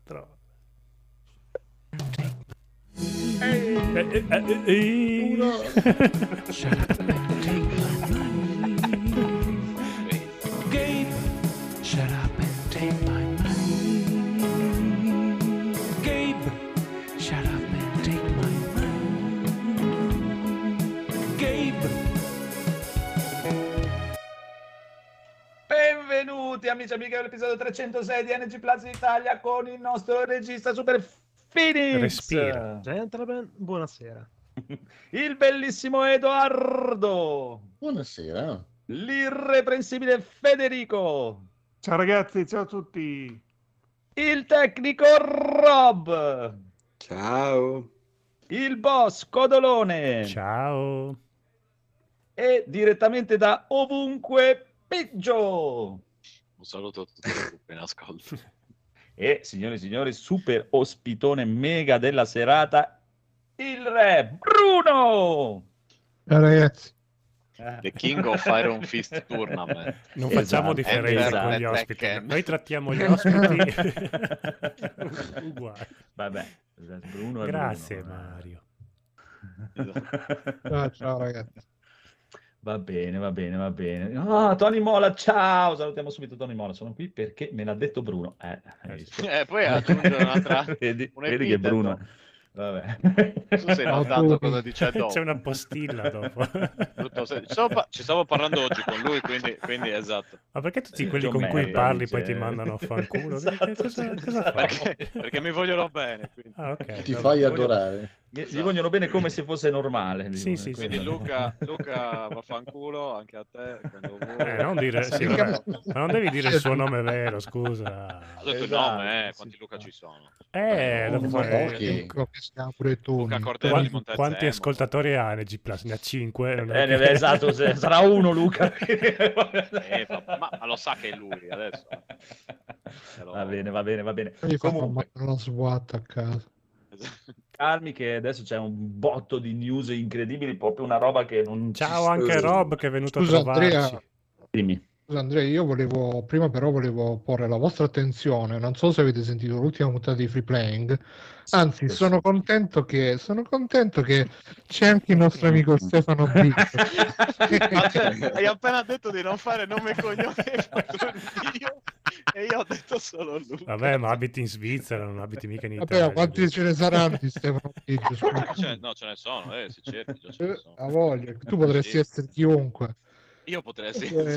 4. Gabe, shut up and take my money. Gabe, shut up and take my money. Gabe. Benvenuti amici e amiche all'episodio 306 di NG Plus Italia con il nostro regista Super Phoenix. Respira. Gentlemen, buonasera. Il bellissimo Edoardo. Buonasera. L'irreprensibile Federico. Ciao ragazzi, ciao a tutti. Il tecnico Rob. Ciao. Il boss Codolone. Ciao. E direttamente da ovunque Piggio. Un saluto a tutti i gruppi in ascolto. E signori e signori, super ospitone mega della serata, il re Bruno. Ciao ragazzi. The King of Iron Fist Tournament. Non facciamo differenza con gli ospiti. Noi trattiamo gli ospiti uguali. Vabbè, Bruno è Grazie Bruno. Mario. Ciao ragazzi. Va bene, va bene, va bene. Ah, Tony Mola, ciao! Salutiamo subito Tony Mola, sono qui perché me l'ha detto Bruno. Hai visto? Poi aggiunge un'altra. vedi un che epiteto. Bruno. Vabbè. Tu sei notato cosa dice dopo. C'è una postilla dopo. Ci stavo parlando oggi con lui, quindi esatto. Ma perché tutti quelli John con cui Mayer, parli dice. poi ti mandano a fanculo? Cosa fa? Perché mi vogliono bene. Quindi, Ah, ok. Ti vabbè. fai adorare. Gli vogliono bene come se fosse normale. Sì, sì, quindi sì. Luca vaffanculo anche a te. Quando vuoi. Non dire, sì, vabbè. Ma non devi dire il suo nome vero, scusa. Ha detto il Esatto, nome, sì. quanti Luca ci sono? Dopo Ma fare- pochi. Pure tu. Luca Cordero di Montezemolo. Quanti ascoltatori ha NG Plus? Ne ha 5. Esatto, sarà uno Luca. Ma lo sa che è lui adesso. Va bene, va bene, va bene. Mi fanno Comunque, una SWAT a casa. calmi che adesso c'è un botto di news incredibili, proprio una roba che non Ciao ci anche Rob che è venuto Scusa, a trovarci. Andrea. Dimmi. Scusa Andrea, io volevo porre la vostra attenzione, non so se avete sentito l'ultima puntata di Free Playing, anzi sono contento che c'è anche il nostro amico Stefano B. Hai appena detto di non fare nome e cognome, hai fatto il video e io ho detto solo lui. Vabbè, ma abiti in Svizzera, non abiti mica in Vabbè, Italia. quanti ce ne saranno di Stefano B? No, ce ne sono, si cerchi, già ce ne sono. A voglia, tu potresti Sì. essere chiunque. Io potrei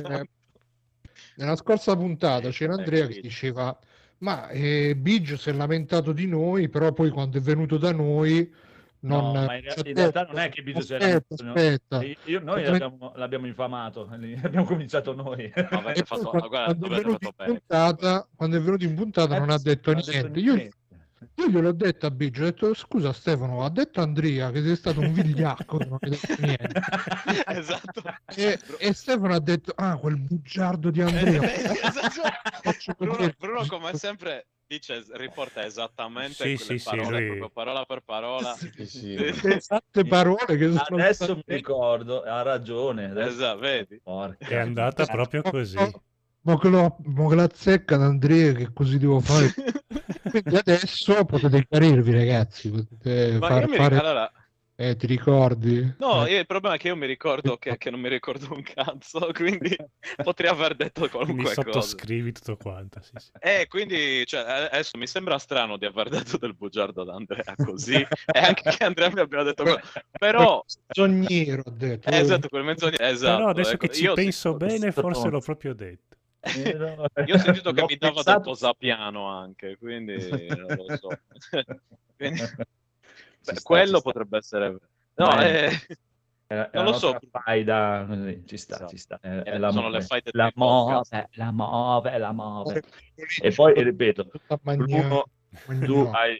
Nella scorsa puntata c'era Andrea che capito. diceva ma Biggio si è lamentato di noi, però poi quando è venuto da noi non No, ma in realtà non è che Biggio si era aspetta. noi l'abbiamo infamato, abbiamo cominciato noi. Avete fatto, guarda, avete fatto bene. Quando è venuto in puntata non ha detto niente. Io gliel'ho detto a Biggio, ho detto scusa Stefano, ha detto Andrea che sei stato un vigliacco che non hai detto niente. Esatto. E Stefano ha detto quel bugiardo di Andrea. Esatto. Bruno come sempre riporta esattamente quelle parole, lui... proprio parola per parola. Sì. Esatte parole che sono Adesso mi ricordo, ha ragione. Esatto, vedi? È andata proprio così. Ma che la zecca ad Andrea che così devo fare. Quindi adesso potete chiarirvi ragazzi, potete fare... Allora, ti ricordi? no, il problema è che io mi ricordo che non mi ricordo un cazzo, quindi potrei aver detto Quindi qualunque cosa. sottoscrivi tutto quanto. Sì. Quindi cioè, adesso mi sembra strano di aver detto del bugiardo ad Andrea così, e anche che Andrea mi abbia detto però Menzognero ho detto. esatto, quel menzognero, esatto. Però adesso ecco, che ci penso bene, forse l'ho proprio detto. Io ho sentito che L'ho mi dava del pensato. posapiano anche, quindi non lo so. Quindi, Ci sta, quello ci sta. potrebbe essere... No, non lo so. Faida, ci sta, Esatto. ci sta. Sono le faide la dei podcast. muove. E poi ripeto, Bruno, tu hai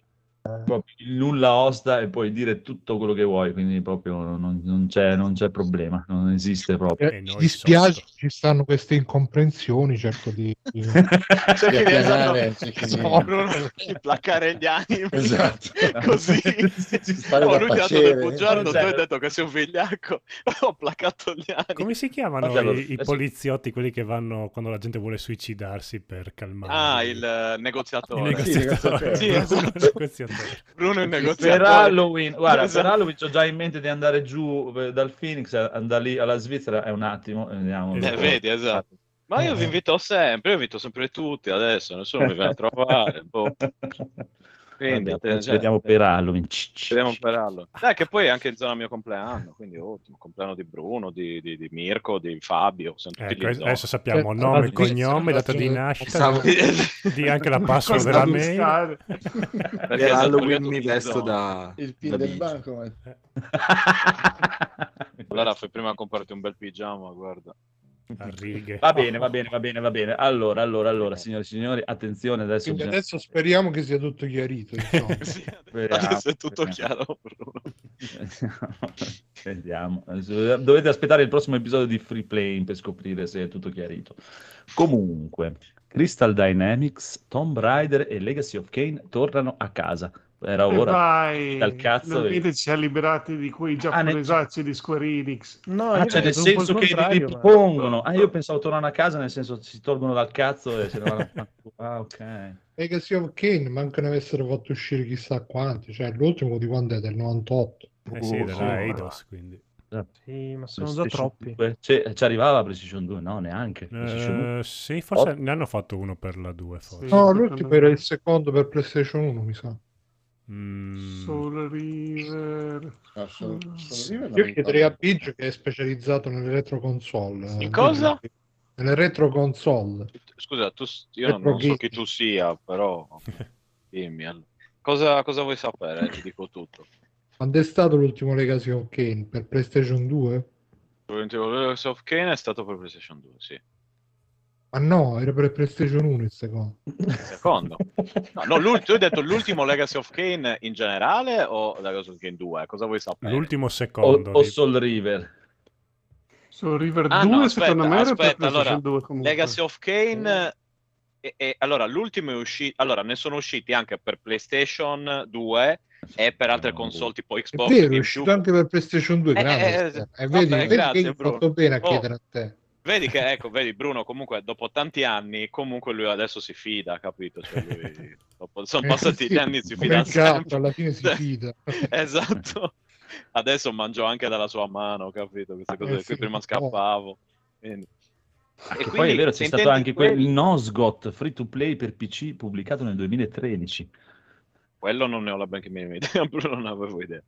proprio il nulla osta e puoi dire tutto quello che vuoi, quindi proprio non c'è problema, non esiste proprio. E Mi noi dispiace, sotto. ci stanno queste incomprensioni, cerco di... C'è chi riesce c'è chi di placcare gli animi Esatto. così. Fare da Lui ti ha dato pacere. del bugiardo, tu Cioè- hai detto che sei un vigliacco. Ho placcato gli animi. Come si chiamano Guarda, i adesso- poliziotti, quelli che vanno quando la gente vuole suicidarsi per calmare? Ah, il il negoziatore. negoziatore. Sì, esatto. Il negoziatore. Bruno il Per negoziatore. Halloween, guarda, Esatto. per Halloween c'ho già in mente di andare giù dal Phoenix, andare lì alla Svizzera, è un attimo, e vediamo. Vedi, esatto. Ma io vi invito sempre tutti adesso, nessuno mi viene a trovare. Boh. Quindi, Vabbè, ci vediamo per Halloween. Ci vediamo per Halloween. Dai, che poi è anche in zona mio compleanno, quindi ottimo. Compleanno di Bruno, di Mirko, di Fabio. Sono tutti Ecco, lì in adesso sappiamo Certo, nome, la cognome, data di nascita, di anche la password della mail. Perché Halloween tutti mi in vesto zona. da Il pin da del bici. banco. Allora fai prima a comprarti un bel pigiama, guarda. A righe. Va bene. Allora, signori e signori, attenzione, adesso Quindi bisogna- adesso speriamo che sia tutto chiarito. Insomma. Sì, Speriamo, adesso è tutto speriamo. chiaro, Bruno. Vediamo. Dovete aspettare il prossimo episodio di Free Play per scoprire se è tutto chiarito. Comunque, Crystal Dynamics, Tomb Raider e Legacy of Kain tornano a casa. Era E ora vai, dal cazzo. finalmente ci siamo liberati di quei giapponesacci di Square Enix. No, Ah, io cioè nel vedo un po' il senso che li contrario, ma- ripongono. Ah, io pensavo tornano a casa, nel senso si tolgono dal cazzo e se ne vanno. Ah, ok. Legacy of Kain manca ne avessero fatto uscire chissà quanti, cioè l'ultimo di quando è del 98. Sì, della sì. Eidos, quindi. Sì, ma sono già PlayStation troppi. 2. Ci arrivava PlayStation 2? No, neanche. PlayStation 1. Sì, forse ne hanno fatto uno per la 2, forse. Sì. No, l'ultimo era il secondo per PlayStation 1, mi sa. Soul River. No, sono vive, ma Io non chiederei a ricordo. Biggio, che è specializzato nelle retro console. In cosa? Nelle retro console. Scusa, io non so chi tu sia, però dimmi. Cosa vuoi sapere? Ti dico tutto. Quando è stato l'ultimo Legacy of Kain? Per PlayStation 2? Legacy of Kain è stato per PlayStation 2, sì. Ma no, era per PlayStation 1 il secondo. Il secondo? No, tu hai detto l'ultimo Legacy of Kain in generale o Legacy of Kain 2? Cosa vuoi sapere? L'ultimo secondo. O Soul River. Soul River Ah, 2 no, secondo me era per aspetta, PlayStation allora, 2 comunque. Legacy of Kain allora l'ultimo è uscito, allora ne sono usciti anche per PlayStation 2 e per altre console tipo È Xbox, vero, è GameCube. uscito anche per PlayStation 2, grande. vabbè, Vedi grazie, che hai Bruno. fatto bene a Oh. chiedere a te. Vedi Bruno, comunque dopo tanti anni, comunque lui adesso si fida, capito? Cioè, lui, sono passati Sì, gli anni, si come fida il gatto, sempre. alla fine si fida. Esatto. Adesso mangio anche dalla sua mano, capito? Queste cose qui, sì, prima no. scappavo. Quindi. Che poi quindi, è vero, se c'è stato intendi anche il Nosgot free to play per PC pubblicato nel 2013. quello non ne ho la benché minima idea, Bruno, non avevo idea.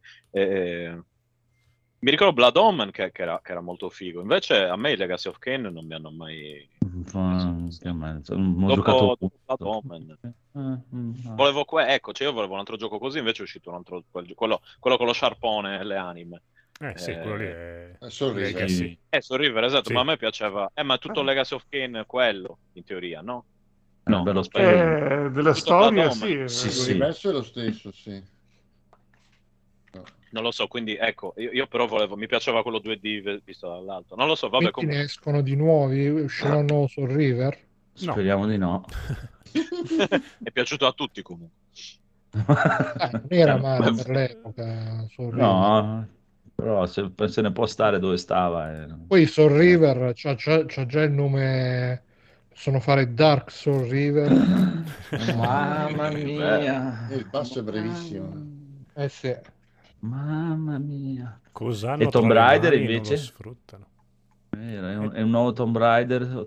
Mi ricordo Blood Omen che era molto figo. Invece a me i Legacy of Kain non mi hanno mai... Ho Dopo giocato Blood Omen. Volevo cioè io volevo un altro gioco così, invece è uscito un altro, quello con lo sciarpone e le anime. Sì, quello lì è Soul River. Legacy. Soul River, esatto, Sì. ma a me piaceva. Ma tutto Legacy of Kain quello, in teoria, no? No, bello aspetta. Della Tutto storia, Blood Omen. sì. Sì, L'universo è lo stesso, sì. Non lo so, quindi ecco, io però mi piaceva quello 2D visto dall'alto. Non lo so, vabbè, Quindi comunque. ne escono di nuovi, uscirà un nuovo Soul River. Speriamo di no. È piaciuto a tutti comunque. Non era male per l'epoca Soul River. No, però se ne può stare dove stava. Poi Soul River c'ha già il nome, possono fare Dark Soul River. Mamma mia. Il passo è brevissimo. Sì. Mamma mia. Cos'hanno E Tomb tra le Raider mani, invece? non lo sfruttano. È un nuovo Tomb Raider.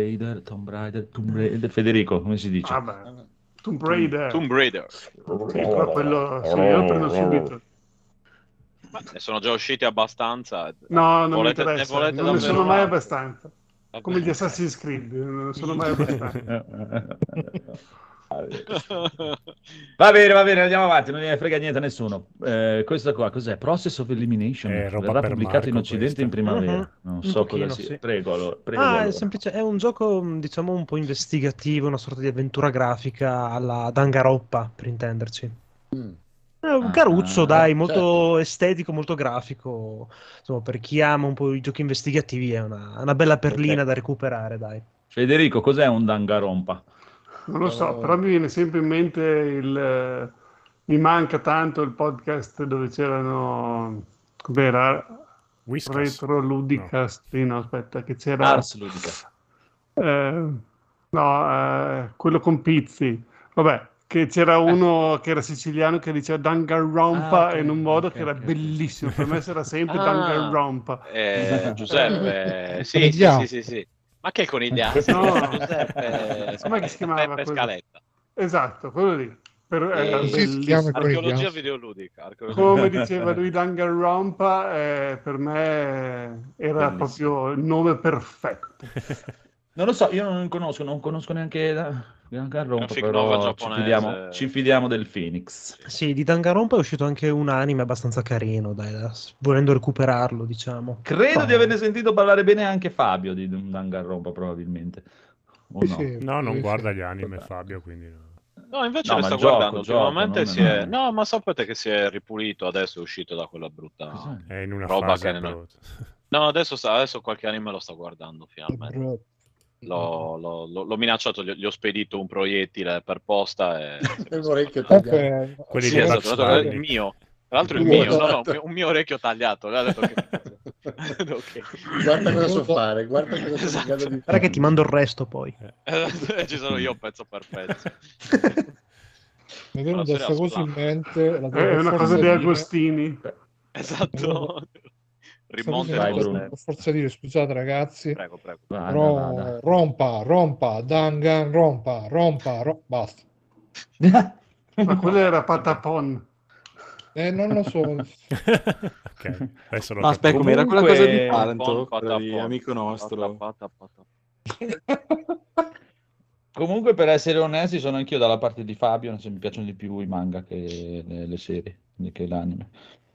Federico, come si dice? Vabbè. Tomb Raider. Tomb Raider. Sì, però quello sì, io lo prendo subito. Ma ne sono già usciti abbastanza. No, non mi Volete- ne interessa. volete Non ne sono davvero mai altro? abbastanza. Come gli Assassin's Creed, non sono mai abbastanza. Va bene, andiamo avanti, non ne frega niente a nessuno. Questo qua cos'è? Process of Elimination. Roba Verrà per pubblicato in Marco Occidente in questa. primavera. Non Un so pochino, cosa sia. sì. Prego, allora. È semplice, è un gioco, diciamo, un po' investigativo, una sorta di avventura grafica alla Danganronpa, per intenderci. Un caruzzo, dai, molto certo. estetico, molto grafico. Insomma, per chi ama un po' i giochi investigativi è una bella perlina da recuperare, dai. Federico, cos'è un Danganronpa? Non lo so, però mi viene sempre in mente mi manca tanto il podcast dove c'erano... Com'era? Whiskas? Retro Ludicast. Sì, no, aspetta, che c'era... Ars Ludica. Quello con Pizzi. Vabbè, che c'era uno che era siciliano che diceva Danganronpa Ah, ok, in un modo ok, che era ok. bellissimo. Per me era sempre Ah. Danganronpa. Giuseppe, sì, Conigliano. sì. Ma che conigliano? No. Giuseppe, Com'è che si chiamava Peppe quello? Scaletta. Esatto, quello lì. Era Così si bellissimo. chiama Archeologia Conigliano. videoludica. Come diceva lui Danganronpa, per me era Bellissimo. proprio il nome perfetto. Non lo so, io non conosco neanche Danganronpa, Graphic novel però giapponese. ci fidiamo del Phoenix. Sì, di Danganronpa è uscito anche un anime abbastanza carino, dai, volendo recuperarlo, diciamo. Credo di averne sentito parlare bene anche Fabio di Danganronpa, probabilmente. O Sì, no? sì, No, non sì, guarda sì. gli anime, Fabio, quindi no. No, invece No, le ma sto gioco, guardando. Ultimamente non si è... è- No, ma sapete che si è ripulito, adesso è uscito da quella brutta Cos'è? È in una roba fase che non... brutta. No, adesso qualche anime lo sto guardando finalmente. Bro. L'ho minacciato, gli ho spedito un proiettile per posta e... Un orecchio tagliato. Ok. Quelli Sì, di esatto, Bugs tra l'altro Bunny. il mio. Tra l'altro il Sì, mio, esatto. un mio orecchio tagliato. Ha detto che... Ok. Guarda cosa so fare, guarda cosa sono in grado di Guarda fare. che ti mando il resto poi. Ci sono io pezzo per pezzo. Mi è venuta Però questa cosa in mente. La È una cosa di Agostini. Esatto. Rimonte Vai, dello Bruno. step. Per forza dire, scusate ragazzi, Prego. Vada. rompa, Danganronpa, basta. Ma quello era Patapon. Non lo so. Ok, adesso lo No, aspetta, capisco. com'era quella cosa di Comunque- Taranto? Quella di Patapon. amico nostro. Comunque, per essere onesti, sono anch'io dalla parte di Fabio, nel senso, mi piacciono di più i manga che le serie, che l'anime.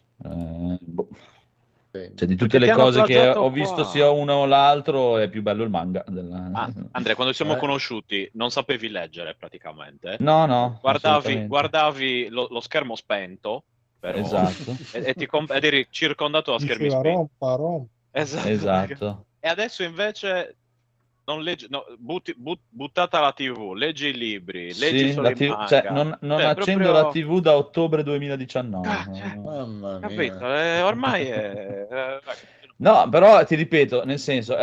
Boh. Cioè, di tutte Perché le ti hanno cose che plagiato ho qua. visto sia uno o l'altro, è più bello il manga. Andrea, quando ci siamo Eh. conosciuti non sapevi leggere praticamente. No, assolutamente. Guardavi lo schermo spento, però, Esatto. ed eri circondato da schermi Diceva spenti. rompa. Esatto. E adesso invece non leggi, no, buttata la TV, leggi i libri, leggi Sì, solo la i TV manga. cioè, non Cioè, accendo proprio- la TV da ottobre 2019. Mamma Capito? mia. Ormai è... No, però ti ripeto, nel senso,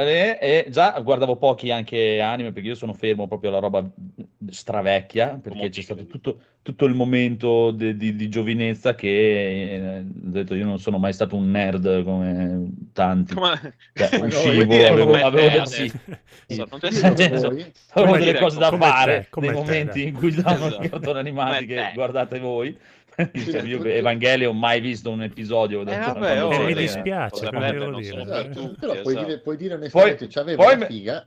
già guardavo pochi anche anime, perché io sono fermo proprio alla roba stravecchia, perché c'è stato tutto il momento di giovinezza che, ho detto, io non sono mai stato un nerd come tanti. Cioè, Ma uscivo, vuoi dire avevo come delle- te sì, adesso? Non ti nel sento. senso, Voi? avevo delle dire, cose da come fare, te, come nei te, momenti dai. in cui davano Esatto. i cartoni animati Come che te. guardate voi. Sì, Cioè, io tu- Evangelion ho mai visto un episodio vabbè, quando oh, c'era. mi vedi, dispiace, cose come belle devo non dire. sono per Esatto, tutti, però esatto. puoi dire onestamente, c'avevo poi la me- figa.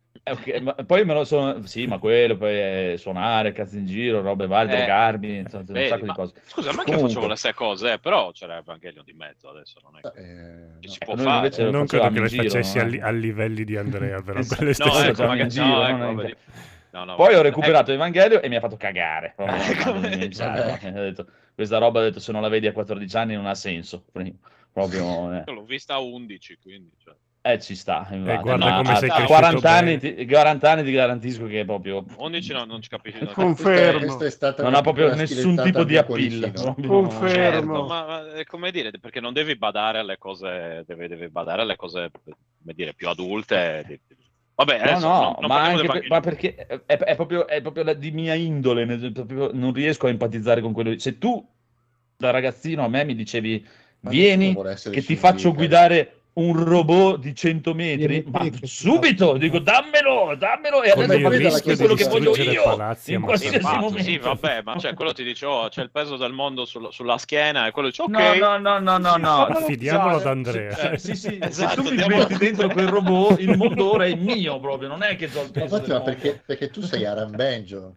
Ok, ma poi me lo sono. Sì, ma quello, poi suonare, cazzo in giro, robe varie, drogarmi, insomma, un Vedi, sacco di ma cose. scusa, ma anche io Comunque, facevo le stesse cose, però c'era Evangelion di mezzo adesso, non è che No. si può noi fare. invece lo Non credo facevamo che in le giro, facessi non è? a livelli di Andrea, però Esatto. quelle No, Lo stesse ecco, facevamo cose. in giro, ecco, non è vedi. che- No, Poi ho vabbè, recuperato Evangelio e mi ha fatto cagare. Proprio, Come- ho detto, questa roba, ho detto, se non la vedi a 14 anni non ha senso. Proprio, ecco, l'ho vista a 11, quindi... Cioè. ci sta. Infatti. guarda No, come sei a cresciuto 40 anni, bene. 40 anni ti garantisco che proprio 11 non ci capisci. Confermo. Questa è stata non una ha proprio piccola nessun stilettata tipo al di mio appeal. cuoricino. Proprio. Confermo. Certo, ma è come dire, perché non devi badare alle cose, devi badare alle cose, come dire, più adulte. Vabbè, adesso No, non ma parliamo anche del ma perché è proprio di mia indole, proprio non riesco a empatizzare con quello. Se tu da ragazzino a me mi dicevi Ma vieni nessuno vuole essere che ti Shinji faccio Ikari. guidare un robot di 100 metri, Vieni ma qui che ti subito faccio- dico dammelo e Con adesso il faccio rischio tutto di quello che voglio distruggere io palazzi in a qualsiasi Massimo. momento. sì, vabbè, ma cioè, quello ti dice, oh, c'è il peso del mondo sulla schiena, e quello dice, ok. No. Affidiamolo ad usare. Andrea. Sì, Esatto, se tu mi diamo- metti dentro quel robot, il mondo ora è mio proprio, non è che ho il Ma peso infatti, del ma mondo. perché tu sei Arambenjo.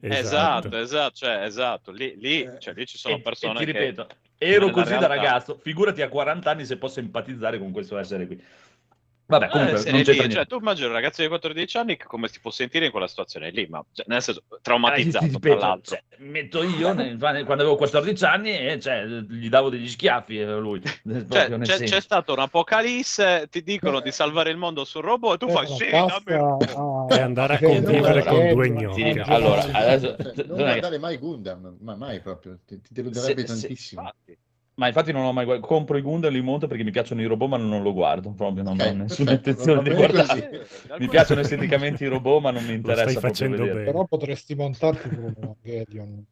Esatto, lì ci sono E persone ti che... ripeto, ero nella così da realtà- ragazzo, figurati a 40 anni se posso empatizzare con questo essere qui. Vabbè, comunque Sei non lì, c'entra cioè, niente. tu immagini un ragazzo di 14 anni che come si può sentire in quella situazione lì, ma cioè, nel senso traumatizzato, Ti tra ripeto, l'altro. cioè, metto io quando avevo 14 anni e gli davo degli schiaffi a lui. Proprio nel C'è senso. stata un'apocalisse, ti dicono di salvare il mondo sul robot e tu fai sì, dammi. E andare a Cioè, convivere no, con due no, gnocchi. Allora, adesso, non guardare mai Gundam, ma mai proprio, ti deluderebbe tantissimo. Infatti. ma infatti non ho mai guardato. Compro i Gundam, li monto perché mi piacciono i robot, ma non lo guardo. Proprio non ho nessuna perfetto, intenzione va di bene guardare. Mi piacciono esteticamente i robot, ma non mi Lo stai interessa proprio facendo vedere. bene. Però potresti montarti con un Evangelion.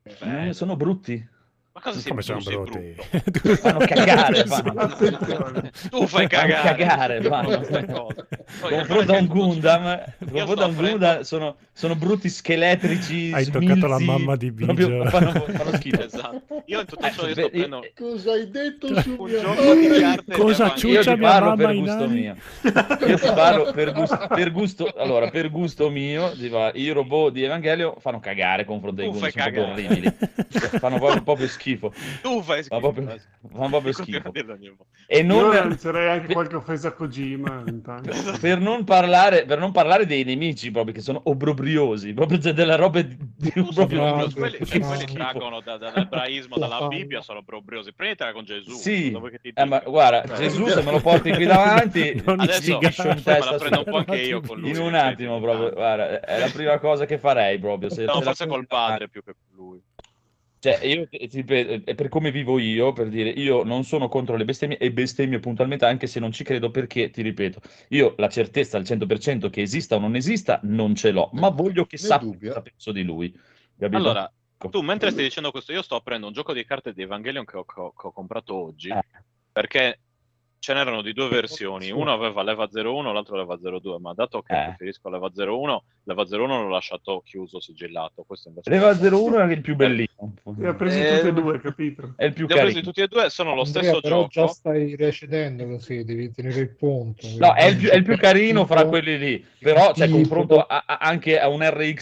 Sono brutti. Ma cosa sei, Come tu sono sei brutti? brutto? Fanno cagare, fanno. Attenzione. Tu fai cagare. fanno. queste cose. Poi, Confronto a un io Gundam, sto offrendo- sono brutti scheletrici. Hai toccato la smilzi, mamma di proprio Biggio. fanno schifo. Esatto. Io in tutto ciò io sto prendendo Cosa hai detto su un mio gioco di carte Cosa di ciuccia Io ti mia parlo mamma per i gusto nani? mio. Io ti parlo per gusto. Allora, per gusto mio, i robot di Evangelio fanno cagare confronto ai Tu Gundam, fai sono proprio cagare. orribili. Fanno proprio schifo. Tu fai schifo. Fanno proprio Continua schifo. a dirlo ogni volta. E Io non, lancerei anche qualche offesa a Kojima intanto. per non parlare dei nemici proprio che sono obbrobriosi, proprio c'è della roba proprio Quelli schifo. traggono dall'ebraismo, dalla Bibbia, sono probriosi. Prendetela con Gesù. Sì, dopo che ti ma dica. guarda, Gesù se me lo porti qui davanti, Non Adesso ti sciscio in me la testa prendo un po' anche io con lui. in un attimo proprio, guarda, è la prima cosa che farei proprio. No, forse col padre più che con lui. Cioè, io ti ripeto, è per come vivo io, per dire, io non sono contro le bestemmie e bestemmio puntualmente, anche se non ci credo, perché, ti ripeto, io la certezza al 100% che esista o non esista non ce l'ho, ma voglio che sappia cosa penso di lui. Capito? Allora, tu mentre stai dicendo questo, io sto aprendo un gioco di carte di Evangelion che ho comprato oggi, perché ce n'erano di due versioni, uno aveva leva 01, l'altro leva 02, ma dato che preferisco leva 01 l'ho lasciato chiuso, sigillato. Questo invece leva 01 è il più bellino. Li ha presi tutti e due, capito? È il più li ho presi carino. tutti e due, sono lo Andrea, stesso però gioco. già stai recedendo così, devi tenere il punto. No, è il più carino fra quelli lì, però c'è confronto anche a un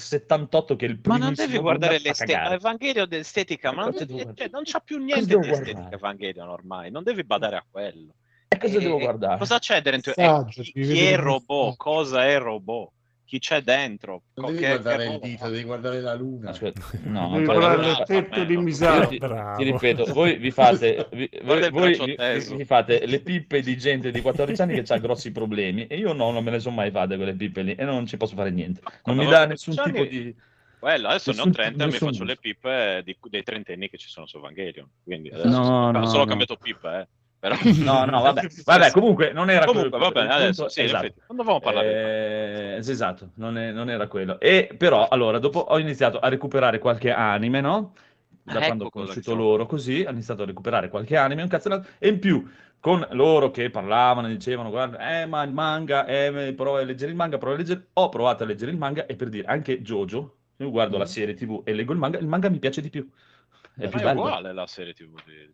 RX78 che è il primo. Ma non devi guardare l'estetica, Evangelion dell'estetica, ma non c'ha più niente di estetica Evangelion ormai, non devi badare a quello. E cosa devo guardare? Cosa c'è dentro? Chi è robot? Cosa è robot? Chi c'è dentro? Non devi guardare il dito, devi guardare la luna. Aspetta, no, Devi guardare le tette di Misato. Ti ripeto, voi vi fate vi fate le pippe di gente di 14 anni che ha grossi problemi e io non me ne sono mai fatte quelle pippe lì e non ci posso fare niente. Non mi dà nessun tipo di... Quello, adesso ne ho 30 e mi faccio le pippe dei trentenni che ci sono su Evangelion. Quindi adesso solo ho cambiato pippe, Però... No, vabbè, comunque non era quello. Va bene, adesso sì, esatto. Non dovevamo parlare. Esatto, non era quello. E però, allora, dopo ho iniziato a recuperare qualche anime, no? Da quando ho conosciuto loro, così, ho iniziato a recuperare qualche anime, un cazzo e in più, con loro che parlavano, dicevano, guarda, ma il manga, prova a leggere il manga, ho provato a leggere il manga e per dire, anche JoJo, io guardo la serie TV e leggo il manga mi piace di più. È più bello. Uguale la serie TV.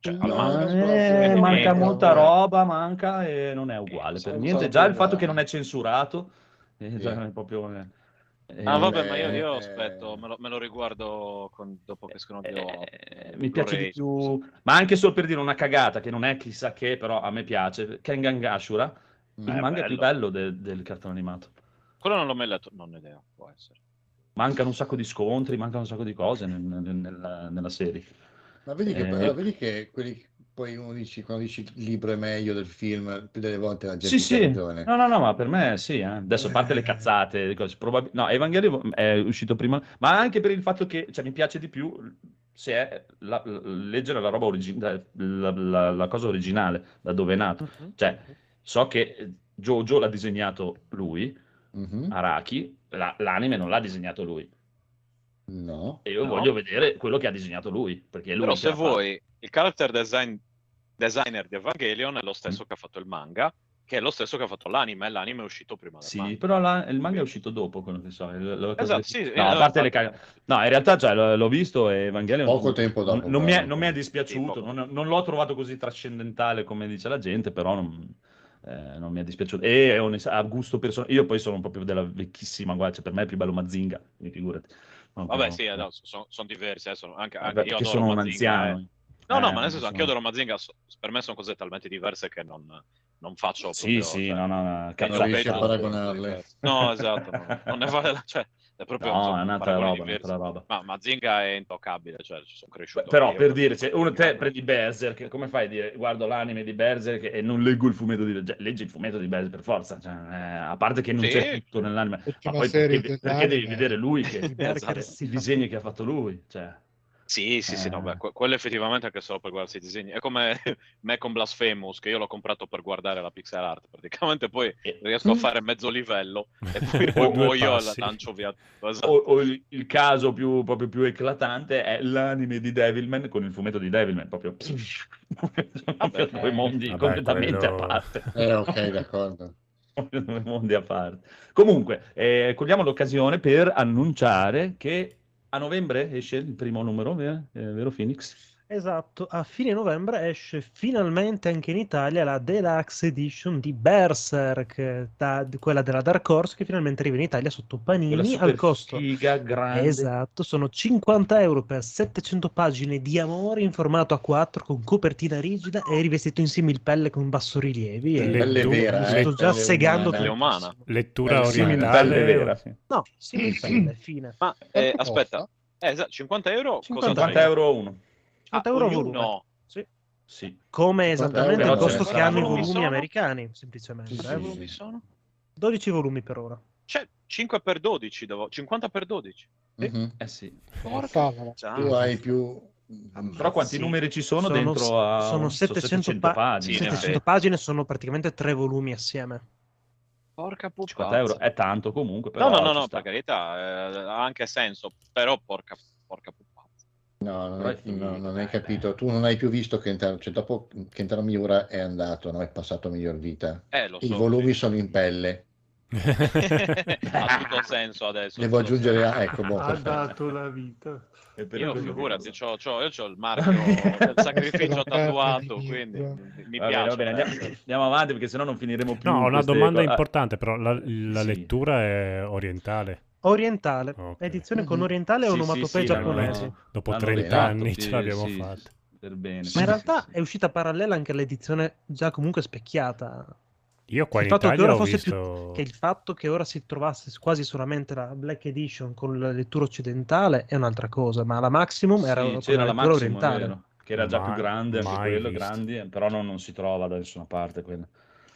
Manca molta roba, e non è uguale per niente. Già il fatto che non è censurato, è proprio... vabbè, ma io aspetto, me lo riguardo dopo che escono mi piace di più, ma anche solo per dire una cagata che non è chissà che, però a me piace. Kengan Ashura, il manga è più bello del cartone animato. Quello non l'ho mai letto, non ho idea, può essere. Mancano un sacco di scontri, mancano un sacco di cose nella serie. Ma vedi che quelli poi uno dici, quando dici il libro è meglio del film, più delle volte la gente sì. No, ma per me sì. Adesso a parte le cazzate, no, Evangelion è uscito prima, ma anche per il fatto che mi piace di più se è leggere la roba originale, la cosa originale, da dove è nato. Cioè, so che JoJo l'ha disegnato lui, Araki, l'anime non l'ha disegnato lui. No. E io voglio vedere quello che ha disegnato lui, perché lui. Però se vuoi, il character designer di Evangelion è lo stesso che ha fatto il manga, che è lo stesso che ha fatto l'anime, e l'anime è uscito prima del manga. Sì, però il manga è uscito dopo, quello che so. Esatto, sì. No, a parte le cagate. No, in realtà l'ho visto e Evangelion poco tempo dopo. Non mi è dispiaciuto, non l'ho trovato così trascendentale come dice la gente, però non mi è dispiaciuto. E a gusto personale, io poi sono proprio della vecchissima, guarda, per me è più bello Mazinga, figurati. Vabbè, sì, sono diversi, anche io sono un anziano. No, ma nel senso, anche io adoro Mazinga, per me sono cose talmente diverse che non non faccio Sì, proprio, sì, cioè, no, Non cazzate. riesci a ripeto, paragonarle. no, esatto, non ne vale cioè, è proprio No, sono è un'altra paragoni roba, diversi. un'altra roba. Ma Zinga è intoccabile, cioè ci sono cresciuto Però anche per io. dire, se uno te prendi Berserk, come fai a dire guardo l'anime di Berserk e non leggo il fumetto di Berserk? Leggi il fumetto di Berserk per forza, cioè, a parte che non Sì. c'è tutto nell'anime, ma L'ultima poi serie perché devi dell'anime vedere lui che I Berserk Esatto. si i fa disegni tutto. che ha fatto lui, cioè. Sì, no, beh, quello effettivamente anche solo per guardarsi i disegni. È come me con Blasphemous, che io l'ho comprato per guardare la pixel art, praticamente poi riesco a fare mezzo livello e poi Due muoio e la passi. lancio via. Esatto. O il caso proprio più eclatante è l'anime di Devilman con il fumetto di Devilman, proprio Vabbè, due mondi Vabbè, completamente quello- a parte. Ok, d'accordo. Due mondi a parte. Comunque, cogliamo l'occasione per annunciare che a novembre esce il primo numero, vero Phoenix? Esatto, a fine novembre esce finalmente anche in Italia la Deluxe Edition di Berserk, quella della Dark Horse, che finalmente arriva in Italia sotto Quella Panini super al costo. figa, grande. Esatto, sono 50 euro per 700 pagine di amore in formato A4 con copertina rigida e rivestito in similpelle con bassorilievi. E Pelle tu- vera, mi sto già pelle segando umana. Pelle umana. tantissimo. Lettura Similpelle Pelle vera, orientale. sì. No, similpelle, fine. Ma Quanto aspetta, costa? esatto, 50 euro 50 cosa 50 c'è? euro uno. 50 euro ognuno? volume. Sì. Sì. Come 50 esattamente euro il no, costo ce ne che hanno i saranno- volumi sono? americani, semplicemente. Sì, Quanti sì, volumi sì. sono? 12 volumi per ora. C'è 5 per 12, 50 per 12. Mhm. Sì. Porca Falla. Tu hai più... Però quanti Sì. numeri ci sono dentro sono 700 pagine? Sì, in 700 effetti. pagine, sono praticamente 3 volumi assieme. Porca 50 puttana. euro è tanto comunque, però No, ci no, sta. per carità, ha anche senso, però porca puttana. No, non, Però è hai, figo, non hai dai, capito. Tu non hai più visto Kentaro, cioè dopo Kentaro Miura è andato, no? È passato a miglior vita. Lo I so, volumi sì. sono in pelle. Ha tutto senso adesso. Devo tutto aggiungere... senso. ecco, boh, Ha perfetto. dato la vita. E per Io quello figurati, dico. io c'ho il marchio del sacrificio tatuato, quindi mi Va piace. bene, andiamo avanti perché sennò non finiremo più. No, ho una queste domanda cose. importante, però la Sì. lettura è orientale. Orientale, Ok. edizione con orientale e Sì, onomatopee sì, giapponesi. Dopo l'hanno 30 legato, anni sì, ce l'abbiamo sì, fatta. per bene. Ma in realtà è uscita parallela anche all'edizione già comunque specchiata. Io qua Il in fatto che Italia ora ho fosse visto... che il fatto che ora si trovasse quasi solamente la Black Edition con la lettura occidentale è un'altra cosa, ma la Maximum era Sì, con c'era la la lettura Maximum, è orientale. vero, che era già più Mai- grande anche mai quello, visto. grandi, però non si trova da nessuna parte quella.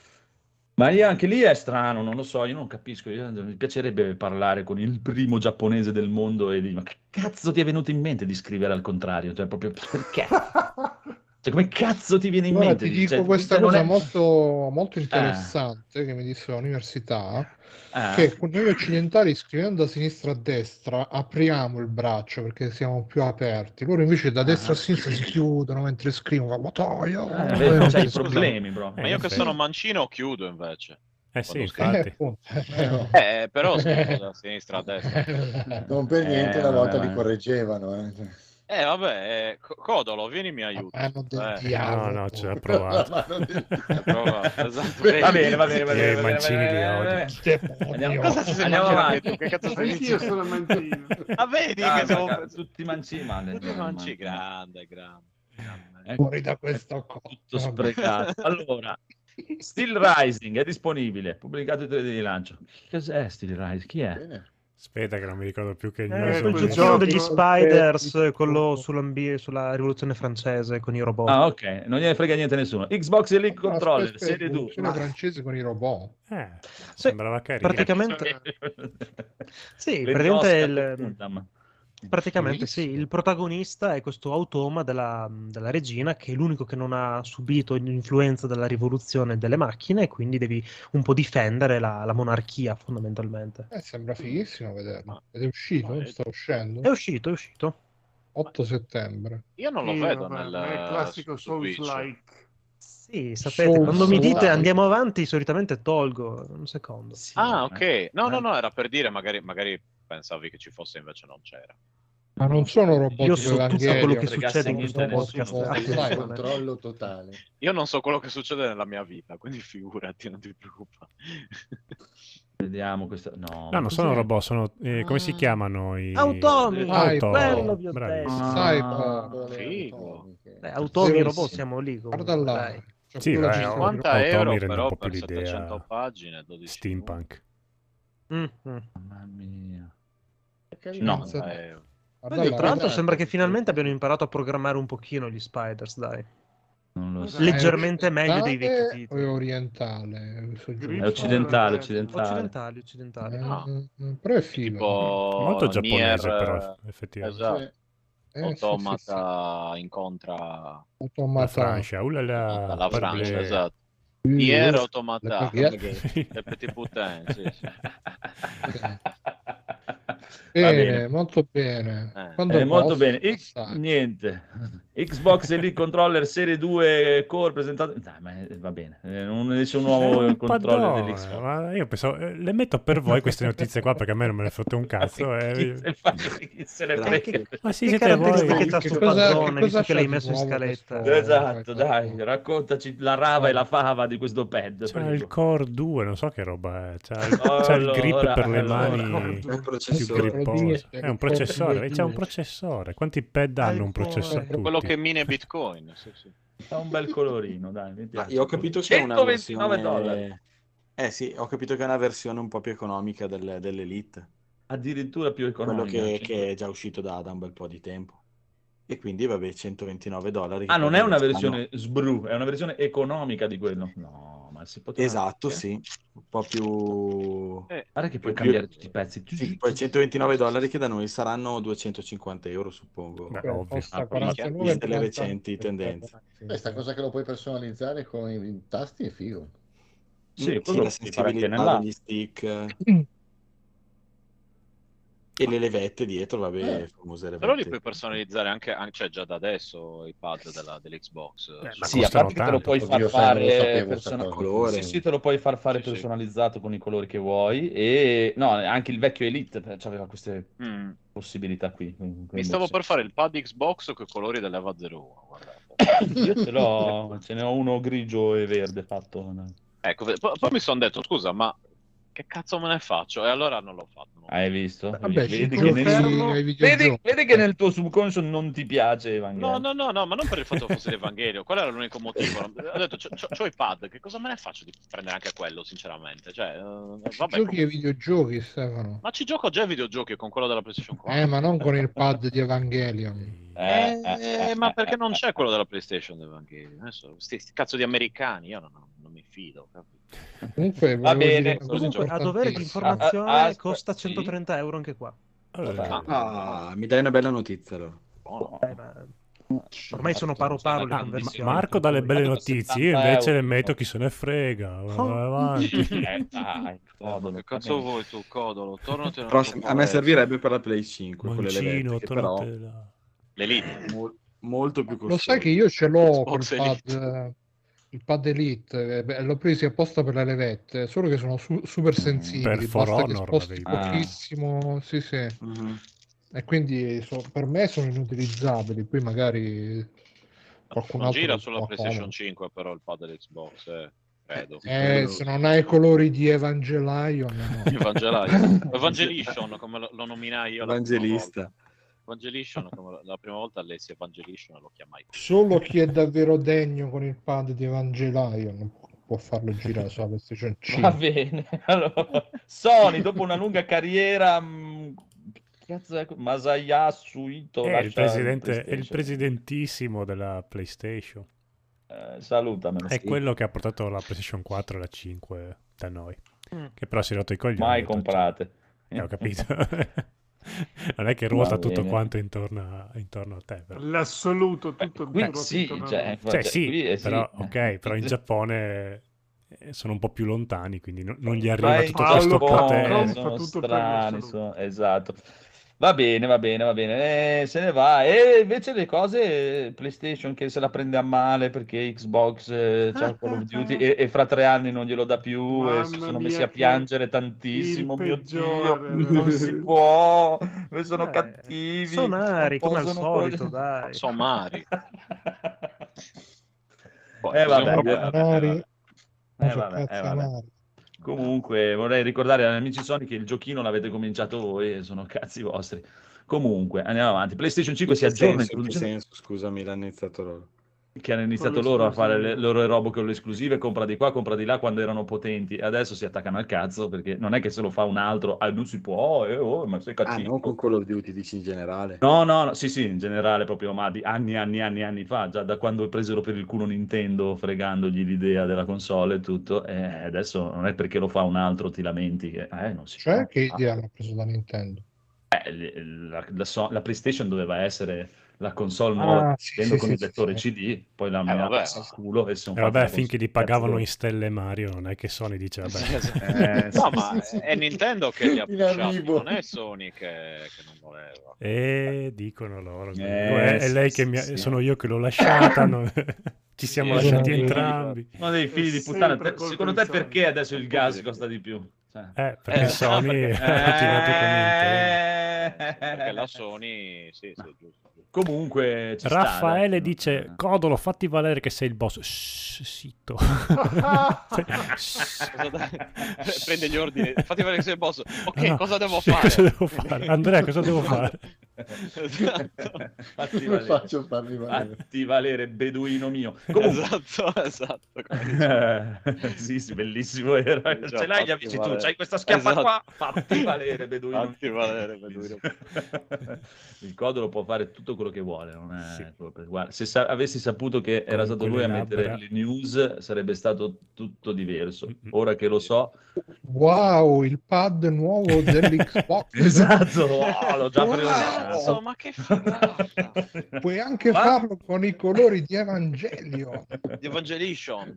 Ma anche lì è strano, non lo so, io non capisco, mi piacerebbe parlare con il primo giapponese del mondo e dire ma che cazzo ti è venuto in mente di scrivere al contrario? Cioè proprio perché? Cioè come cazzo ti viene in Allora mente? ti dico Cioè, questa non cosa è- molto interessante che mi disse all'università, che noi occidentali scrivendo da sinistra a destra apriamo il braccio perché siamo più aperti, loro invece da destra a sinistra si chiudono mentre scrivono, ma toia, vedi, non c'hai si i scrive. problemi, bro. Ma io che sì. sono mancino chiudo invece. sì, quando infatti. Appunto. Però scrivo da sinistra a destra. Non per niente una volta vabbè. li correggevano. Vabbè, Codolo, vieni mi aiuti. Mano del No, diavolo. ce l'ha provato. Provato, esatto. Va bene, va E bene. i mancini li odio. Andiamo, Cosa ti sei andiamo mangiato avanti. tu? Che cazzo stai Anch'io dicendo? sono mancino. Ah, vedi Ah, che siamo tutti mancini, male. tutti manci, grande. Fuori da questo Tutto sprecato. Allora, Steel Rising è disponibile, pubblicato il 3 di lancio. Che cos'è Steel Rising? Chi è? Bene. Aspetta che non mi ricordo più che quel Quel gioco. giochino degli Gioco. Spiders, quello sulla rivoluzione francese con i robot. Ah, ok, non gliene frega niente a nessuno. Xbox Elite Controller, serie 2. produzione francese con i robot. Sembrava carino. Praticamente sì, Le praticamente Oscar Gundam. praticamente sì, il protagonista è questo automa della regina che è l'unico che non ha subito l'influenza della rivoluzione delle macchine e quindi devi un po' difendere la monarchia fondamentalmente. Sembra fighissimo vederlo. Ed è uscito? Sta uscendo? È uscito. 8 settembre. Io non lo Sì, vedo vabbè, nel è il classico su Twitch. Souls-like. Sì, sapete, quando mi dite andiamo avanti, solitamente tolgo un secondo. Sì, Ah, ok. No, Eh. era per dire, magari pensavi che ci fosse, invece non c'era. Ma non sono robot Io so tutto quello che fregasse succede in questo niente a nessuno. podcast. Sai, attenzione. controllo totale. Io non so quello che succede nella mia vita, quindi figurati, non ti preoccupare. Vediamo questo. No, No, non sono cos'è? robot, sono come si chiamano i Automi, quello vi ho bravissimo. detto. Cyborg. Figo. Automi Sì, robot sì. siamo lì comunque, Guarda là. dai. Sì, quello beh, ci 50 euro Automi rende un però po' più per 700 l'idea pagine, 12 steampunk. Mamma mia. No, No, Pensa- euro. Guarda Tra là. l'altro sembra che Esatto, finalmente sì. abbiano imparato a programmare un pochino gli spiders, dai. non lo so. Esatto. Leggermente meglio dei vecchi occidentale o titoli. è orientale? È occidentale, occidentale. Occidentali. Ah. Però è figo. Molto Tipo giapponese, Nier, però, effettivamente. esatto. Sì, Automata incontra La Automata. Francia, ulala, la Francia, parbleu. esatto. Nier Automata, Le le Petit Poutins, sì. Va Bene, bene. molto bene. Eh. Quando Molto posso, bene. passare. Niente. Xbox Elite Controller Serie 2 Core presentato. Dai, ma va bene. Non dice un È nuovo un controller paddone, dell'Xbox. ma io pensavo, le metto per voi queste notizie qua perché a me non me ne fotte un cazzo. Chi se ne frega? Ma sì, Che siete voi. caratteristiche c'ha Che sto cosa- paddone, che cosa visto che l'hai c'ha di messo in nuovo scaletta? questo? Esatto, dai, raccontaci la rava e la fava di questo pad. C'ha prego. il Core 2, non so che roba è. C'ha il grip per le mani È il più processore. gripposo. È un processore, c'ha un Core processore. Quanti pad hanno un processore? Quello Tutti. che mina Bitcoin, sì, sì. Ha un bel colorino, dai, mi piace. Io ho capito che è una 129 versione... dollari. Sì, ho capito che è una versione un po' più economica dell'Elite. Addirittura più Quello economica. che è già uscito da un bel po' di tempo. E quindi, vabbè, 129 dollari. Ah, non è una versione versione sbru, è una versione economica di quello. No, ma si poteva... Esatto, sì. Un po' più... Guarda che puoi più- cambiare tutti i pezzi. Sì, poi 129 dollari che da noi saranno 250 euro, suppongo. Beh, ovvio. Costa minchia. 49,90. Viste le recenti tendenze. Questa cosa che lo puoi personalizzare con i tasti è figo. Sì, Sì, quello la si fa anche sensibilità nell'app. degli stick e le levette dietro, vabbè, famose levette. Però li puoi personalizzare anche cioè già da adesso i pad dell'Xbox. Ma Sì, a costano parte che te lo puoi tanto. far Oddio, sai, non lo fare sapevo sta cosa. Colore. Sì, te lo puoi far fare Sì, sì. personalizzato con i colori che vuoi e no, anche il vecchio Elite aveva queste Mm. possibilità qui. Mi stavo per fare il pad Xbox con i colori dell'Eva 01, guardate. Io ce ne ho uno grigio e verde fatto. Ecco, poi mi sono detto, scusa, ma che cazzo me ne faccio? E allora non l'ho fatto. Hai visto? Vabbè, ci vedi, giochi che ai videogiochi. vedi che nel tuo subconscio non ti piace Evangelion. No, ma non per il fatto che fosse l'Evangelio, quello era l'unico motivo. Ho detto, c'ho i pad, che cosa me ne faccio di prendere anche quello, sinceramente? Cioè, vabbè, Giochi comunque. ai videogiochi, Stefano. Ma ci gioco già ai videogiochi con quello della PlayStation 4. Ma non con il pad di Evangelion. Ma perché non c'è quello della PlayStation dell'Evangelio? Adesso, sti cazzo di americani, io non mi fido, capito? Comunque, Va volevo bene. dire una cosa Comunque, a dovere di importantissima. informazione costa sì. 130 euro anche qua. Allora, Mi dai una bella notizia allora. Ma ormai sono paro paro le conversioni. Marco dà le belle notizie, io invece le metto chi se ne frega. Vai avanti. Dai, codolo, Che cazzo vuoi tu, Codolo? Tornati Però a me servirebbe per la Play 5 con le Moncino, levette, che però tornatela. l'Elite. molto più costoso. Lo sai che io ce l'ho quel Xbox pad, il pad Elite, l'ho preso apposta per le levette, solo che sono super sensibili, Per For basta che Honor sposti l'avevi pochissimo, sì. Mhm. E quindi per me sono inutilizzabili, poi magari qualcun Non altro gira lo sulla fa PlayStation comodo. 5 però il pad dell'Xbox, credo. Se non hai i colori di Evangelion, no. Evangelation, come lo nominai io Evangelista. Evangelation, come la prima volta lessi Evangelation lo chiamai. Solo chi è davvero degno con il pad di Evangelion può farlo girare sulla PlayStation 5. Va bene. Allora, Sony, dopo una lunga carriera, che cazzo è? Masayasu Ito È il lascia presidente, è il PlayStation. presidentissimo della PlayStation. Salutamelo. È quello che ha portato la PlayStation 4 e la 5 da noi. Che però si è rotto i coglioni. Mai ha detto, comprate. Ho capito. Non è che ruota Va tutto bene. quanto intorno a te. Però. L'assoluto, tutto Qui ruota sì, intorno a cioè, noi. Cioè sì, qui però, sì. ok, però in Giappone sono un po' più lontani, quindi non gli Ma arriva in tutto Paolo questo Capcom potere. fa sono tutto per strani, l'assoluto. esatto. Va bene. Se ne va. E invece le cose PlayStation che se la prende a male perché Xbox c'ha Call of Duty e fra 3 anni non glielo dà più e si Mamma sono mia, messi a che piangere tantissimo. il Mio peggiore, Dio, non si può, sono cattivi. Sonari, non come al possono solito, dai. Somari. Sonari, vabbè. Comunque vorrei ricordare agli amici Sony che il giochino l'avete cominciato voi e sono cazzi vostri. Comunque andiamo avanti. PlayStation 5 si aggiorna In che introducendo... senso? Scusami, l'hanno iniziato loro. che hanno iniziato loro a fare le loro robe con le esclusive, compra di qua, compra di là quando erano potenti, adesso si attaccano al cazzo perché non è che se lo fa un altro, non si può, ma sei cattivo. non con Call of Duty dici in generale. No, sì, in generale proprio, ma di anni fa, già da quando presero per il culo Nintendo fregandogli l'idea della console e tutto, adesso non è perché lo fa un altro ti lamenti che non si Cioè, può. che idea hanno preso da Nintendo? La PlayStation doveva essere la console nuova con il lettore CD, poi l'hanno messo al culo e sono vabbè, finché li pagavano in stelle Mario, non è che Sony dice vabbè. No, ma è Nintendo che li ha pushati, non è Sony che non voleva. Dicono loro. È lei che sono io che l'ho lasciata, ci siamo lasciati entrambi. Uno dei figli di puttana. Secondo te perché adesso il gas costa di più? Perché Sony ha tirato con Nintendo. Perché la Sony, sì, giusto. Comunque Raffaele dice: Codolo, fatti valere che sei il boss. Zitto. Prende gli ordini, fatti valere che sei il boss. Ok, no, cosa devo fare? Cosa devo fare? Andrea, cosa devo fare? Esatto. Fatti valere, beduino mio. Comunque... Esatto. Sì, bellissimo. Ce l'hai gli amici tu, c'hai questa schiaffa qua, fatti valere, beduino. Fatti valere, beduino. Il Codolo può fare tutto quello che vuole, non è... Guarda, se avessi saputo che era stato lui a mettere le news sarebbe stato tutto diverso. Ora che lo so... Wow, il pad nuovo dell'Xbox. Esatto, l'ho già preso. Ma che figata! Puoi anche farlo con i colori di Evangelion. Di Evangelion.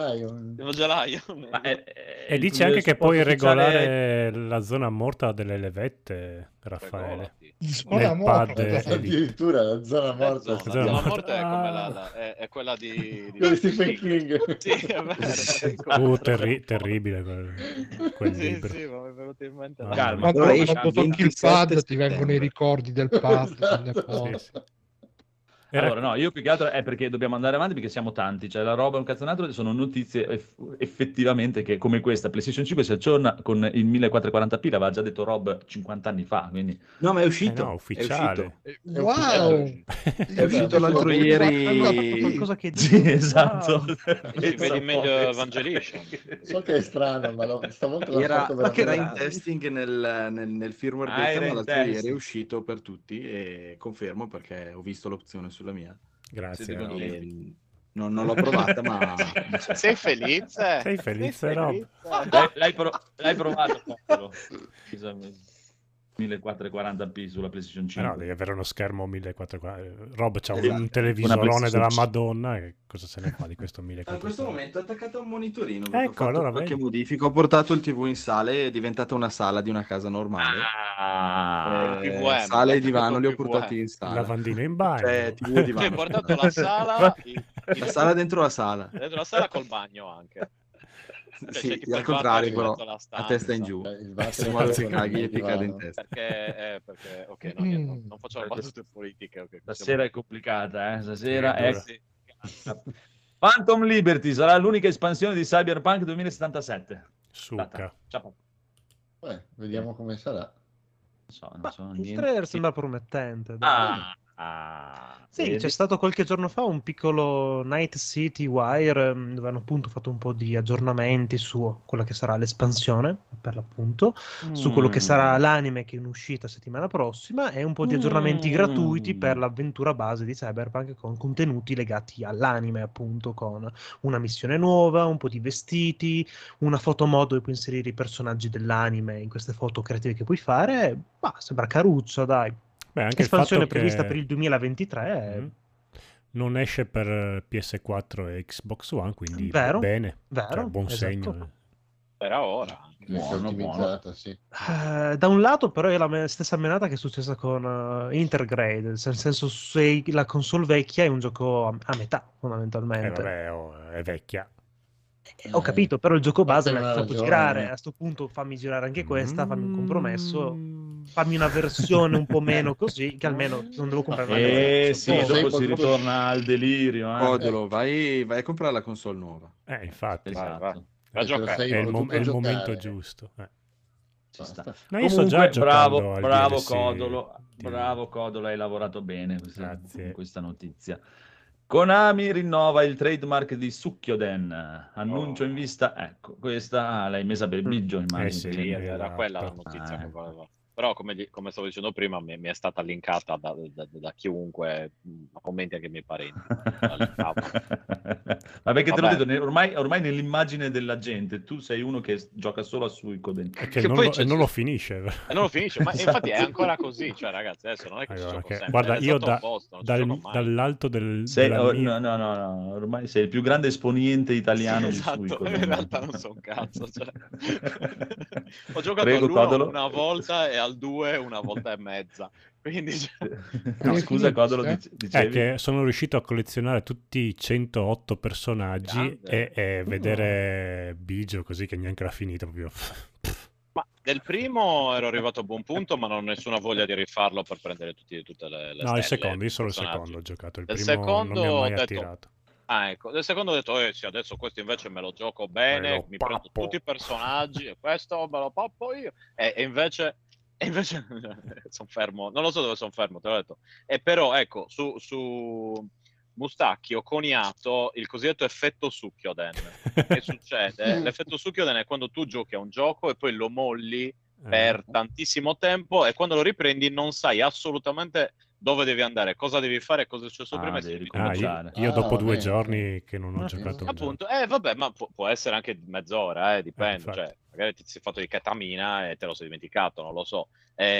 E dice anche che puoi regolare la zona morta delle levette, Raffaele. Zona morta, addirittura la zona morta. La zona morta è come è quella di Stephen King. Sì, è vero. Terribile quel libro. Sì, ma mi è venuto in mente. Calma, quando tocchi il pad ti vengono i ricordi del pad. Allora, no, io più che altro è perché dobbiamo andare avanti perché siamo tanti, cioè la roba è un cazzonato, sono notizie effettivamente che come questa PlayStation 5 si aggiorna con il 1440p, l'aveva già detto Rob 50 anni fa, quindi... No, ma è uscito. No, ufficiale. Wow! È uscito l'altro ieri. Qualcosa che sì, esatto. Si vede meglio Evangelation. So che è strano, ma stavolta era in testing nel firmware beta, ma l'altro ieri è uscito per tutti e confermo perché ho visto l'opzione sulla mia. Grazie. Non l'ho provata, ma sei felice? Sei felice, Rob? L'hai provato? Scusami. 1440p sulla PlayStation 5. No, devi avere uno schermo 1440. Rob c'ha un televisorone della Madonna, e cosa se ne fa di questo 1440? In questo momento è attaccato a un monitorino. Ecco, allora qualche modifica. Ho portato il TV in sala, è diventata una sala di una casa normale. Sala e divano li ho portati in sala. Lavandino in bagno. TV e divano. Hai portato la sala, la sala dentro la sala. Dentro la sala col bagno anche. Sì, al contrario, però a testa in giù. Se muovi i caghi e ti cade in testa. Perché ok, no, niente, non faccio le battute politiche. Okay, stasera è complicata, stasera è... Phantom Liberty sarà l'unica espansione di Cyberpunk 2077. Succa. Ciao. Vediamo come sarà. Non so, il trailer sembra promettente. Sì, vedi? c'è stato qualche giorno fa un piccolo Night City Wire dove hanno appunto fatto un po' di aggiornamenti su quella che sarà l'espansione, per l'appunto, su quello che sarà l'anime che è in uscita settimana prossima e un po' di aggiornamenti gratuiti per l'avventura base di Cyberpunk con contenuti legati all'anime, appunto, con una missione nuova, un po' di vestiti, una fotomodo dove puoi inserire i personaggi dell'anime in queste foto creative che puoi fare. Sembra caruccio, dai. Anche espansione il fatto prevista che... per il 2023 non esce per PS4 e Xbox One, quindi vero, bene, vero, buon segno. Per ora ottimizzata, sì. Da un lato però è la stessa menata che è successa con Intergrade, nel senso se la console vecchia è un gioco a metà fondamentalmente. È vecchia. Ho capito, però il gioco base l'ha fatto girare. A sto punto fammi girare anche questa, fammi un compromesso, fammi una versione un po' meno così, che almeno non devo comprare sì, dopo si ritorna al delirio. Codolo, vai a comprare la console nuova. Infatti, esatto. È il momento giusto. No, io sto già giocando bravo Codolo, hai lavorato bene questa notizia. Konami rinnova il trademark di Sukkyoden. Annuncio in vista. Ecco, questa l'hai messa per Biggio, immagino. Sì, era quella la notizia che voleva. Però, come stavo dicendo prima, mi è stata linkata da chiunque, commenti anche i miei parenti. Vabbè, che te l'ho detto, ormai nell'immagine della gente, tu sei uno che gioca solo a Suikoden. Che non lo finisce. Non lo finisce, ma infatti è ancora così, cioè ragazzi, adesso non è che ci gioco sempre. Guarda, io dall'alto della mia... No, ormai sei il più grande esponente italiano di Suikoden. In realtà non so un cazzo. Cioè. Ho giocato all'1 una volta e al 2 una volta e mezza. Quindi... Scusa, Codolo, dicevi? È che sono riuscito a collezionare tutti i 108 personaggi e vedere Biggio così che neanche l'ha finito proprio. Ma del primo ero arrivato a buon punto, ma non ho nessuna voglia di rifarlo per prendere tutte le no, il stelle, secondo, io solo il secondo ho giocato, il primo secondo non mi ha mai attirato. Ecco, del secondo ho detto, sì, adesso questo invece me lo gioco bene, mi prendo tutti i personaggi e questo me lo pappo io. E invece sono fermo, non lo so dove sono fermo, te l'ho detto. E però, ecco, su Mustacchi ho coniato il cosiddetto effetto Sukkyoden. Che succede? L'effetto Sukkyoden è quando tu giochi a un gioco e poi lo molli per tantissimo tempo e quando lo riprendi non sai assolutamente dove devi andare, cosa devi fare, cosa è successo prima. Io dopo 2 giorni che non ho giocato appunto, vabbè, ma può essere anche mezz'ora, dipende, cioè magari ti sei fatto di ketamina e te lo sei dimenticato, non lo so.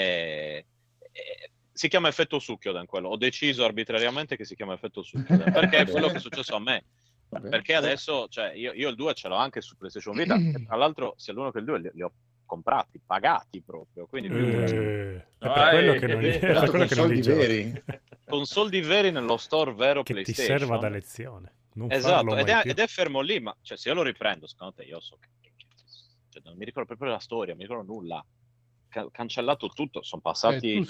Si chiama effetto Sukkyoden quello, ho deciso arbitrariamente che si chiama effetto Sukkyoden, perché è quello che è successo a me. Perché adesso, cioè, io il 2 ce l'ho anche su PlayStation Vita, e tra l'altro sia l'1 che il 2 li ho comprati, pagati proprio, quindi è per quello che non soldi veri. Con soldi veri nello store vero che PlayStation. Ti serva da lezione. Non esatto, ed è fermo lì, ma cioè, se io lo riprendo, secondo te io so cioè, non mi ricordo proprio la storia, mi ricordo nulla. Cancellato tutto, sono passati...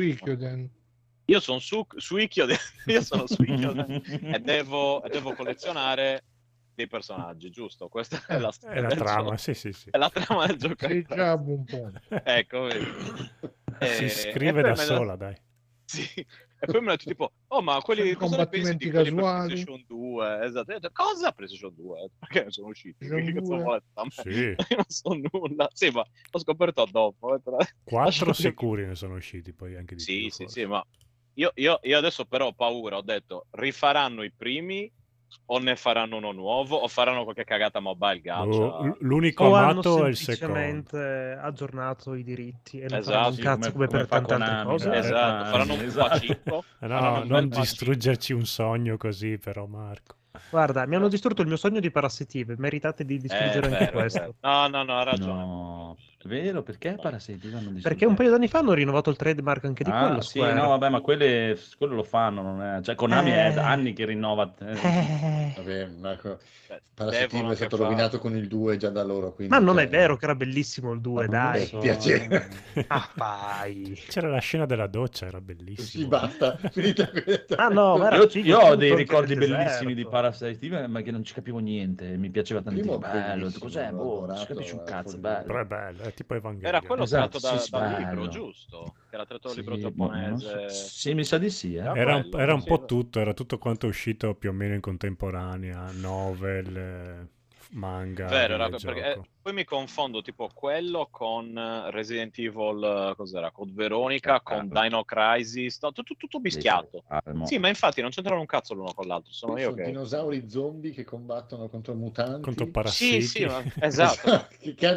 Io sono Suikyoden, io sono Suikyoden e devo collezionare dei personaggi, giusto? Questa è la storia. È la trama, sì. È la trama del gioco. Sei già un po'. Ecco, si scrive da sola, dai. Sì. E poi mi ha detto tipo, ma quelli cosa ne pensi di quelli per PlayStation 2? Esatto. Io ho detto, cosa PlayStation 2? Perché ne sono usciti? Che cazzo vuole da me? Sì. Io non so nulla. Sì, ma l'ho scoperto dopo. 4 sicuri ne sono usciti poi anche di più. Sì, ma io adesso però ho paura, ho detto, rifaranno i primi o ne faranno uno nuovo o faranno qualche cagata mobile gacha? L'unico amato è il secondo. Semplicemente aggiornato i diritti e non esatto, faranno un cazzo come per tante altre cose. Esatto, faranno un pacicco. No, non distruggerci un sogno così però, Marco. Guarda, mi hanno distrutto il mio sogno di Parassitive, meritate di distruggere anche questo. No, ha ragione. No, vero, perché Parassitive hanno distrutto? Perché un paio d'anni fa hanno rinnovato il trademark anche di quello. Sì, no, vabbè, ma quello lo fanno, non è... Cioè, Konami è da anni che rinnova. Vabbè, Marco, Parassitive è stato rovinato con il 2 già da loro. Quindi, ma non è vero che era bellissimo il 2, dai. Piacere. Vai. C'era la scena della doccia, era bellissimo. Sì, basta. Finita questa. No, io ho dei ricordi bellissimi di Parassitive, ma che non ci capivo niente, mi piaceva tantissimo. Bello, cos'è? Non ci capisci un cazzo, bello. Però è bello, è tipo Evangelion. Era quello tratto da libro, giusto? Che era tratto dal libro giapponese. Sì, mi sa di sì. Era un po' tutto, era tutto quanto è uscito più o meno in contemporanea, novel, manga. Vero, perché poi mi confondo tipo quello con Resident Evil, cos'era? Code Veronica, con Dino Crisis, no, tutto mischiato. Sì, ma infatti non c'entrano un cazzo l'uno con l'altro, sono io che... dinosauri zombie che combattono contro mutanti. Contro parassiti. Sì, ma... esatto.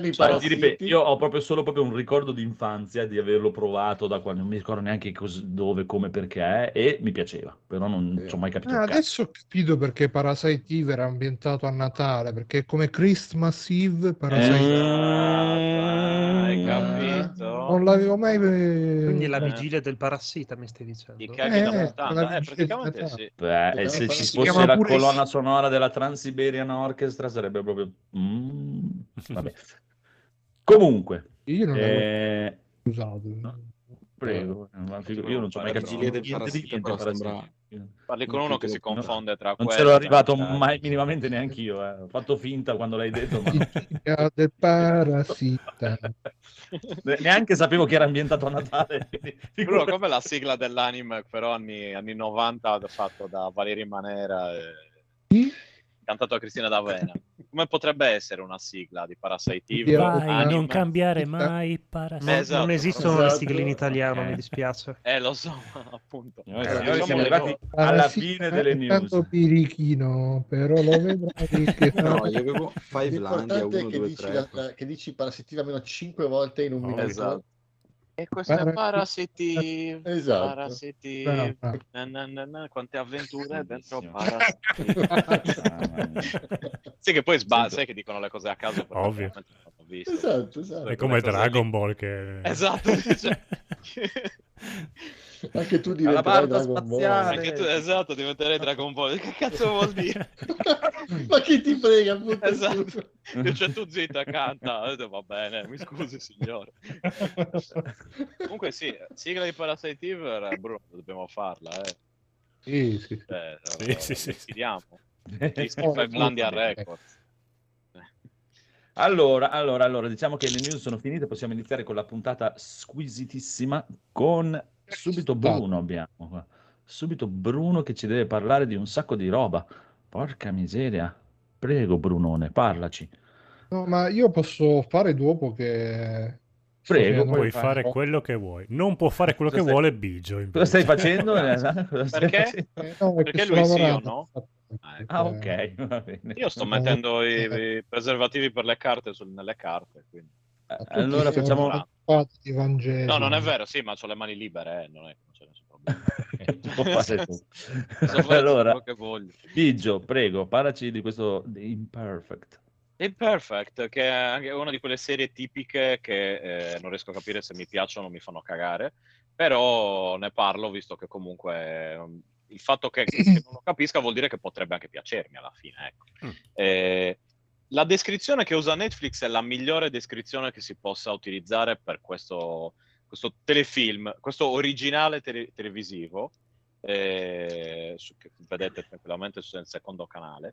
Io ho proprio un ricordo di infanzia di averlo provato da quando non mi ricordo neanche dove, come, perché, e mi piaceva, però non ci ho mai capito. Adesso ho capito perché Parasite Eve era ambientato a Natale, perché come Christmas Eve hai capito? Non l'avevo mai. Quindi la vigilia del parassita, mi stai dicendo? I caghi da puttana, praticamente sì. E se ci fosse la colonna sonora della Trans-Siberian Orchestra sarebbe proprio... Vabbè. Comunque. Io non l'avevo usato. Prego, io non so mai capito Vigilia del niente di parassita, niente però parassita. Parli con uno che si confonde tra Non quello c'ero e arrivato Gianni mai minimamente neanche io. Ho fatto finta quando l'hai detto, ma Vigilia del parassita. neanche sapevo che era ambientato a Natale. Bruno, come la sigla dell'anime, però anni 90, fatto da Valerio Manera, cantato da Cristina D'Avena. Come potrebbe essere una sigla di Parasite Eve? Vai, non cambiare mai Parasite. Esatto. Non esistono le sigle in italiano, mi dispiace. Lo so, ma appunto. Noi siamo arrivati alla fine delle news. Tanto birichino, però lo vedrai che... No, io avevo Fivelandia L'importante 1, è che 2, dici, 3. che dici parassita almeno 5 volte in un minuto. Esatto. E questo è Parasite. Esatto. Parasite. Brava. Quante avventure dentro Parasite. Sì, che poi sai che dicono le cose a caso. Ovvio. Visto. Esatto. È come Dragon Ball che... Esatto. Anche tu Alla diventerai barca Dragon Ball. spaziale. Anche tu, esatto, diventerei Dragon Ball. Che cazzo vuol dire? Ma chi ti frega, appunto. Esatto. Cioè, tu zitto, canta. Va bene, mi scusi signore. Comunque sì, sigla di Parasite Eve, Bruno, dobbiamo farla, Sì. Sì. Fidiamo. Fivelandia Records. Allora, diciamo che le news sono finite, possiamo iniziare con la puntata squisitissima con subito Bruno abbiamo. Subito Bruno che ci deve parlare di un sacco di roba. Porca miseria. Prego Brunone, parlaci. No, ma io posso fare dopo che... Prego, puoi fare quello che vuoi. Non può fare quello che vuole Bigio. Cosa stai facendo? Perché? No, Perché lui sì, io no? Ok, va bene. Io sto mettendo i preservativi per le carte nelle carte, quindi. Allora facciamo... No, non è vero, sì, ma ho le mani libere, non è che non c'è nessun problema. Può fare tu. Posso fare Allora, quello che voglio. Biggio, prego, parlaci di questo The Imperfect. Imperfect, che è anche una di quelle serie tipiche che non riesco a capire se mi piacciono o mi fanno cagare, però ne parlo visto che comunque il fatto che non lo capisca vuol dire che potrebbe anche piacermi alla fine, ecco. La descrizione che usa Netflix è la migliore descrizione che si possa utilizzare per questo telefilm, questo originale televisivo, che vedete tranquillamente sul secondo canale,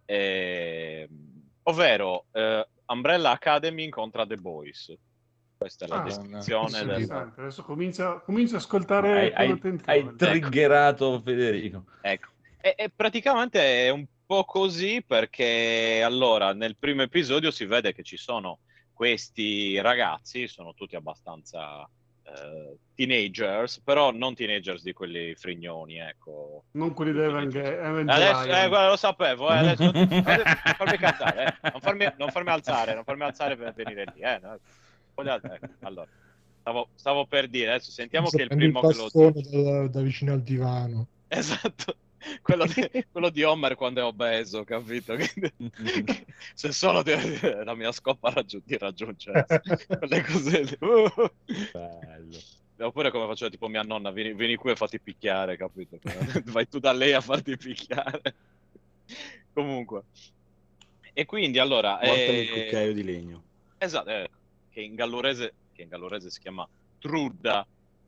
ovvero Umbrella Academy incontra The Boys. Questa è la descrizione. Adesso comincio a ascoltare con attenzione. Hai triggerato Federico. Ecco. E praticamente è un po' così perché allora nel primo episodio si vede che ci sono questi ragazzi, sono tutti abbastanza teenagers, però non teenagers di quelli frignoni, ecco. Non quelli di Evangelion. Adesso, guarda, lo sapevo, adesso, non farmi cazzare, non farmi alzare per venire lì, no? Allora, stavo per dire, adesso sentiamo che è il primo che lo dice. Da vicino al divano. Esatto. Quello di Homer quando è obeso, capito? Se solo la mia scopa di raggiungere quelle cose lì. Bello. Oppure come faceva tipo mia nonna, vieni qui e fatti picchiare, capito? Vai tu da lei a farti picchiare. Comunque. E quindi allora... Portami il cucchiaio di legno. Esatto, che in gallurese si chiama Trudda.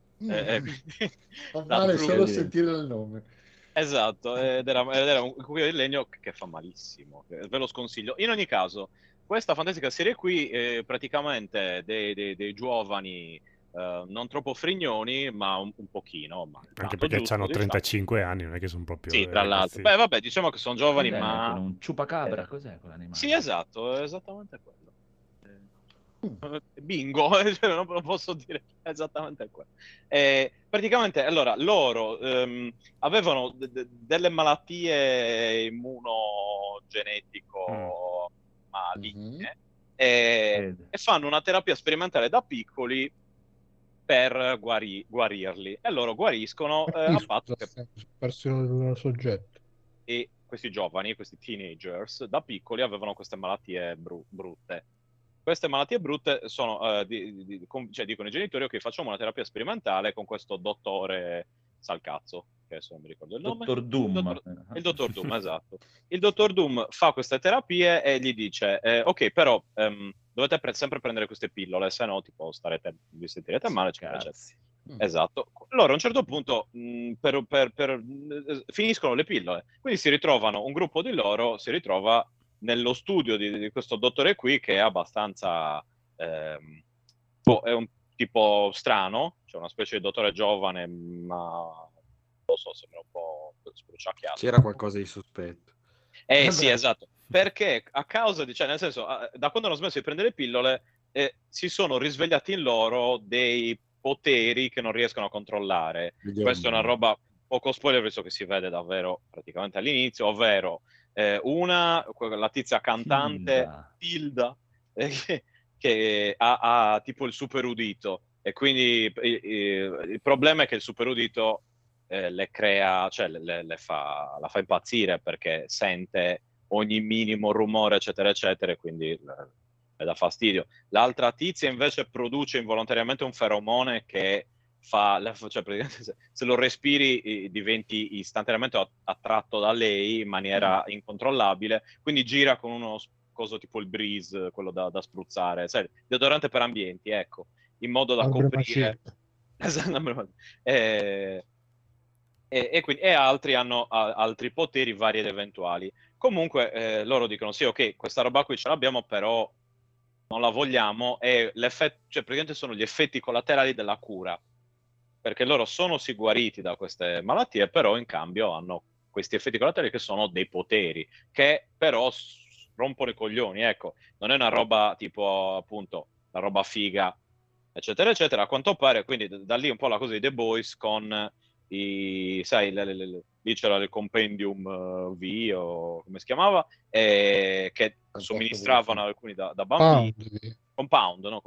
Male solo sentire il nome. Esatto, ed era un cucchiaio di legno che fa malissimo, ve lo sconsiglio. In ogni caso, questa fantastica serie qui praticamente dei giovani non troppo frignoni, ma un pochino. Ma anche perché giusto, hanno 35 anni, non è che sono proprio... Sì, tra l'altro. Beh, vabbè, diciamo che sono giovani, ma... Un ciupacabra, cos'è quell'animale? Sì, esatto, esattamente quello. Bingo, non posso dire esattamente quello. Praticamente, allora, loro avevano delle malattie immunogenetico maligne e fanno una terapia sperimentale da piccoli per guarirli. E loro guariscono a patto che... Versione del soggetto. E questi giovani, questi teenagers, da piccoli avevano queste malattie brutte. Queste malattie brutte sono, cioè dicono i genitori, ok, facciamo una terapia sperimentale con questo dottore Salcazzo, che adesso non mi ricordo il nome. Dottor Doom. Il dottor Doom, esatto. Il dottor Doom fa queste terapie e gli dice, ok, però dovete sempre prendere queste pillole, se no tipo vi sentirete male, eccetera, eccetera. Esatto. Loro a un certo punto finiscono le pillole, quindi si ritrovano, un gruppo di loro si ritrova nello studio di questo dottore qui, che è abbastanza è un tipo strano, cioè una specie di dottore giovane, ma non lo so, sembra un po' spruciacchiato. C'era qualcosa di sospetto. Sì, esatto, perché a causa di, cioè nel senso, da quando hanno smesso di prendere pillole, si sono risvegliati in loro dei poteri che non riescono a controllare. Questa è una roba poco spoiler, visto che si vede davvero praticamente all'inizio, ovvero la tizia cantante Tilda, che ha tipo il super udito, e quindi il problema è che il super udito le crea, cioè la fa impazzire, perché sente ogni minimo rumore, eccetera, eccetera, e quindi le dà fastidio. L'altra tizia invece produce involontariamente un feromone che cioè praticamente se lo respiri diventi istantaneamente attratto da lei in maniera incontrollabile, quindi gira con uno coso tipo il Breeze, quello da spruzzare, sai, deodorante per ambienti, ecco, in modo da coprire. E altri hanno altri poteri vari ed eventuali. Comunque loro dicono sì, ok, questa roba qui ce l'abbiamo, però non la vogliamo, e cioè praticamente sono gli effetti collaterali della cura, perché loro sono sì guariti da queste malattie, però in cambio hanno questi effetti collaterali che sono dei poteri, che però rompono i coglioni, ecco, non è una roba tipo appunto la roba figa, eccetera, eccetera, a quanto pare. Quindi da lì un po' la cosa di The Boys con sai, lì c'era il Compendium V, o come si chiamava, che somministravano alcuni da bambini. Compound, no?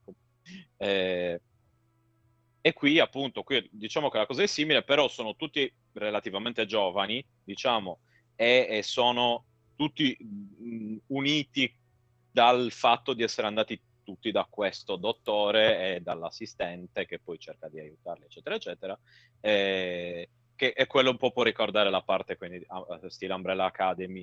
E qui appunto, diciamo che la cosa è simile, però sono tutti relativamente giovani, diciamo, e sono tutti uniti dal fatto di essere andati tutti da questo dottore e dall'assistente che poi cerca di aiutarli, eccetera, eccetera, che è quello un po' può ricordare la parte, quindi stile Umbrella Academy.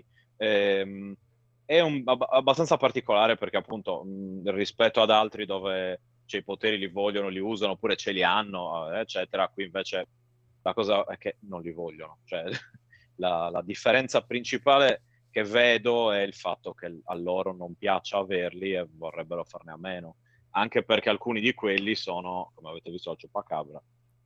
È abbastanza particolare, perché appunto rispetto ad altri dove i poteri li vogliono, li usano, oppure ce li hanno, eccetera, qui invece la cosa è che non li vogliono. Cioè, la differenza principale che vedo è il fatto che a loro non piaccia averli e vorrebbero farne a meno, anche perché alcuni di quelli sono, come avete visto al Chupacabra,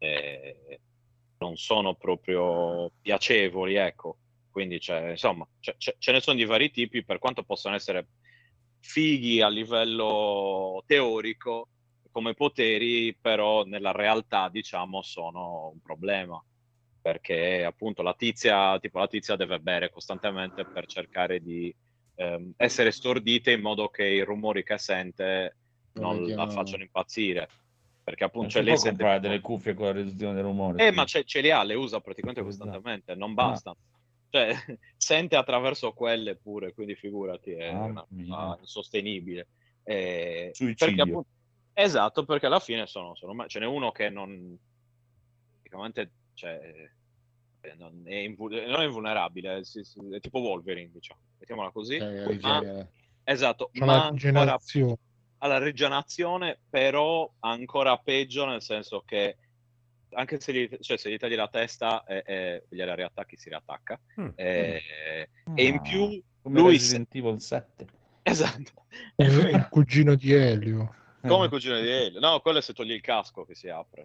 non sono proprio piacevoli, ecco. Quindi insomma, ce ne sono di vari tipi, per quanto possano essere fighi a livello teorico come poteri, però nella realtà, diciamo, sono un problema, perché appunto la tizia deve bere costantemente per cercare di essere stordita, in modo che i rumori che sente non la facciano impazzire, perché appunto non lei può comprare delle cuffie con la riduzione del rumore. Ma ce li ha, le usa praticamente costantemente, non basta. Cioè, sente attraverso quelle pure, quindi figurati, è una cosa insostenibile. Perché appunto, esatto, perché alla fine ce n'è uno che non praticamente, cioè, non è invulnerabile, è tipo Wolverine, diciamo, mettiamola così. Esatto, ma alla rigenerazione, però ancora peggio, nel senso che anche se gli tagli la testa e gliela riattacchi, si riattacca. E in più come lui Resident Evil 7. Esatto. È il cugino di Elio. Come il cugino di Elio? No, quello è se togli il casco che si apre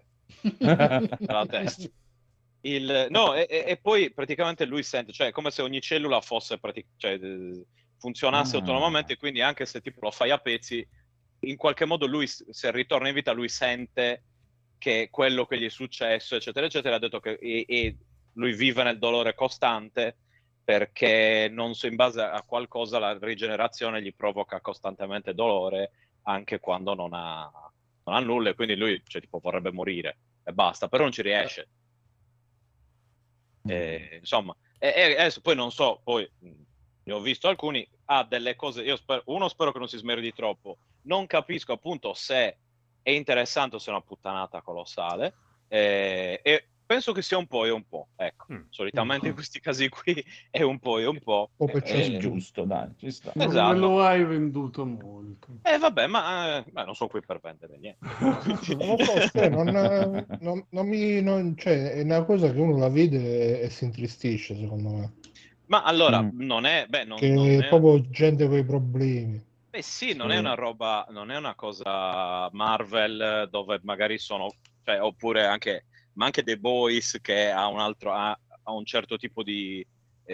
la testa. E poi praticamente lui sente, cioè come se ogni cellula fosse funzionasse autonomamente, quindi anche se tipo lo fai a pezzi, in qualche modo lui, se ritorna in vita, lui sente che quello che gli è successo, eccetera, eccetera, ha detto che e lui vive nel dolore costante, perché non so, in base a qualcosa la rigenerazione gli provoca costantemente dolore, anche quando non ha nulla, e quindi lui tipo vorrebbe morire e basta, però non ci riesce. Insomma, adesso poi non so, poi ne ho visto alcuni, ha delle cose, io spero che non si smerdi troppo, non capisco appunto se è interessante o se è una puttanata colossale, e Penso che sia un po' e un po', ecco. Solitamente in questi casi qui è un po' e un po'. È giusto, dai, ci sta. Non Esatto. me lo hai venduto molto. Vabbè, ma non sono qui per vendere niente. Non lo so, cioè, è una cosa che uno la vede e si intristisce, secondo me. Ma allora, non è... che non è è... proprio gente con i problemi. Sì, non è una roba, non è una cosa Marvel dove magari sono... Cioè, oppure anche... Ma anche The Boys che ha un certo tipo di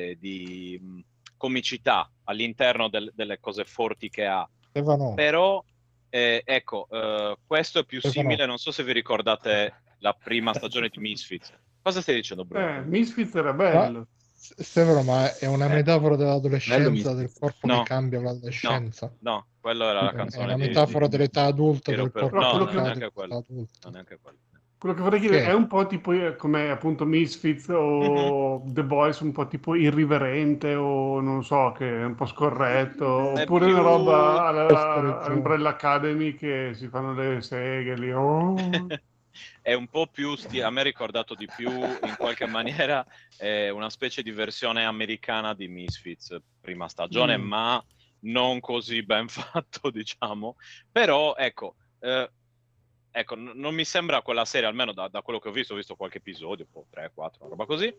comicità all'interno delle cose forti che ha. Stefano. Però, ecco, questo è più simile, non so se vi ricordate la prima stagione di Misfits. Cosa stai dicendo, Bruno? Misfits era bello. Stefano, ma è una metafora dell'adolescenza, del corpo che cambia l'adolescenza? No, quello era la canzone. È una metafora dell'età adulta, del corpo no, che non cambia neanche quello. adulta. Quello che vorrei chiedere è un po' tipo come appunto Misfits o The Boys, un po' tipo irriverente o non so, che è un po' scorretto, oppure una roba alla Umbrella Academy che si fanno le seghe lì. È un po' più a me ha ricordato di più in qualche maniera una specie di versione americana di Misfits prima stagione, ma non così ben fatto, diciamo. Però ecco, non mi sembra quella serie, almeno da quello che ho visto qualche episodio, 3, 4, una roba così,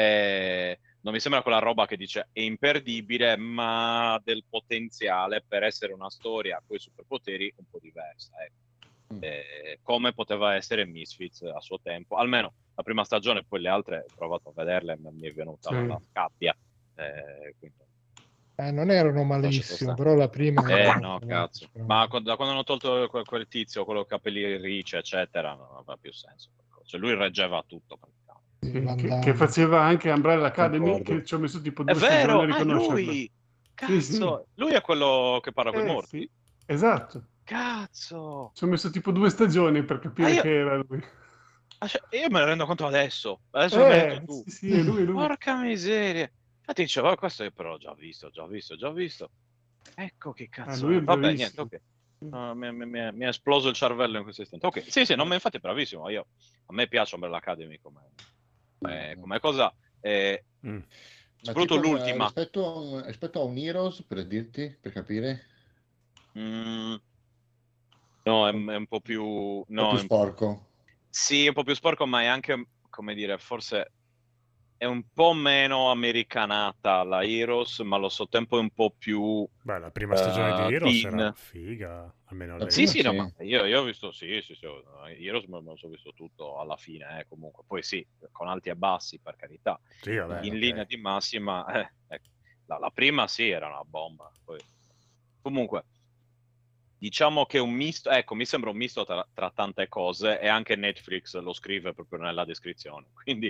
non mi sembra quella roba che dice è imperdibile, ma del potenziale per essere una storia con i superpoteri un po' diversa, come poteva essere Misfits a suo tempo, almeno la prima stagione, poi le altre ho provato a vederle e mi è venuta la scabbia, quindi... non erano malissimo, però la prima no, cazzo. Ma da quando hanno tolto quel tizio, quello con capelli ricci, eccetera, non aveva più senso. Cioè, lui reggeva tutto. Che faceva anche Umbrella Academy, che ci ho messo tipo 2 stagioni a riconoscerlo. Lui! Cazzo! Lui è quello che parla con i morti. Sì. Esatto. Cazzo! Ci ho messo tipo 2 stagioni per capire che era lui. Io me ne rendo conto adesso. Adesso mi hai detto tu. Sì, è lui. Porca miseria! Infatti dicevo, questo io però ho già visto. Ecco che cazzo. Vabbè, niente, ok. Mi è esploso il cervello in questo istante. Ok, sì, no, ma infatti è bravissimo. A me piace Umbrella Academy come cosa. Soprattutto l'ultima. Rispetto a un Heroes, per dirti, per capire. No, è un po' più... No, più sporco. Sì, è un po' più sporco, ma è anche, come dire, forse... È un po' meno americanata la Heroes, ma allo stesso tempo è un po' più... Beh, la prima stagione di Heroes era figa, almeno lei. Sì, no, ma io ho visto, Heroes me lo sono visto tutto alla fine, comunque. Poi sì, con alti e bassi, per carità. Sì, vabbè, linea di massima, la prima sì, era una bomba. Poi... Comunque, diciamo che è un misto, mi sembra un misto tra tante cose, e anche Netflix lo scrive proprio nella descrizione, quindi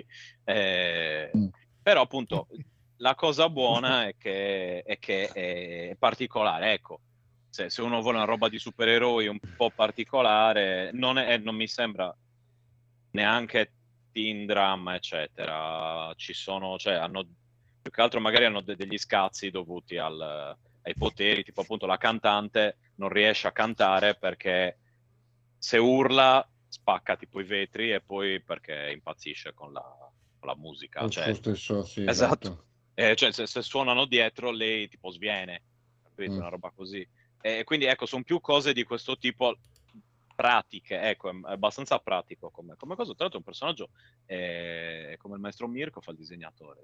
però appunto la cosa buona è che è particolare, ecco, se uno vuole una roba di supereroi un po' particolare, non mi sembra neanche teen drama eccetera, ci sono, cioè hanno più che altro magari hanno degli scazzi dovuti ai poteri, tipo appunto la cantante non riesce a cantare perché se urla spacca tipo i vetri, e poi perché impazzisce con la musica. Il suo stesso, sì, esatto. Cioè se suonano dietro lei tipo sviene, capito? Una roba così. Quindi ecco, sono più cose di questo tipo pratiche, ecco, è abbastanza pratico come cosa. Tra l'altro è un personaggio come il maestro Mirko fa il disegnatore.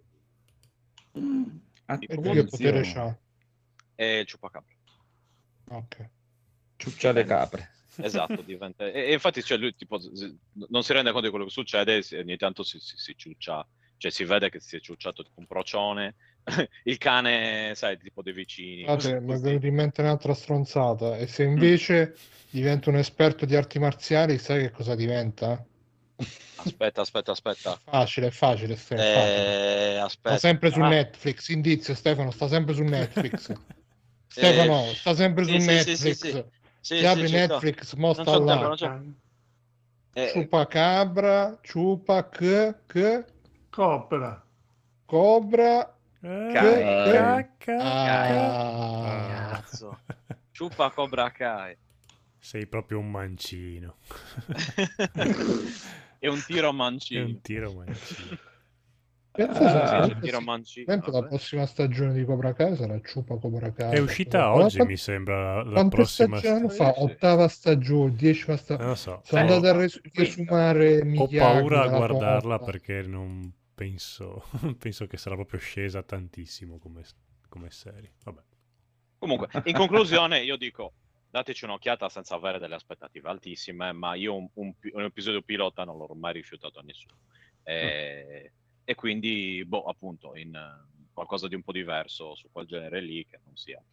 E che potere c'ha? E Ciupacabra. Ok. Ciuccia le capre. Esatto, diventa... e infatti cioè, lui tipo non si rende conto di quello che succede, ogni tanto si ciuccia, cioè si vede che si è ciucciato tipo un procione, il cane, sai, tipo dei vicini. Mi è venuta in mente un'altra stronzata, e se invece diventa un esperto di arti marziali, sai che cosa diventa? Aspetta. Facile, facile. Aspetta. Sta sempre su Netflix, indizio Stefano, sta sempre su Netflix. Stefano, sta sempre su Netflix. Sì, apri Netflix, mostra là. Ciupacabra, Cobra. Cazzo. Ciupacobra Kai. Sei proprio un mancino. È un tiro È mancino. un tiro mancino. Penso la prossima stagione di Cobra Kai sarà Ciupa Cobra Kai. È uscita oggi, mi sembra, la Quante prossima stagioni fa? Ottava stagione, 10ª stagione. Non lo so. Sono andato a riesumare Ho Miyagi paura a dalla guardarla porta. perché non penso che sarà proprio scesa tantissimo come serie. Vabbè. Comunque, in conclusione, io dico, dateci un'occhiata senza avere delle aspettative altissime, ma io un episodio pilota non l'ho mai rifiutato a nessuno. E quindi, appunto, in qualcosa di un po' diverso su quel genere lì, che non sia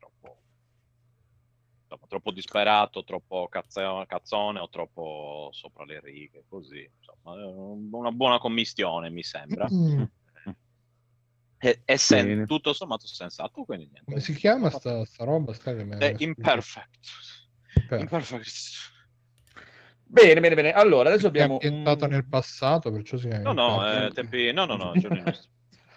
troppo disperato, troppo cazzone o troppo sopra le righe, così. Insomma, una buona commistione, mi sembra. E tutto sommato sensato, quindi niente. Come si chiama sta roba? The Imperfect. Bene. Allora, adesso È abbiamo ambientata nel passato, perciò si chiama tempi... No, giorni nostri.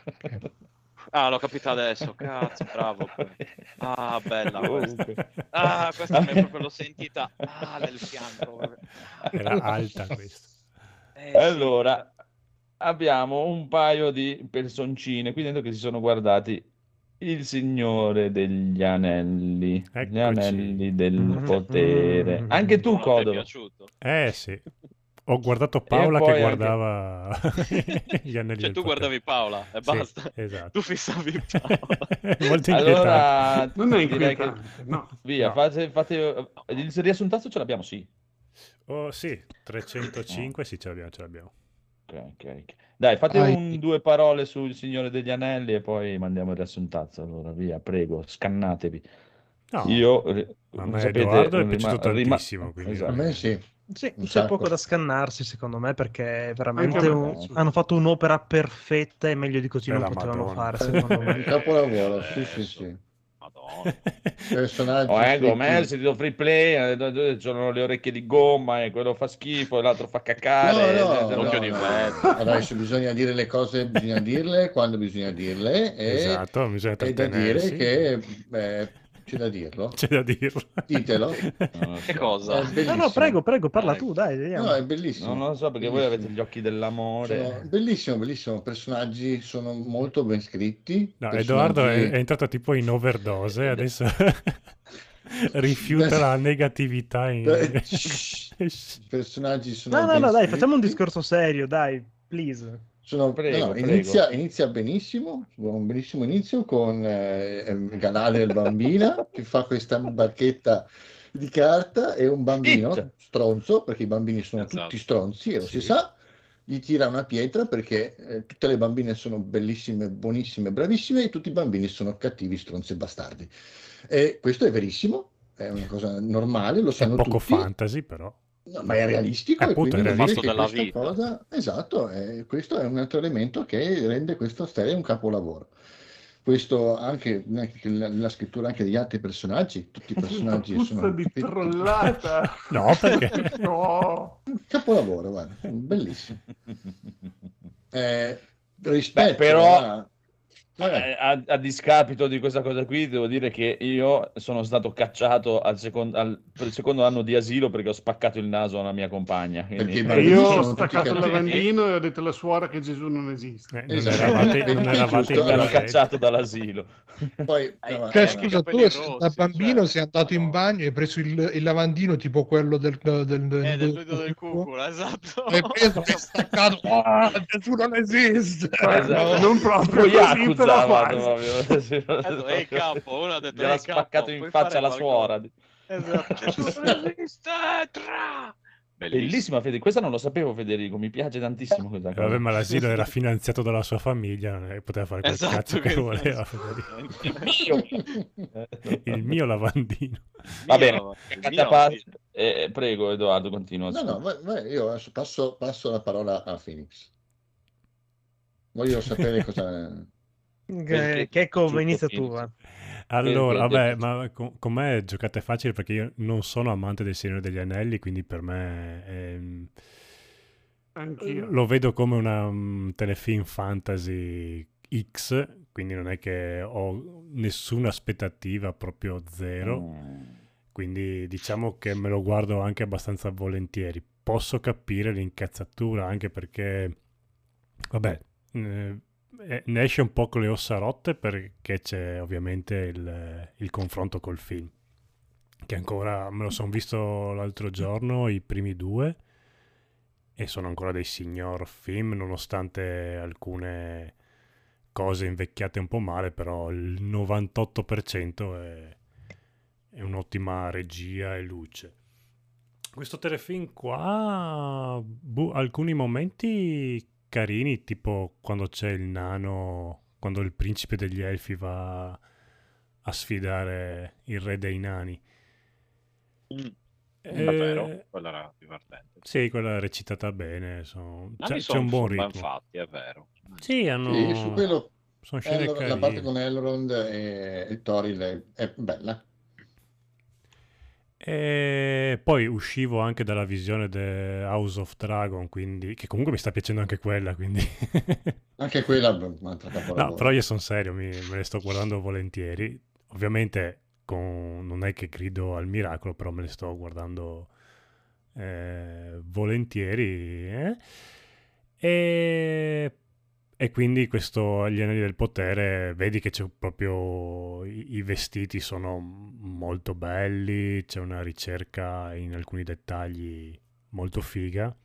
Ah, l'ho capito adesso, cazzo, bravo. Ah, bella questa. Ah, questa proprio l'ho sentita nel fianco. Era alta questa. Allora, abbiamo un paio di personcine qui dentro che si sono guardati Il Signore degli Anelli. Gli Anelli del Potere. Anche tu, Codolo. Ti è piaciuto? Sì. Ho guardato Paola che guardava gli Anelli Cioè, del tu guardavi Paola e basta. Sì, esatto. Tu fissavi Paola. Molto Allora, non è direi inquietante, no. Via, No. fate il riassuntato ce l'abbiamo, sì. Oh, sì, 305 sì, ce l'abbiamo. Ok. Dai, fate due parole sul Signore degli Anelli e poi mandiamo il riassuntazzo. Allora, via, prego, scannatevi. No, Io, a me sapete, Edoardo è piaciuto tantissimo. Quindi esatto. A me sì. Sì, Un c'è sacco. poco da scannarsi secondo me perché veramente Anche a me piace. hanno fatto un'opera perfetta e meglio di così Per non la potevano Madonna. fare secondo me. Un capolavoro, sì. Madonna. Personaggi Ecco, me ho scritti. sentito free play, c'erano le orecchie di gomma e quello fa schifo e l'altro fa cacare. L'occhio di vetro. Adesso bisogna dire le cose, bisogna dirle quando bisogna dirle Esatto, bisogna è da dire trattenersi. che c'è da dirlo. C'è da dirlo. Ditelo. Che cosa? È bellissimo. No, prego, parla tu, dai, vediamo. No, è bellissimo. Non lo so perché voi Bellissimo. avete gli occhi dell'amore. Bellissimo. Personaggi sono molto ben scritti. No, personaggi... Edoardo è entrato tipo in overdose, adesso rifiuta la negatività. I personaggi sono No, dai, scritti. facciamo un discorso serio, dai, please. Prego. Inizia benissimo, un bellissimo inizio con Galadriel bambina che fa questa barchetta di carta e un bambino stronzo, perché i bambini sono tutti stronzi e lo si sa, gli tira una pietra perché tutte le bambine sono bellissime, buonissime, bravissime e tutti i bambini sono cattivi, stronzi e bastardi. E questo è verissimo, è una cosa normale, lo sanno poco tutti. fantasy però. No, ma è realistico e Appunto, quindi è vuol dire realistico. che della questa vita. cosa, esatto, questo è un altro elemento che rende questa serie un capolavoro. Questo anche la scrittura anche degli altri personaggi, tutti i personaggi Puzza sono di scritti- trollata. No, perché? No. un capolavoro, guarda, bellissimo. Rispetto però- Vabbè. A discapito di questa cosa qui, devo dire che io sono stato cacciato per il secondo anno di asilo perché ho spaccato il naso a una mia compagna. Quindi... Perché E io ho sono tutti staccato il cattivi. lavandino e ho detto alla suora che Gesù non esiste. Non Esatto. eravate, non eravate Giusto, in mi hanno quella cacciato dall'asilo. Poi, Hai- no, Cioè, Anche scusa, tu capelli da rossi, bambino cioè, sei andato in Madonna. bagno e hai preso il lavandino tipo quello del Del nudo del cuculo, esatto. Hai preso e staccato. Gesù non esiste. Esatto. Non proprio Tipo così, Yakuza, però guarda, quasi. proprio. È il capo, uno ha detto Gli ha "Ehi, capo, spaccato in puoi faccia fare la qualcosa?" suora. Esatto. Gesù non esiste, tra! Bellissima, Federico. Questa non lo sapevo, Federico. Mi piace tantissimo questa cosa. Vabbè, ma l'asilo era finanziato dalla sua famiglia e poteva fare quel Esatto, cazzo che che voleva. Il mio lavandino. Va bene, Mio, sì. prego, Edoardo, continua. No, vai, io adesso passo la parola a Phoenix. Voglio sapere cosa... Che come inizia tu? Allora, Perché- vabbè, ma con me giocate facile perché io non sono amante del Signore degli Anelli, quindi per me Anch'io. lo vedo come una telefilm fantasy X, quindi non è che ho nessuna aspettativa, proprio zero. Quindi diciamo che me lo guardo anche abbastanza volentieri. posso capire l'incazzatura, anche perché, vabbè, ne esce un po' con le ossa rotte perché c'è ovviamente il confronto col film, che ancora me lo sono visto l'altro giorno, i primi due, e sono ancora dei signor film, nonostante alcune cose invecchiate un po' male, però il 98% è un'ottima regia e luce. Questo telefilm qua, alcuni momenti carini, tipo quando c'è il nano, quando il principe degli elfi va a sfidare il re dei nani. Davvero, quella era divertente. Sì, quella è recitata bene, c'è un buon ritmo. Ben fatti, è vero. Sì, Sì, su quello sono scene la parte carine. con Elrond e Thoril è bella. E poi uscivo anche dalla visione di House of Dragon, quindi, che comunque mi sta piacendo anche quella, quindi... Anche quella è un'altra capolavoro. No, però io sono serio, me le sto guardando volentieri. Ovviamente non è che grido al miracolo, però me le sto guardando volentieri. E quindi questo Gli Anelli del Potere, vedi che c'è proprio i vestiti sono molto belli, c'è una ricerca in alcuni dettagli molto figa.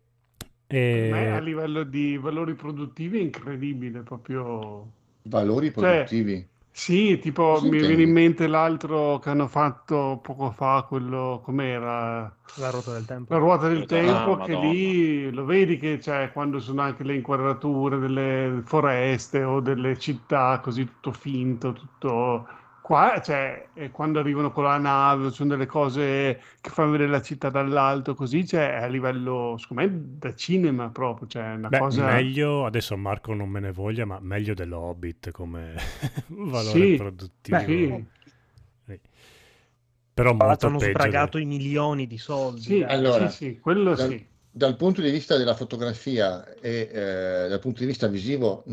Per me a livello di valori produttivi è incredibile, proprio... Valori produttivi? Sì, tipo Cosa mi viene intendi? in mente l'altro che hanno fatto poco fa, quello com'era? La ruota del tempo. La ruota del tempo, che Madonna. lì lo vedi che c'è quando sono anche le inquadrature delle foreste o delle città, così tutto finto, tutto... Qua, cioè, quando arrivano con la nave, ci sono delle cose che fanno vedere la città dall'alto, così, cioè, a livello, secondo me, da cinema proprio, cioè, una Beh, cosa... meglio, adesso Marco non me ne voglia, ma meglio dell'Hobbit come valore Sì, produttivo. sì. Sì. Però molto Hanno peggio. spragato i milioni di soldi. Sì, dai. Allora, sì, quello dal, sì. dal punto di vista della fotografia e dal punto di vista visivo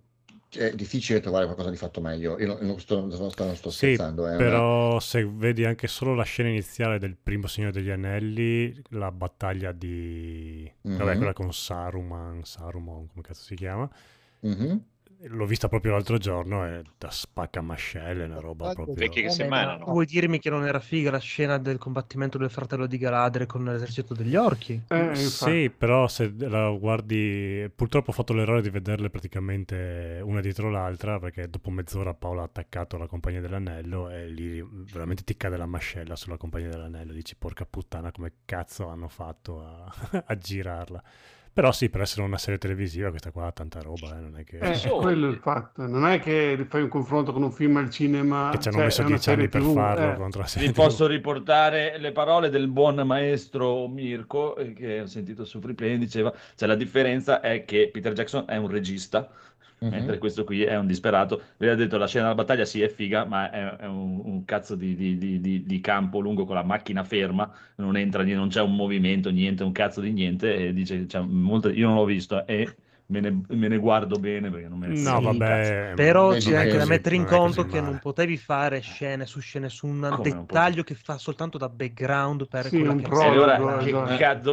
è difficile trovare qualcosa di fatto meglio. Io non sto Sì, scherzando. però se vedi anche solo la scena iniziale del primo Signore degli Anelli, la battaglia di... Vabbè, quella con Saruman, come cazzo si chiama? Mhm. L'ho vista proprio l'altro giorno e da spaccamascelle, una roba proprio... Vecchi che si menano. Vuoi dirmi che non era figa la scena del combattimento del fratello di Galadriel con l'esercito degli orchi? Sì, però se la guardi, purtroppo ho fatto l'errore di vederle praticamente una dietro l'altra, perché dopo mezz'ora Paola ha attaccato la Compagnia dell'Anello e lì veramente ti cade la mascella sulla Compagnia dell'Anello, dici porca puttana come cazzo hanno fatto a girarla. Però sì, per essere una serie televisiva questa qua ha tanta roba, non è che... Quello è il fatto. Non è che fai un confronto con un film al cinema, Che ci hanno cioè, messo è una 10 anni serie per TV, farlo contro la serie Vi TV. posso riportare le parole del buon maestro Mirko, che ho sentito su Freeplay, diceva, cioè la differenza è che Peter Jackson è un regista, mentre questo qui è un disperato. Lui ha detto la scena della battaglia sì è figa, ma è un cazzo di campo lungo con la macchina ferma, non entra, non c'è un movimento, niente, un cazzo di niente, e dice, cioè, io non l'ho visto e me ne guardo bene perché non me ne No, Sì, vabbè, però non c'è è anche da così- mettere in non è così conto che male. non potevi fare scene su un Come non dettaglio che fa soltanto da background per Sì, quella un che è E la storia. prologo, allora, che esatto. cazzo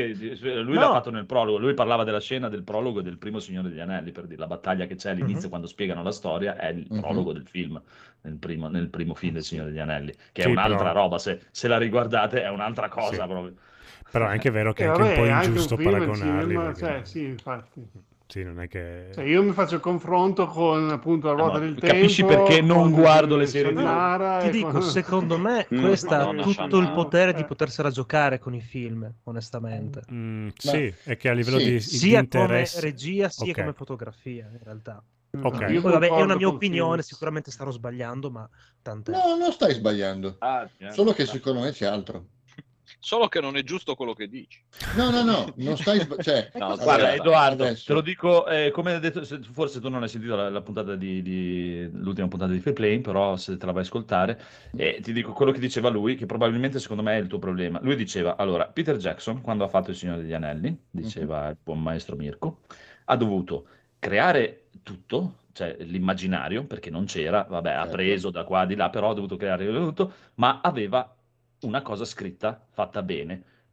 lui l'ha No. fatto nel prologo, lui parlava della scena del prologo del primo Signore degli Anelli, per dire la battaglia che c'è all'inizio quando spiegano la storia è il prologo del film, nel primo film del Signore degli Anelli, che è Sì, un'altra però- roba, se la riguardate è un'altra cosa Sì. proprio. Però è anche vero che è E anche un vabbè, po' anche un ingiusto film al paragonarli, cinema, perché... cioè, sì, infatti. Sì, non è che... Cioè, io mi faccio il confronto con appunto la ruota ma del capisci tempo, perché non con guardo le serie TV? Shannara Ti e dico, con- secondo me questa ha Madonna, tutto il Shannara. potere di potersela giocare con i film, onestamente. sì, è che a livello sì, di Sia come interesse... regia, sia Ok. come fotografia, in realtà. Ok. Io Poi vabbè, è concordo una mia col opinione, film. sicuramente starò sbagliando, ma tant'è. No, non stai sbagliando. Solo che secondo me c'è altro. Solo che non è giusto quello che dici. No, non stai sbagliando. Cioè, No, Guarda, allora, Edoardo, adesso- te lo dico, come hai detto, forse tu non hai sentito la puntata l'ultima puntata di Free Play, però se te la vai a ascoltare, ti dico quello che diceva lui, che probabilmente secondo me è il tuo problema. Lui diceva, allora, Peter Jackson, quando ha fatto Il Signore degli Anelli, diceva il buon maestro Mirko, ha dovuto creare tutto, cioè l'immaginario, perché non c'era, vabbè, ha Certo. preso da qua, di là, però ha dovuto creare tutto, ma aveva una cosa scritta, fatta bene.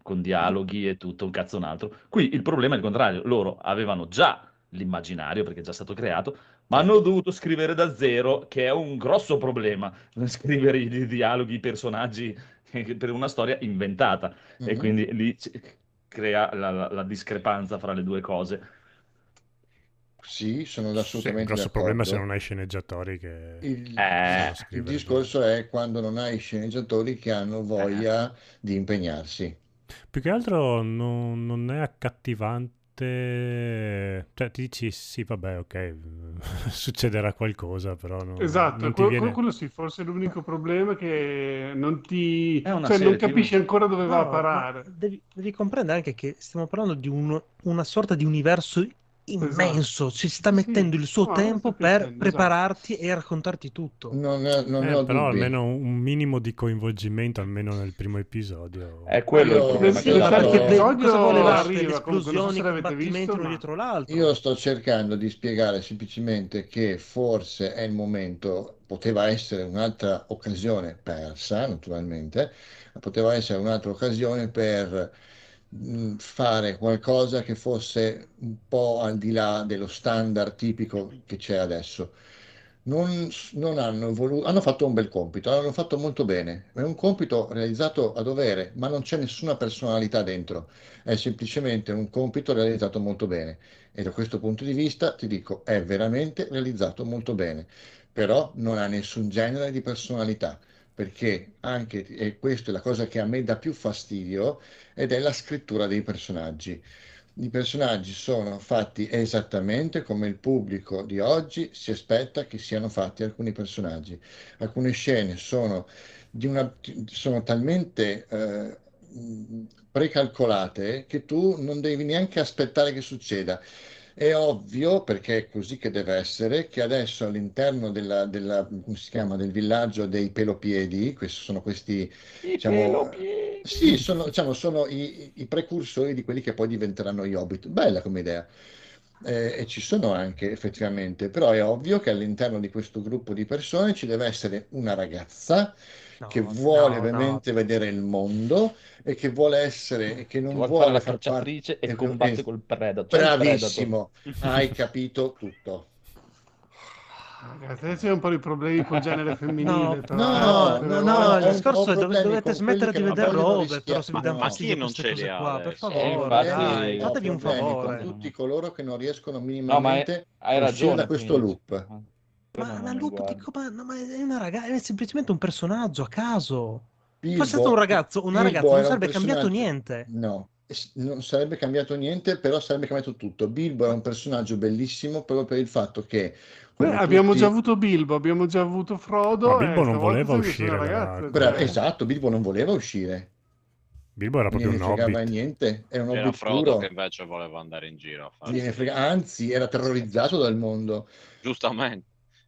con dialoghi e tutto un cazzo un altro. Qui il problema è il contrario, loro avevano già l'immaginario perché è già stato creato, ma hanno dovuto scrivere da zero, che è un grosso problema, scrivere i dialoghi, i personaggi per una storia inventata, e quindi lì crea la discrepanza fra le due cose. Sì, sono Sì, il assolutamente grosso problema è se d'accordo. non hai sceneggiatori che Il, sanno il scrivere. discorso è quando non hai sceneggiatori che hanno voglia di impegnarsi. Più che altro non è accattivante. Cioè, ti dici sì, vabbè, ok, succederà qualcosa, però Esatto, non ti viene. quello sì, forse l'unico problema è che non ti... È una cioè non serie capisci TV. ancora dove va a No, ma parare. devi comprendere anche che stiamo parlando di una sorta di universo immenso, ci sta Sì, sì. mettendo il suo No, tempo sto per capendo, prepararti e raccontarti tutto. Non ne ho Però dubbi. almeno un minimo di coinvolgimento, almeno nel primo episodio. È quello il Io- problema che Nel dà terzo Io- episodio cosa volevate? arriva, Le comunque, non so esplosioni, se i l'avete combattimenti visto, uno ma... dietro l'altro. Io sto cercando di spiegare semplicemente che forse è il momento, poteva essere un'altra occasione persa, naturalmente, ma poteva essere un'altra occasione per fare qualcosa che fosse un po' al di là dello standard tipico che c'è adesso. Non hanno voluto, hanno fatto un bel compito, l'hanno fatto molto bene, è un compito realizzato a dovere, ma non c'è nessuna personalità dentro, è semplicemente un compito realizzato molto bene. E da questo punto di vista ti dico, è veramente realizzato molto bene, però non ha nessun genere di personalità, perché anche, e questa è la cosa che a me dà più fastidio, ed è la scrittura dei personaggi. I personaggi sono fatti esattamente come il pubblico di oggi si aspetta che siano fatti alcuni personaggi. Alcune scene sono talmente precalcolate che tu non devi neanche aspettare che succeda. È ovvio, perché è così che deve essere, che adesso all'interno come si chiama, del villaggio dei pelopiedi, questi sono questi, diciamo, sì, sono i precursori di quelli che poi diventeranno gli Hobbit. Bella come idea. E ci sono anche effettivamente, però è ovvio che all'interno di questo gruppo di persone ci deve essere una ragazza che vuole ovviamente vedere il mondo e che vuole essere, e che Che non vuole fare vuole la far parte. cacciatrice e combatte col Predator. C'è il Bravissimo, Predator. hai capito tutto. Ragazzi, adesso c'è un po' di problemi col genere femminile, tra No, l'altro. no, il discorso ho è problemi dovete con smettere quelli di che non vedere vogliono robe, però se vi dà no. fastidio non queste ce cose li ha qua, per adesso? favore, infatti, dai, Ho fatevi un problemi con favore. tutti coloro che non riescono No, ma minimamente hai a uscire da ragione, questo quindi. loop. Ma la lupo, no, ma è una ragazza, è semplicemente un personaggio a caso. Fosse stato Bilbo, un ragazzo, una ragazza, Bilbo non era un sarebbe cambiato personaggio. niente. No, non sarebbe cambiato niente, però sarebbe cambiato tutto. Bilbo era un personaggio bellissimo proprio per il fatto che, come Abbiamo già tutti. avuto Bilbo, abbiamo già avuto Ma Frodo Bilbo e non stavolta voleva c'è messo una uscire ragazza. dalla... Esatto, Bilbo non voleva uscire, Bilbo era non proprio gliene un fregava hobbit. niente, era un C'era hobbit Frodo che puro, invece voleva andare in giro a non fare. gliene anzi era terrorizzato dal mondo. Giustamente.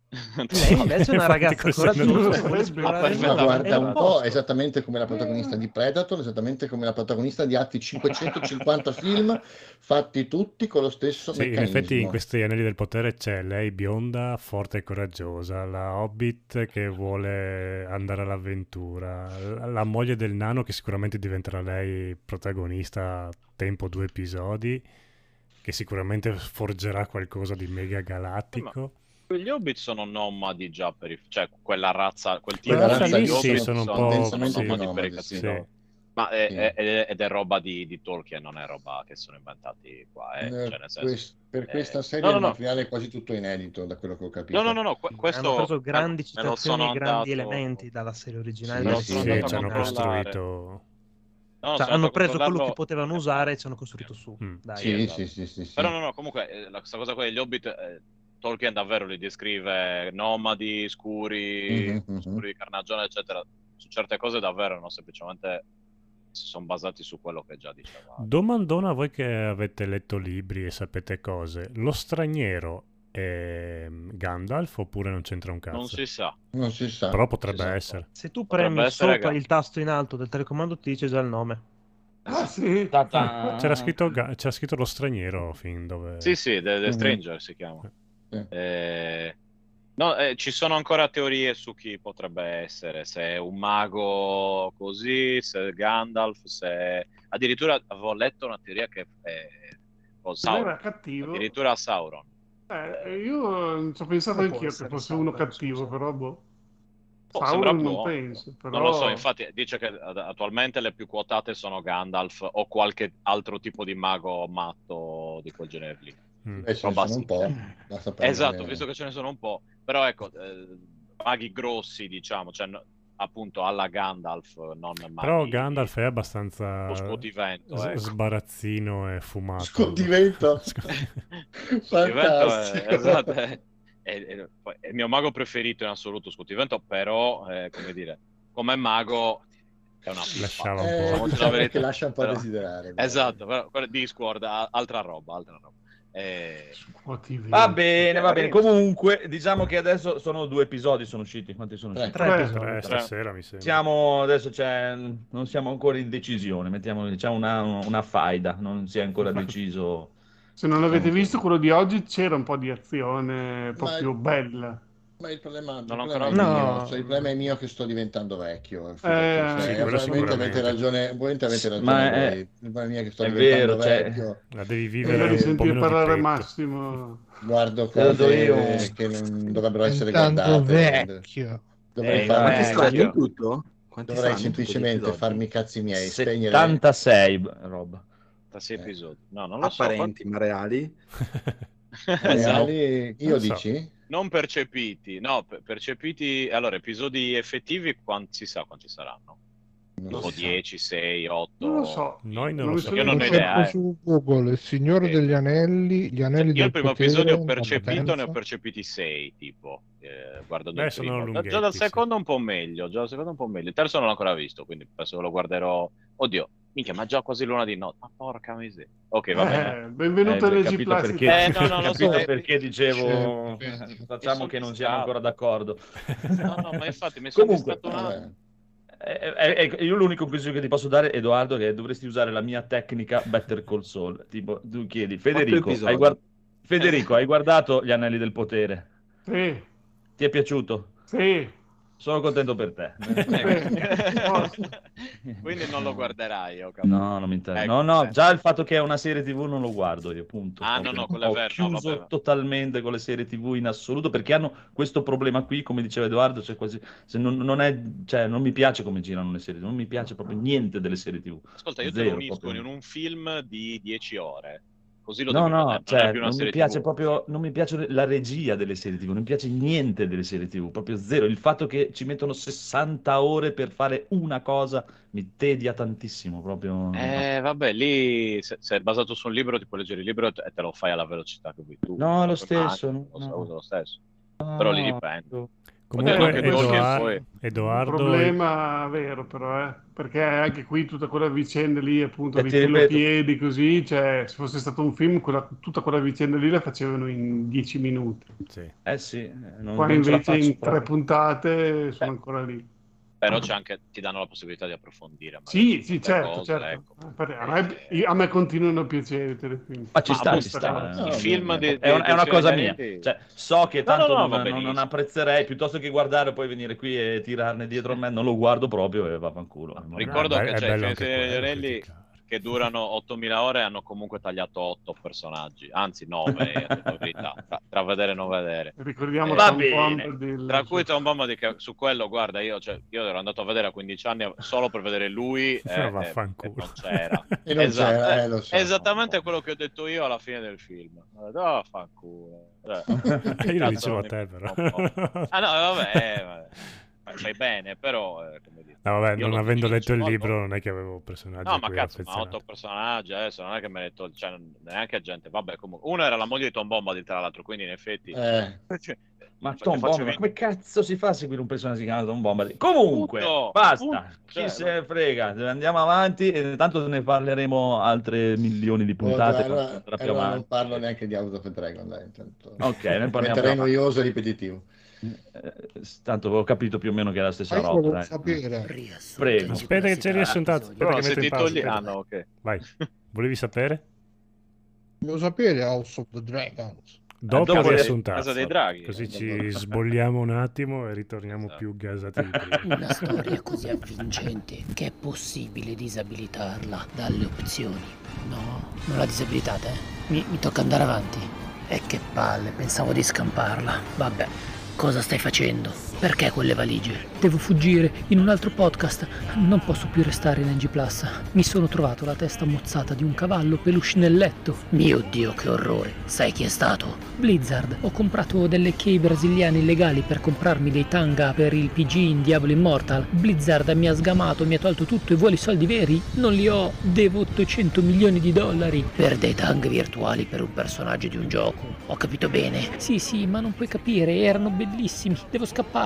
Lei invece è una Infatti ragazza col senno coraggiosa di che vuole poi. esplorare il Ma mondo. guarda È un a po', posto. esattamente come la protagonista di Predator, esattamente come la protagonista di altri 550 film fatti tutti con lo stesso Sì, in effetti in meccanismo. questi Anelli del Potere c'è lei bionda, forte e coraggiosa, la Hobbit che vuole andare all'avventura, la moglie del nano che sicuramente diventerà lei protagonista tempo 2 episodi, che sicuramente forgerà qualcosa di mega galattico. Gli Hobbit sono nomadi già per cioè quella razza, quel tipo Quella razza razza lì lì sì, Hobbit sono un po'... intensamente più nomadi per i nomadi, cazzi sì. loro. Ma Sì. ed è roba di Tolkien, non è roba che sono inventati qua, cioè nel senso... Per questa serie no, il no, no. materiale è quasi tutto inedito, da quello che ho capito. No, Hanno preso grandi me lo citazioni sono e grandi andato... elementi dalla serie originale, Sì, dalle sì, serie Sì, ci hanno originali. costruito... No, Cioè, sono hanno andato a preso quello che controllarlo. potevano usare e ci hanno costruito su. Dai. Sì, esatto. sì. Però no, comunque questa cosa qua degli Hobbit, Tolkien davvero li descrive nomadi, scuri di carnagione, eccetera. Su certe cose davvero, no, semplicemente si sono basati su quello che già diceva. Domandona a voi che avete letto libri e sapete cose, lo straniero è Gandalf oppure non c'entra un cazzo? Non si sa. Però potrebbe essere. Se tu Potrebbe premi essere sopra il tasto in alto del telecomando ti dice già il nome. Ah sì? C'era scritto lo straniero fin dove... Sì, The Stranger si chiama. No, ci sono ancora teorie su chi potrebbe essere, se è un mago così, se è Gandalf, se... Addirittura avevo letto una teoria che è Sauron, era cattivo. addirittura Sauron. Io ci ho pensato anch'io che fosse uno cattivo, però boh. Sembra Sauron non buono. penso, però... Non lo so, infatti dice che attualmente le più quotate sono Gandalf o qualche altro tipo di mago matto di quel genere lì. Ce ne sono un po'. Esatto, visto che ce ne sono un po'. Però ecco, maghi grossi, diciamo, cioè appunto alla Gandalf, non maghi. Però Gandalf è abbastanza scuotivento, sbarazzino e fumato. Scuotivento. Fantastico. Esatto, è il mio mago preferito in assoluto, Scuotivento, però, come dire, come mago è una lasciava un po'. Diciamo che lascia un po' a desiderare. Esatto, però Discord, altra roba. Va bene. Comunque, diciamo che adesso sono 2 episodi, sono usciti. Quanti sono usciti? 3 episodi. Stasera mi sembra. Adesso non siamo ancora in decisione. Diciamo una faida, non si è ancora deciso. Se non l'avete visto quello di oggi, c'era un po' di azione proprio bella. Ma il problema, il problema è mio che sto diventando vecchio. Probabilmente avete ragione. Il Ma problema mio è che sto è diventando vero, vecchio. La devi vivere Devi un po' sentire meno di parlare petto. Massimo. Guardo cose che non dovrebbero essere guardate. Vecchio. Dovrei dovrei semplicemente farmi i cazzi miei. 76 roba. 6 episodi. No, non lo apparenti, so. ma reali? Reali, io dici? Non percepiti, no, percepiti. Allora, episodi effettivi, si sa quanti saranno? Tipo 10, 6, 8. Non lo so. Noi non lo so. Io non ho idea. Su Google, il Signore degli Anelli, gli Anelli Io del il primo potere, episodio percepito ne ho potenza. percepiti 6, tipo, guardando Beh, il sono primo. Già dal secondo un po' meglio, il terzo non l'ho ancora visto, quindi penso che lo guarderò. Oddio, minchia, ma già quasi l'una di notte, ma porca miseria. Ok, va bene. Benvenuto alle G Plus. No, lo so. Perché dicevo, facciamo che non siamo ancora d'accordo. No, ma infatti mi sono stato un attimo. Io l'unico consiglio che ti posso dare, Edoardo, è che dovresti usare la mia tecnica Better Call Saul. Tipo, tu chiedi, Federico, hai guardato Gli Anelli del Potere? Sì. Ti è piaciuto? Sì. Sono contento per te. Quindi non lo guarderai, ho capito. No, non mi interessa. No, già il fatto che è una serie TV non lo guardo io, punto. No, quello è vero. Ho chiuso totalmente con le serie TV in assoluto, perché hanno questo problema qui, come diceva Edoardo, cioè quasi, non mi piace come girano le serie, non mi piace proprio niente delle serie TV. Ascolta, io te lo unisco in un film di 10 ore. Così lo non mi piace proprio, non mi piace la regia delle serie TV, non mi piace niente delle serie TV, proprio zero. Il fatto che ci mettono 60 ore per fare una cosa mi tedia tantissimo proprio. Vabbè, lì se è basato su un libro, ti puoi leggere il libro e te lo fai alla velocità che vuoi tu. No, lo stesso. Lo stesso. Però lì dipende. Comunque Edoardo... Un problema vero però, perché anche qui tutta quella vicenda lì, appunto, di piedi così, cioè se fosse stato un film, tutta quella vicenda lì la facevano in 10 minuti. Sì. Sì. Qua invece in 3 puntate sono ancora lì. Però c'è anche, ti danno la possibilità di approfondire. Sì, certo. Ecco. A me continuano a piacere i telefilm. Ma ci sta. I film è una cosa mia. Cioè, so che tanto non apprezzerei, piuttosto che guardare poi venire qui e tirarne dietro a me, non lo guardo proprio e vaffanculo. Ricordo che c'è i film che durano 8.000 ore e hanno comunque tagliato 8 personaggi, anzi 9, tra vedere e non vedere. Ricordiamo tra cui Tom Bombadil, che su quello, guarda, io ero andato a vedere a 15 anni solo per vedere lui e non c'era. Esattamente quello che ho detto io alla fine del film. Vaffanculo. Io lo dicevo a te, però. Vabbè. Fai bene, però come dire, no, vabbè, non avendo letto il libro non è che avevo personaggi. No, ma cazzo, ma 8 personaggi adesso non è che mi ha detto, cioè, neanche gente. Vabbè, comunque uno era la moglie di Tom Bombadil, tra l'altro, quindi in effetti ma Tom Bombadil, come cazzo si fa a seguire un personaggio che si chiama Tom Bombadil? Comunque, basta, chi se ne frega, andiamo avanti e tanto ne parleremo altre milioni di puntate. Allora non parlo neanche di House of the Dragon, dai, ok, ne parliamo. Diventerei noioso e ripetitivo. Tanto ho capito più o meno che è la stessa roba. Prego. Aspetta che c'è riassuntato. Se ti togli... ok. Vai. Volevi sapere? Volevo sapere House of the Dragons. Dopo riassuntazzo. Casa dei Draghi. Così ci sbolliamo un attimo e ritorniamo più gasati di prima. Una storia così avvincente che è possibile disabilitarla dalle opzioni. No, non la disabilitate, mi tocca andare avanti. E che palle, pensavo di scamparla. Vabbè, cosa stai facendo? Perché quelle valigie? Devo fuggire in un altro podcast. Non posso più restare in NG Plus. Mi sono trovato la testa mozzata di un cavallo peluche nel letto. Mio Dio, che orrore. Sai chi è stato? Blizzard. Ho comprato delle key brasiliane illegali per comprarmi dei tanga per il PG in Diablo Immortal. Blizzard mi ha sgamato, mi ha tolto tutto e vuole i soldi veri? Non li ho. Devo $800 milioni per dei tanga virtuali per un personaggio di un gioco. Ho capito bene? Sì, ma non puoi capire. Erano bellissimi. Devo scappare.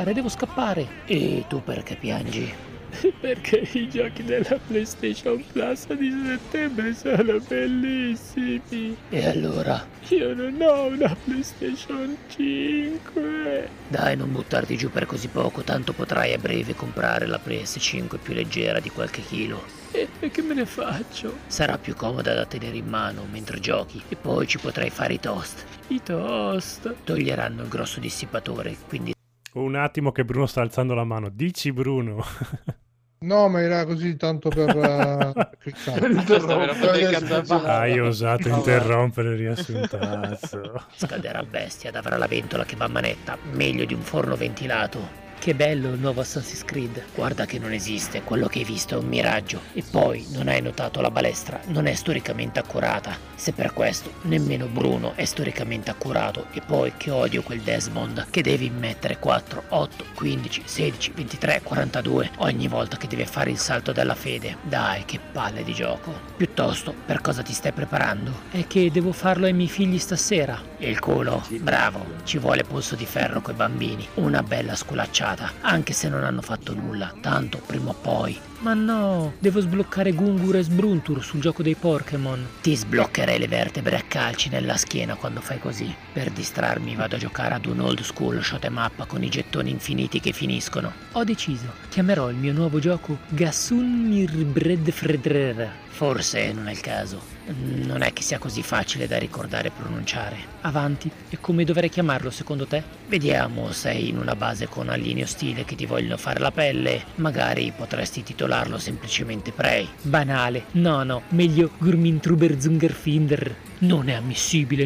E tu perché piangi? Perché i giochi della PlayStation Plus di settembre sono bellissimi. E allora? Io non ho una PlayStation 5. Dai, non buttarti giù per così poco, tanto potrai a breve comprare la PS5 più leggera di qualche chilo. E che me ne faccio? Sarà più comoda da tenere in mano mentre giochi e poi ci potrai fare i toast. I toast? Toglieranno il grosso dissipatore, quindi... Un attimo che Bruno sta alzando la mano. Dici, Bruno. No, ma era così tanto per cliccare. Hai osato interrompere il riassuntazzo. Scaderà bestia ed avrà la ventola che va a manetta, meglio di un forno ventilato. Che bello il nuovo Assassin's Creed. Guarda che non esiste, quello che hai visto è un miraggio. E poi, non hai notato la balestra? Non è storicamente accurata. Se per questo, nemmeno Bruno è storicamente accurato. E poi che odio quel Desmond, che devi mettere 4, 8, 15, 16, 23, 42 ogni volta che deve fare il salto della fede. Dai, che palle di gioco. Piuttosto, per cosa ti stai preparando? È che devo farlo ai miei figli stasera. E il culo? Bravo, ci vuole polso di ferro coi bambini. Una bella sculacciata. Anche se non hanno fatto nulla, tanto prima o poi. Ma no, devo sbloccare Gungur e Sbruntur sul gioco dei Pokémon. Ti sbloccherei le vertebre a calci nella schiena quando fai così. Per distrarmi vado a giocare ad un old school shot 'em up con i gettoni infiniti che finiscono. Ho deciso, chiamerò il mio nuovo gioco Gasunmirbredfredrer. Forse non è il caso. Non è che sia così facile da ricordare e pronunciare. Avanti, e come dovrei chiamarlo secondo te? Vediamo, sei in una base con alieni ostili che ti vogliono fare la pelle. Magari potresti titolarlo semplicemente Prey. Banale. No, meglio Gurmintruberzungerfinder. Non è ammissibile.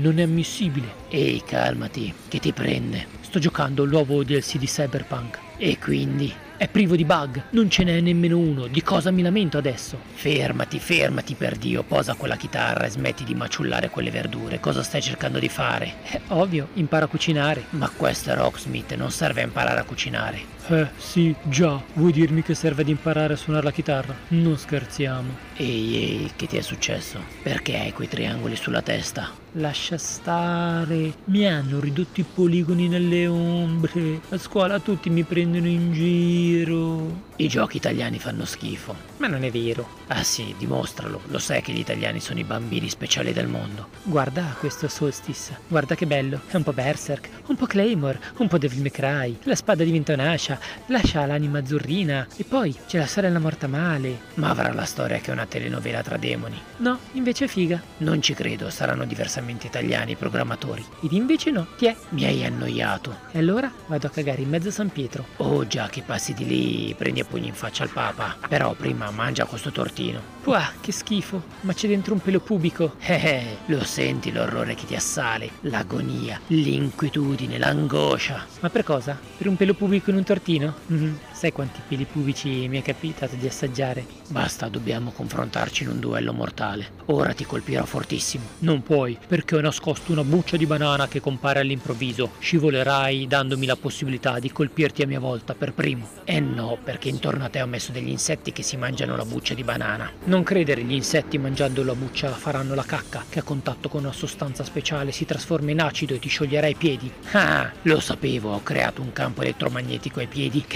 Ehi, calmati, che ti prende? Sto giocando il nuovo DLC di Cyberpunk. E quindi? È privo di bug, non ce n'è nemmeno uno, di cosa mi lamento adesso? Fermati per Dio, posa quella chitarra e smetti di maciullare quelle verdure, cosa stai cercando di fare? Ovvio, impara a cucinare. Ma questo è Rocksmith, non serve a imparare a cucinare. Sì, già, vuoi dirmi che serve ad imparare a suonare la chitarra? Non scherziamo. Ehi, che ti è successo? Perché hai quei triangoli sulla testa? Lascia stare, mi hanno ridotto i poligoni nelle ombre, a scuola tutti mi prendono in giro. I giochi italiani fanno schifo. Ma non è vero. Ah sì, dimostralo, lo sai che gli italiani sono i bambini speciali del mondo. Guarda questo Solstice, guarda che bello, è un po' Berserk, un po' Claymore, un po' Devil May Cry, la spada diventa un'ascia, lascia l'anima azzurrina e poi c'è la sorella morta male. Ma avrà la storia che è una telenovela tra demoni. No, invece è figa. Non ci credo, saranno diversamente italiani i programmatori. Ed invece no, ti è? Mi hai annoiato. E allora vado a cagare in mezzo a San Pietro. Oh già che passi di lì, prendi a pugni in faccia al Papa. Però prima mangia questo tortino. Uah, che schifo, ma c'è dentro un pelo pubico. Lo senti l'orrore che ti assale, l'agonia, l'inquietudine, l'angoscia. Ma per cosa? Per un pelo pubico in un tortino? Sai quanti peli pubici mi è capitato di assaggiare? Basta, dobbiamo confrontarci in un duello mortale. Ora ti colpirò fortissimo. Non puoi, perché ho nascosto una buccia di banana che compare all'improvviso. Scivolerai dandomi la possibilità di colpirti a mia volta per primo. E no, perché intorno a te ho messo degli insetti che si mangiano la buccia di banana. Non credere, gli insetti mangiando la buccia faranno la cacca, che a contatto con una sostanza speciale si trasforma in acido e ti scioglierà i piedi. Ah, lo sapevo, ho creato un campo elettromagnetico ai piedi che nulla lascia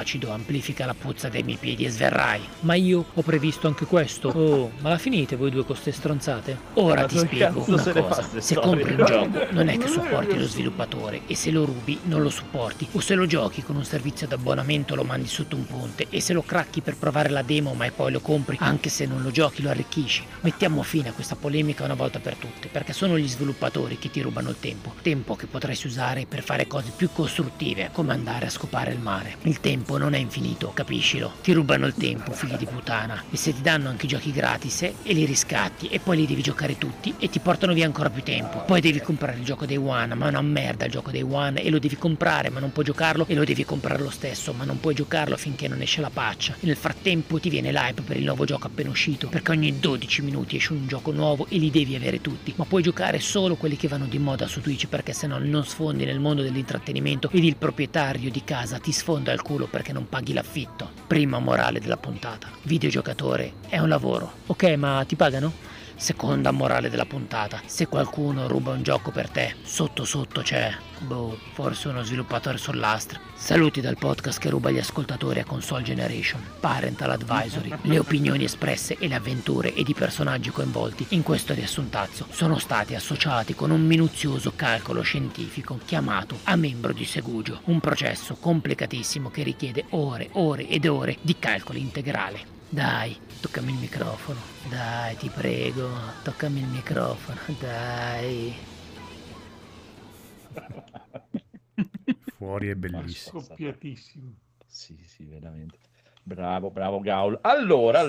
l'acido amplifica la puzza dei miei piedi e sverrai. Ma io ho previsto anche questo. Oh, ma la finite voi due con ste stronzate? Ora ti spiego una cosa. Se compri un gioco non è che supporti lo sviluppatore, e se lo rubi non lo supporti, o se lo giochi con un servizio d'abbonamento lo mandi sotto un ponte, e se lo cracchi per provare la demo ma poi lo compri anche se non lo giochi, lo arricchisci. Mettiamo fine a questa polemica una volta per tutte, perché sono gli sviluppatori che ti rubano il tempo che potresti usare per fare cose più costruttive, come andare a scopare il mare. Il tempo non è infinito, capiscilo. Ti rubano il tempo, figli di puttana, e se ti danno anche i giochi gratis e li riscatti e poi li devi giocare tutti e ti portano via ancora più tempo. Poi devi comprare il gioco Day One, ma è una merda il gioco Day One, e lo devi comprare ma non puoi giocarlo, e lo devi comprare lo stesso ma non puoi giocarlo finché non esce la patch. E nel frattempo ti viene l'hype per il nuovo gioco appena uscito, perché ogni 12 minuti esce un gioco nuovo e li devi avere tutti, ma puoi giocare solo quelli che vanno di moda su Twitch, perché sennò non sfondi nel mondo dell'intrattenimento ed il proprietario di casa ti sfonda il culo perché non paghi l'affitto. Prima morale della puntata: videogiocatore è un lavoro. Ok, ma ti pagano? Seconda morale della puntata: se qualcuno ruba un gioco per te, sotto sotto c'è, forse uno sviluppatore sull'astra. Saluti dal podcast che ruba gli ascoltatori a Console Generation. Parental Advisory. Le opinioni espresse e le avventure ed i personaggi coinvolti in questo riassuntazzo sono stati associati con un minuzioso calcolo scientifico chiamato a membro di Segugio, un processo complicatissimo che richiede ore ed ore di calcolo integrale. Dai, toccami il microfono. Dai, ti prego, toccami il microfono. Dai. Fuori è bellissimo. Scoppiatissimo. Sì, veramente. Bravo Gaul. Allora.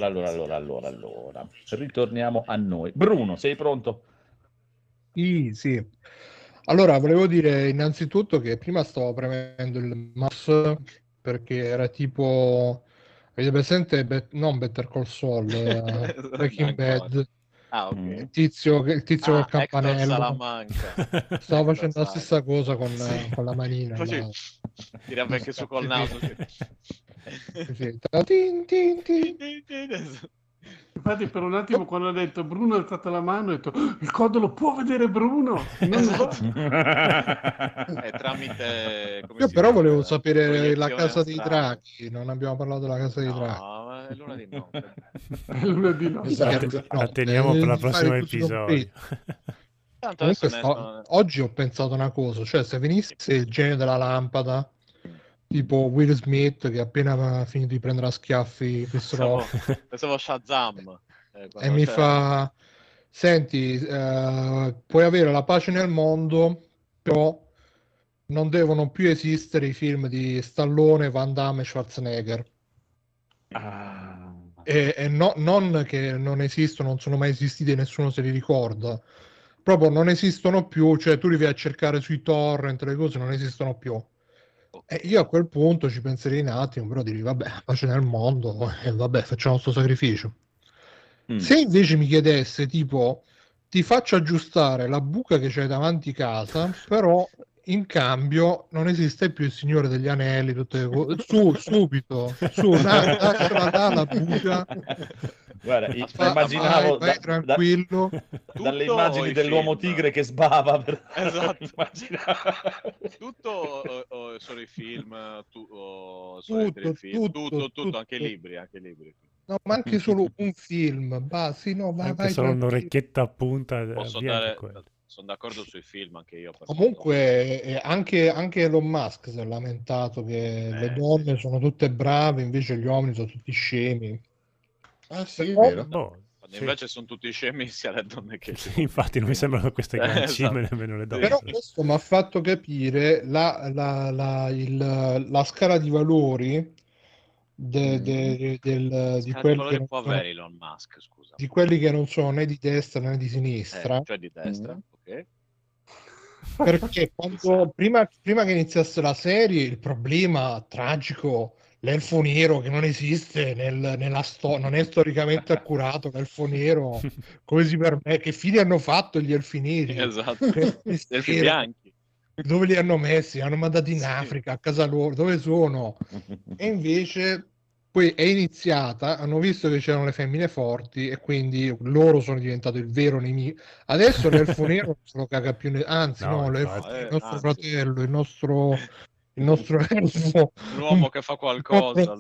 Ritorniamo a noi. Bruno, sei pronto? Sì. Allora, volevo dire innanzitutto che prima stavo premendo il mouse perché era tipo... Avete presente non Better Call Saul, Breaking Bad? Ah, ok. Il tizio col Hector campanello. Salamanca. Stavo facendo la stessa cosa con la manina. Tira anche su col naso. Sì. Infatti per un attimo quando ha detto Bruno ha alzato la mano, ho detto il codo lo può vedere Bruno? Non so. Tramite... Io però volevo sapere la Casa dei Draghi, non abbiamo parlato della Casa dei Draghi. No, ma è lunedì notte. È lunedì notte. Esatto. La teniamo per la prossima episodio. Tanto oggi ho pensato una cosa, cioè se venisse il genio della lampada, tipo Will Smith che appena finito di prendere a schiaffi pensavo Shazam e mi fa: senti, puoi avere la pace nel mondo, però non devono più esistere i film di Stallone, Van Damme e Schwarzenegger. E non che non esistono, non sono mai esistiti e nessuno se li ricorda, proprio non esistono più, cioè tu li vai a cercare sui torrent, le cose non esistono più. E io a quel punto ci penserei un attimo, però direi vabbè, pace nel mondo e vabbè, facciamo sto sacrificio. Se invece mi chiedesse tipo ti faccio aggiustare la buca che c'hai davanti casa, però in cambio non esiste più il Signore degli Anelli, tutte le cose. Subito, lasciala la buca. Guarda, immaginavo vai tranquillo. Dalle immagini dell'uomo tigre che sbava esatto. Tutto o solo i film, tutto, anche libri. No, ma anche solo un film, vai solo un'orecchietta a punta. Sono d'accordo sui film, anche io. Comunque anche Elon Musk si è lamentato che le donne sono tutte brave, invece gli uomini sono tutti scemi. Sì, è vero. Quando invece sono tutti scemi sia le donne che infatti non mi sembrano queste gancine nemmeno le donne. Però questo mi ha fatto capire la scala di valori di quelli che non sono, Elon Musk, scusa. di quelli che non sono né di destra né di sinistra, cioè di destra, ok. Perché prima che iniziasse la serie il problema tragico, l'elfo nero che non esiste nella storia, non è storicamente accurato, l'elfo nero, come si permette, che fine hanno fatto gli elfi neri? Esatto, gli elfi bianchi. Dove li hanno messi? Li hanno mandati in Africa, a casa loro, dove sono? E invece poi è iniziata, hanno visto che c'erano le femmine forti e quindi loro sono diventati il vero nemico. Adesso l'elfo nero non se lo caga più, il nostro fratello, il nostro il nostro elfo, Un uomo che fa qualcosa.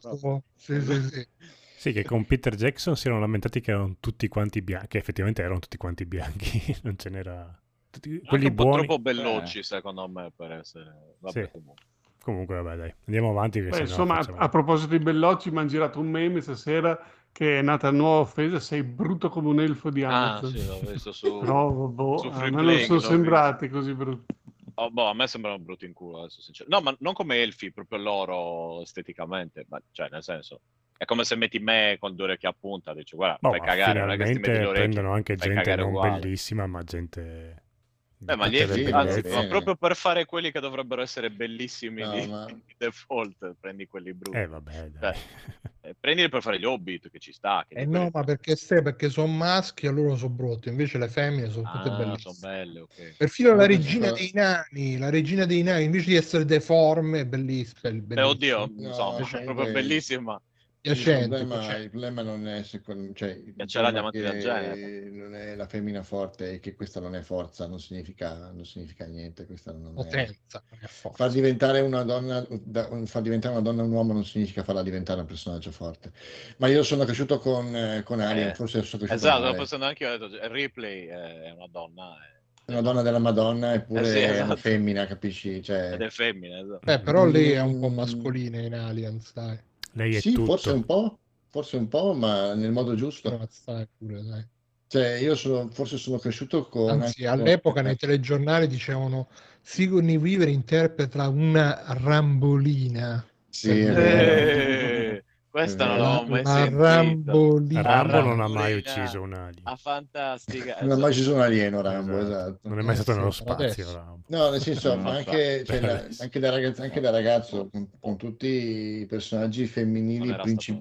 Sì. Sì, che con Peter Jackson si erano lamentati che erano tutti quanti bianchi, che effettivamente erano tutti quanti bianchi, non ce n'era... Anche quelli un po' buoni... troppo bellocci, secondo me, per essere... Vabbè, Sì. Comunque, vabbè, dai, andiamo avanti. Che Insomma, facciamo... a proposito di bellocci, mi hanno girato un meme stasera che è nata nuova offesa, sei brutto come un elfo di Amazon. Sì, l'ho visto su... Però, su a Free me non Playing, sono l'ho sembrati così brutti. a me sembrano brutti in culo, adesso, sinceramente. No, ma non come elfi, proprio loro esteticamente, ma cioè, nel senso... È come se metti me con 2 orecchie a punta, dici, guarda, fai cagare, non è che ti metti le finalmente orecchie, prendono anche fai gente cagare non uguale. bellissima, ma gente... Ma gli elfi, anzi, ma proprio per fare quelli che dovrebbero essere bellissimi di default, prendi quelli brutti. Vabbè, dai. Prendili per fare gli Hobbit, che ci sta. Che no, ma perché sono maschi e loro sono brutti, invece le femmine sono tutte bellissime. Sono belle, ok. Perfino la regina dei nani, invece di essere deforme, è bellissima. Oddio, insomma, è proprio bellissima. Il problema non è piacerà gli amanti del genere. Non è la femmina forte, e che questa non è forza, non significa niente. Questa non potenza, non è forza. Far diventare una donna un uomo non significa farla diventare un personaggio forte. Ma io sono cresciuto con Alien, forse sono cresciuto esatto, pensando anche io, ho detto, Ripley è una donna. È una donna della Madonna, eppure è una femmina, capisci? Cioè... Ed è femmina, esatto. Però lei è un po' mascolina in Aliens, dai. Lei è sì, tutto. forse un po', ma nel modo giusto. Pure, dai. Cioè, io forse sono cresciuto con... Anzi, all'epoca nei telegiornali dicevano Sigourney Weaver interpreta una rambolina. Sì, questa non l'ho mai sentito. Rambo non ha mai ucciso un alien. Fantastica. Non ha mai ucciso un alieno Rambo, esatto. Non è mai stato nello spazio Rambo. No, nel senso, ma anche da ragazzo, con tutti i personaggi femminili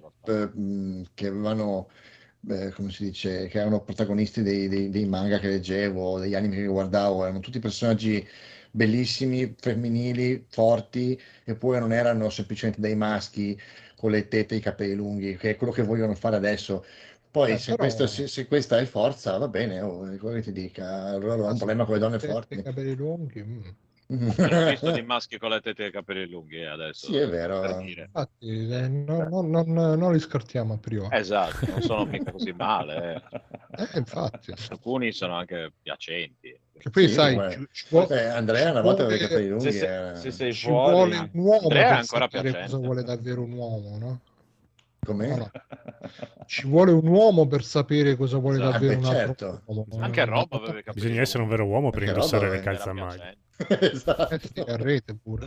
che avevano, come si dice, che erano protagonisti dei manga che leggevo, degli anime che guardavo, erano tutti personaggi bellissimi, femminili, forti, eppure non erano semplicemente dei maschi con le tette e i capelli lunghi, che è quello che vogliono fare adesso. Poi se questa è forza, va bene, quello che ti dica, allora ho un problema con le donne forti. I capelli lunghi. Ho visto di maschi con le tette e i capelli lunghi adesso. Sì, è vero. Infatti, non li scartiamo a priori. Esatto, non sono mica così male. Infatti. Alcuni sono anche piacenti. Che poi sai, Andrea una volta aveva i capelli lunghi. Se sei ci fuori, vuole un uomo Andrea è per ancora sapere piacente. cosa vuole davvero un uomo, no? Come? No. Ci vuole un uomo per sapere cosa vuole davvero un certo. uomo. Anche Rob aveva i capelli. Bisogna essere un vero uomo per indossare le calzamaglie. Esatto. A rete pure.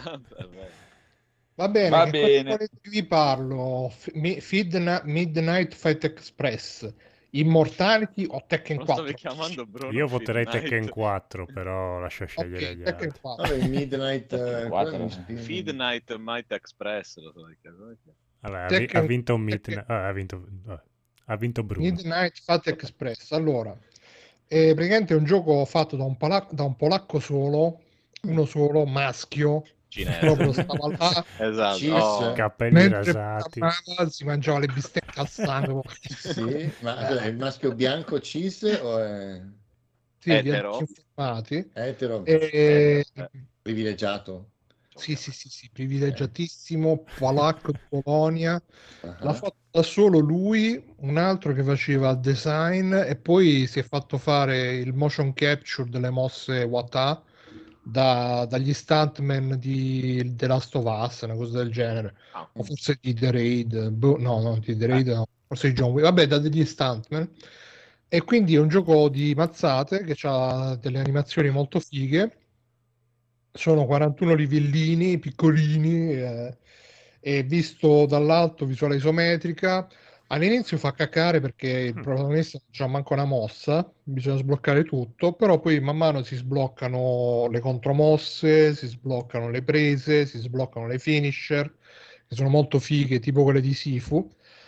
Va bene, che vi parlo? Midnight Fight Express, Immortality o Tekken 4? Chiamando Bruno io voterei Tekken 4, però lascio scegliere gli altri. Midnight 4. Midnight Might Express lo sto chiamando. Allora, ha vinto Midnight, ha vinto Bruno. Midnight Fight Express. Allora, praticamente è un gioco fatto da un polacco solo, uno solo, maschio. Proprio stava là, esatto. Capelli rasati, si mangiava le bistecche al sangue. Sì, ma è il maschio bianco cis o è etero? Etero. Privilegiato. Sì, privilegiatissimo, polacco di Polonia. L'ha fatto da solo lui, un altro che faceva design, e poi si è fatto fare il motion capture delle mosse Wata dagli stuntman di The Last of Us, una cosa del genere, o forse di The Raid, non di The Raid, no, forse di John Wick, vabbè, da degli stuntman. E quindi è un gioco di mazzate che ha delle animazioni molto fighe. Sono 41 livellini piccolini, e visto dall'alto, visuale isometrica. All'inizio fa cacare perché il protagonista non c'ha manco una mossa, bisogna sbloccare tutto, però poi man mano si sbloccano le contromosse, si sbloccano le prese, si sbloccano le finisher, che sono molto fighe, tipo quelle di Sifu.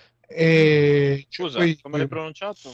E scusa, poi... come l'hai pronunciato?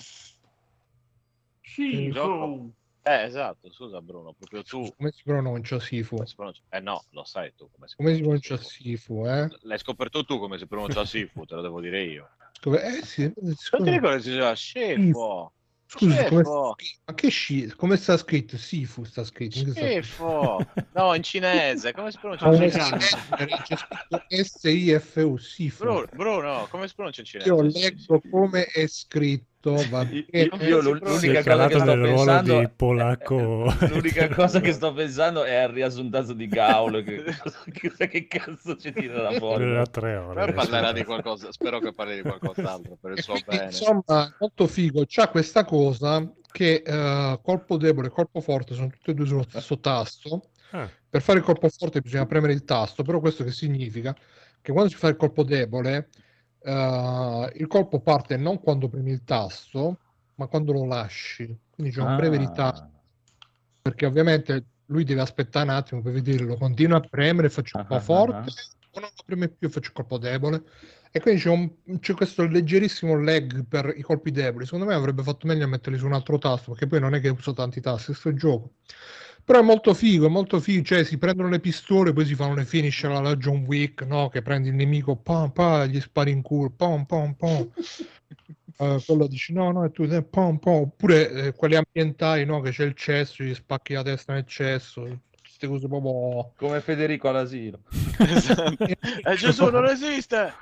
Sifu. Esatto, scusa Bruno, proprio tu. Come si pronuncia Sifu? No, lo sai tu come si pronuncia Sifu, L'hai scoperto tu come si pronuncia Sifu, te lo devo dire io. Sì, non ti ricordi si diceva Sifu? Scusa, Schifo. ma che come sta scritto? Sifu sta scritto. In che sta scritto? Schifo. No, in cinese. Come si pronuncia Ah, in c'è cinese? scritto SIFU, Sifu. Bruno, come si pronuncia in cinese? Io leggo come è scritto, va bene. Io Si l'unica è cosa che calato sto nel ruolo pensando di polacco. l'unica cosa che sto pensando è al riassuntato di Gaul che cazzo ci tirerà fuori. Durerà 3 ore. Poi parlerà di qualcosa, spero che parli di qualcos'altro per il suo Quindi, bene. insomma, molto figo. C'ha questa cosa che colpo debole e colpo forte sono tutti e due sullo stesso tasto. Per fare il colpo forte bisogna premere il tasto, però questo che significa? Che quando si fa il colpo debole, il colpo parte non quando premi il tasto, ma quando lo lasci. Quindi c'è un breve ritardo, perché ovviamente lui deve aspettare un attimo per vederlo. Continua a premere, faccio un po' forte, o non lo preme più, faccio il colpo debole. E quindi c'è questo leggerissimo lag per i colpi deboli. Secondo me avrebbe fatto meglio a metterli su un altro tasto, perché poi non è che uso tanti tasti, questo gioco. Però è molto figo, cioè si prendono le pistole, poi si fanno le finish alla John Wick, no? Che prendi il nemico, pam, pam, gli spari in culo, pam, pam, pam. Quello dici no, e tu pam, pam. Oppure quelli ambientali, no? Che c'è il cesso, gli spacchi la testa nel cesso, queste cose proprio... Come Federico all'asilo. Gesù non esiste!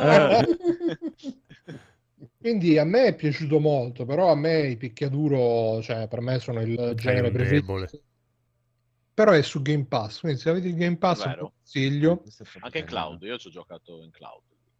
Quindi a me è piaciuto molto, però a me i picchiaduro, cioè per me sono il genere preferito. Però è su Game Pass, quindi se avete il Game Pass un consiglio. Anche in cloud, io ci ho giocato in cloud.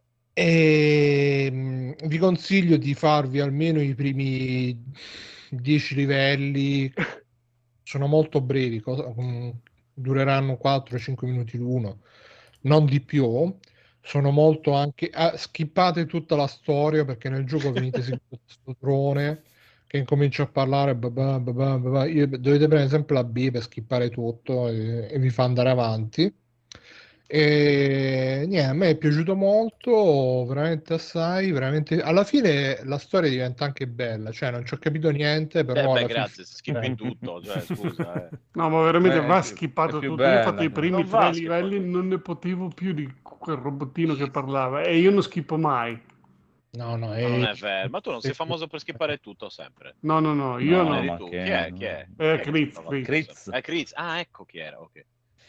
E vi consiglio di farvi almeno i primi 10 livelli, sono molto brevi, dureranno 4-5 minuti l'uno, non di più. Sono molto anche skippate tutta la storia, perché nel gioco venite seguito questo drone che incomincia a parlare dovete prendere sempre la B per skippare tutto e vi fa andare avanti. E niente, a me è piaciuto molto, veramente assai, veramente. Alla fine la storia diventa anche bella, cioè non ci ho capito niente, però grazie, skippi tutto, cioè, scusa. No, ma veramente va skippato tutto. Io ho fatto i primi Non 3 livelli, non ne potevo più di quel robottino che parlava, e io non schippo mai. No, non è vero, ma tu non sei famoso per skippare tutto sempre. No, io no. Eri tu. Chi è? Chris. Ah, ecco chi era, ok.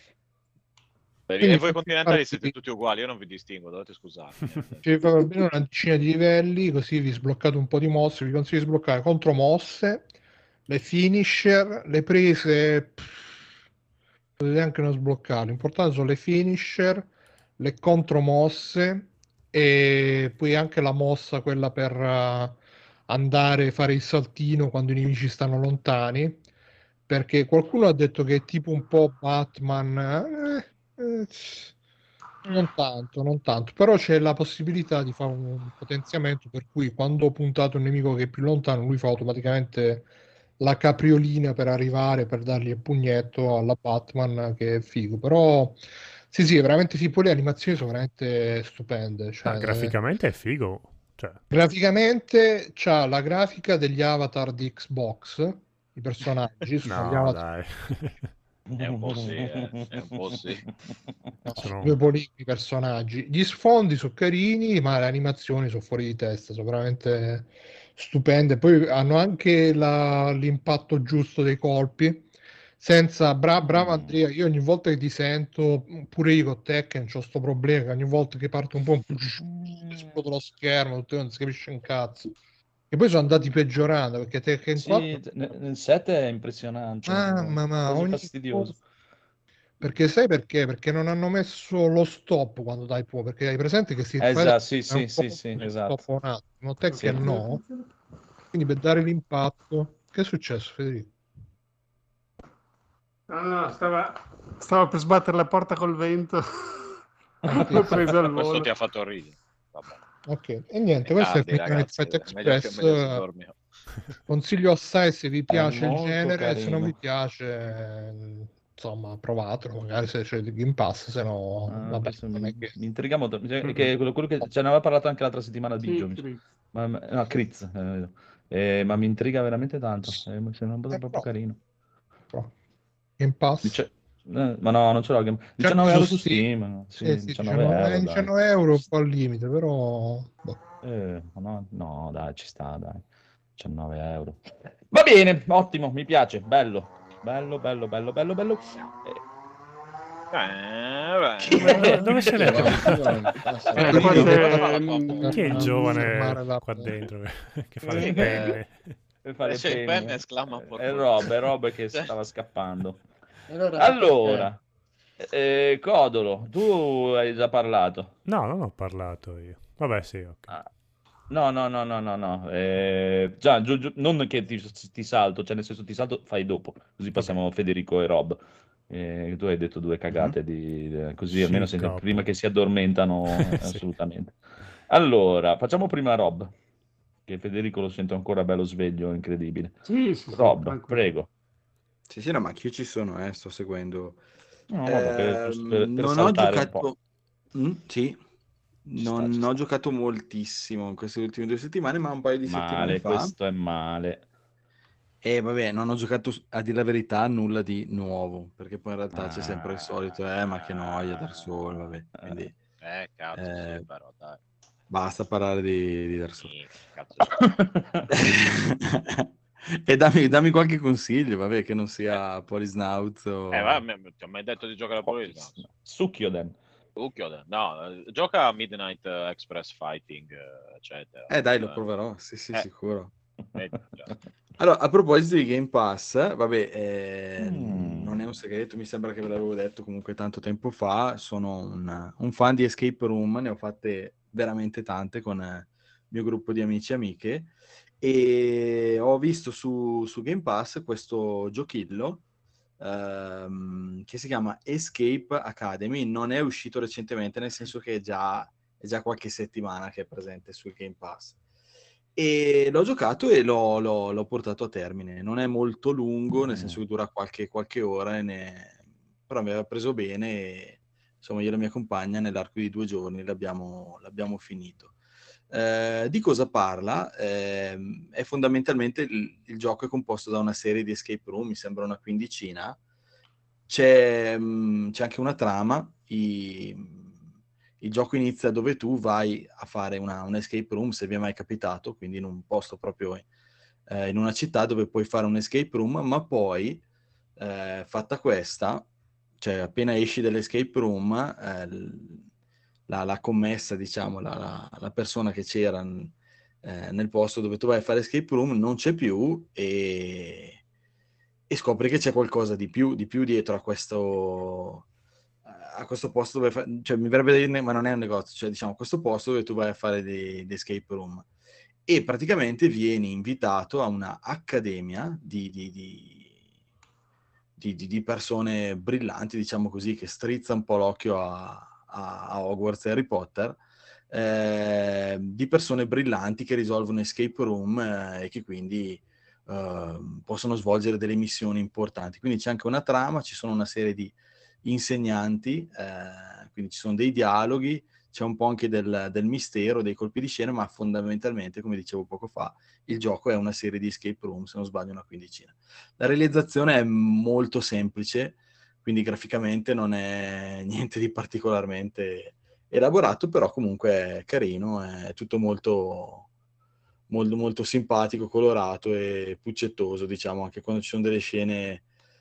E voi continentali siete tutti uguali, io non vi distingo, dovete scusarmi. Ci fa almeno una decina di livelli, così vi sbloccate un po' di mosse. Vi consiglio di sbloccare contromosse, le finisher, le prese potete anche non sbloccare. L'importante sono le finisher, le contromosse e poi anche la mossa, quella per andare a fare il saltino quando i nemici stanno lontani, perché qualcuno ha detto che è tipo un po' Batman. Non tanto, però c'è la possibilità di fare un potenziamento per cui quando puntate un nemico che è più lontano, lui fa automaticamente la capriolina per arrivare, per dargli il pugnetto alla Batman, che è figo. Però sì, è veramente figo. Poi le animazioni sono veramente stupende. Cioè, graficamente è figo. Cioè. Graficamente c'ha la grafica degli avatar di Xbox, i personaggi sono gli avatar. È un po' sì, è un po' sì. Sono due polipi personaggi. Gli sfondi sono carini, ma le animazioni sono fuori di testa, sono veramente stupende. Poi hanno anche l'impatto giusto dei colpi. Senza bravo Andrea, io ogni volta che ti sento, pure io con Tekken c'ho sto problema, che ogni volta che parte un po' esplodo lo schermo, non si capisce un cazzo. E poi sono andati peggiorando, perché Tekken 4... nel 7 è impressionante. Ogni fastidioso. Perché sai perché? Perché non hanno messo lo stop quando dai può, perché hai presente che si esatto, sì, esatto. Stop un attimo, Tekken no. Quindi per dare l'impatto. Che è successo, Federico? No, stava per sbattere la porta col vento. L'ho preso al volo. Questo ti ha fatto ridere. Vabbè. Ok, e niente, questo è il Fight Express. Consiglio assai se vi piace il genere, carino. Se non vi piace, insomma, provatelo, magari se c'è il Game Pass, se no vabbè, mi intriga molto, che quello che ce ne aveva parlato anche l'altra settimana di Gio, Critz, ma mi intriga veramente tanto, mi sembra proprio carino. Game Pass? Ma no, non ce l'ho. 19 euro su Steam. Sì, 19 euro un po' al limite, però... no, dai, ci sta, dai. 19 euro. Va bene, ottimo, mi piace, bello. Bello. Dove se ne Chi è il giovane qua dentro che fa le penne? C'è il penne esclama un po'. È roba che stava scappando. Allora, Codolo, tu hai già parlato. No, non ho parlato io. Vabbè, sì, ok. No. Già, non che ti salto, cioè nel senso ti salto, fai dopo, così passiamo Federico e Rob. Tu hai detto due cagate così Sì, almeno capo. prima che si addormentano assolutamente. Allora, facciamo prima Rob, che Federico lo sento ancora bello sveglio, incredibile. Sì, Rob, tranquillo. prego. Sì, no, ma anch'io ci sono, sto seguendo. No, vabbè, per Non ho saltare un po'. giocato. Sì. Non ho giocato moltissimo in queste ultime 2 settimane, ma un paio di settimane fa. Questo è male. E vabbè, non ho giocato, a dire la verità, nulla di nuovo, perché poi in realtà c'è sempre il solito, ma che noia, Dark Souls, vabbè. Quindi, Cazzo, sì, però, dai. basta parlare di Dark Souls. Cazzo. E dammi qualche consiglio, vabbè, che non sia Polisnauts o... ti ho mai detto di giocare a Polisnauts? Succhioden. No, gioca a Midnight Express Fighting, eccetera. Dai, lo proverò, sì, sicuro. Già. Allora, a proposito di Game Pass, vabbè, non è un segreto, mi sembra che ve l'avevo detto comunque tanto tempo fa, sono un fan di Escape Room, ne ho fatte veramente tante con il mio gruppo di amici e amiche, e ho visto su Game Pass questo giochillo che si chiama Escape Academy. Non è uscito recentemente, nel senso che è già qualche settimana che è presente sul Game Pass. E l'ho giocato e l'ho portato a termine. Non è molto lungo, nel senso che dura qualche ora, però mi aveva preso bene e, insomma, io e la mia compagna nell'arco di 2 giorni l'abbiamo finito. Di cosa parla? È fondamentalmente il gioco è composto da una serie di escape room, mi sembra una quindicina. C'è anche una trama. Il gioco inizia dove tu vai a fare un escape room, se vi è mai capitato, quindi in un posto proprio in una città dove puoi fare un escape room, ma poi fatta questa, cioè appena esci dall'escape room, la commessa, diciamo, la persona che c'era nel posto dove tu vai a fare escape room non c'è più e scopri che c'è qualcosa di più dietro a questo posto dove cioè mi verrebbe da dirne, ma non è un negozio, cioè diciamo questo posto dove tu vai a fare di escape room e praticamente vieni invitato a una accademia di persone brillanti, diciamo così, che strizza un po' l'occhio a Hogwarts e Harry Potter, di persone brillanti che risolvono escape room e che quindi possono svolgere delle missioni importanti. Quindi c'è anche una trama, ci sono una serie di insegnanti, quindi ci sono dei dialoghi, c'è un po' anche del mistero, dei colpi di scena, ma fondamentalmente, come dicevo poco fa, il gioco è una serie di escape room, se non sbaglio una quindicina. La realizzazione è molto semplice, quindi graficamente non è niente di particolarmente elaborato, però comunque è carino, è tutto molto, molto, molto simpatico, colorato e puccettoso, diciamo, anche quando ci sono delle scene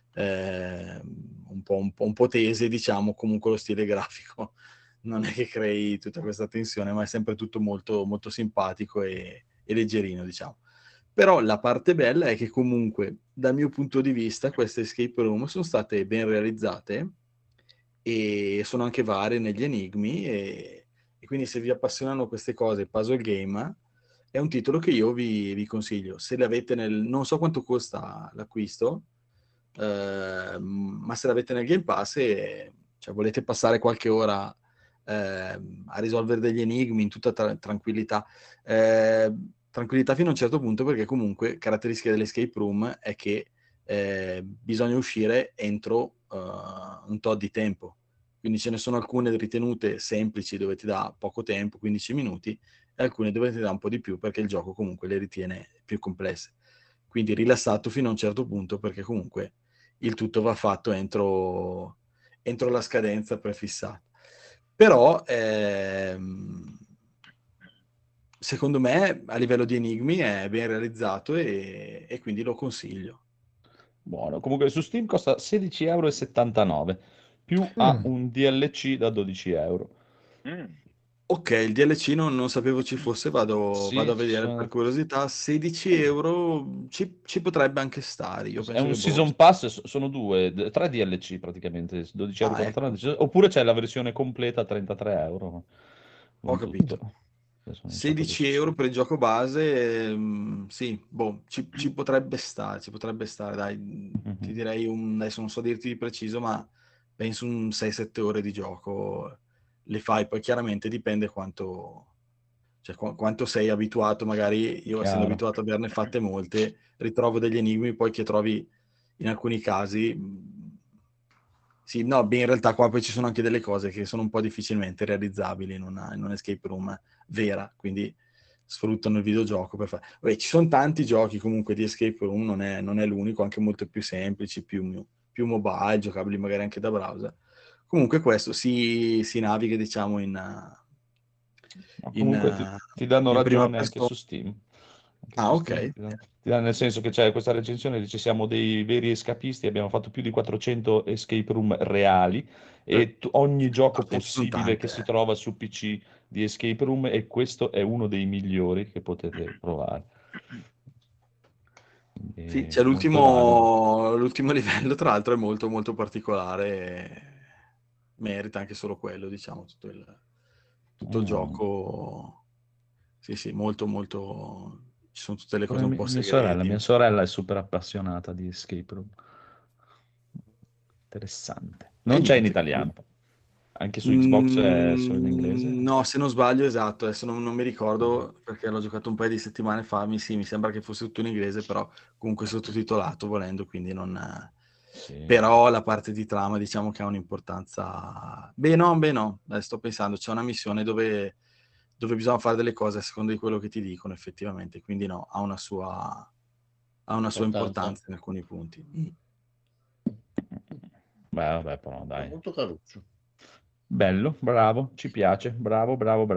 un po' tese, diciamo, comunque lo stile grafico non è che crei tutta questa tensione, ma è sempre tutto molto, molto simpatico e leggerino, diciamo. Però la parte bella è che comunque, dal mio punto di vista, queste escape room sono state ben realizzate e sono anche varie negli enigmi e quindi se vi appassionano queste cose, puzzle game, è un titolo che io vi consiglio. Se l'avete non so quanto costa l'acquisto, ma se l'avete nel Game Pass e cioè, volete passare qualche ora a risolvere degli enigmi in tutta tranquillità, tranquillità fino a un certo punto, perché comunque caratteristica dell'escape room è che bisogna uscire entro un tot di tempo, quindi ce ne sono alcune ritenute semplici dove ti dà poco tempo, 15 minuti, e alcune dove ti dà un po' di più perché il gioco comunque le ritiene più complesse, quindi rilassato fino a un certo punto perché comunque il tutto va fatto entro la scadenza prefissata. Però se secondo me a livello di enigmi è ben realizzato e quindi lo consiglio. Buono. Comunque su Steam costa 16,79 € più ha un DLC da 12 €. Ok, il DLC non sapevo ci fosse, vado Sì, a ci vedere sono- per curiosità. 16 € ci potrebbe anche stare. Io È penso un che season pass, sono tre DLC praticamente, 12,49 €. ecco. Oppure c'è la versione completa a 33 €. Ho Con capito. tutto. Adesso non so 16 cosa € per il gioco base, sì, boh, ci potrebbe stare, dai, ti direi adesso non so dirti di preciso, ma penso un 6-7 ore di gioco le fai, poi chiaramente dipende quanto sei abituato, magari io essendo Chiaro. abituato a averne fatte molte, ritrovo degli enigmi poi che trovi in alcuni casi. Sì, no, beh, in realtà qua poi ci sono anche delle cose che sono un po' difficilmente realizzabili in una escape room vera, quindi sfruttano il videogioco per fare. Vabbè, ci sono tanti giochi comunque di escape room, non è l'unico, anche molto più semplici, più mobile, giocabili magari anche da browser. Comunque questo si naviga, diciamo, Comunque ti danno in prima ragione anche persona. su Steam. Anche Ah, su ok. Steam ti danno, nel senso che c'è questa recensione, dice siamo dei veri escapisti, abbiamo fatto più di 400 escape room reali e ogni gioco Vabbè, sono possibile che tante. si trova su PC di escape room e questo è uno dei migliori che potete provare. Sì, c'è Molto valido. l'ultimo livello, tra l'altro è molto molto particolare, e merita anche solo quello, diciamo, tutto il gioco. Sì, molto molto, ci sono tutte le cose un po' segrete. Mia sorella è super appassionata di escape room. Interessante. Non c'è in Niente. italiano. Anche su Xbox è solo in inglese. No, se non sbaglio, esatto, adesso non mi ricordo perché l'ho giocato un paio di settimane fa, mi sembra che fosse tutto in inglese, però comunque sottotitolato volendo, quindi non. Sì. Però la parte di trama diciamo che ha un'importanza. Beh no, sto pensando, c'è una missione dove bisogna fare delle cose a seconda di quello che ti dicono effettivamente, quindi no, ha una sua importanza in alcuni punti. Beh, vabbè, però dai. Molto caruccio. Bello, bravo, ci piace, bravo.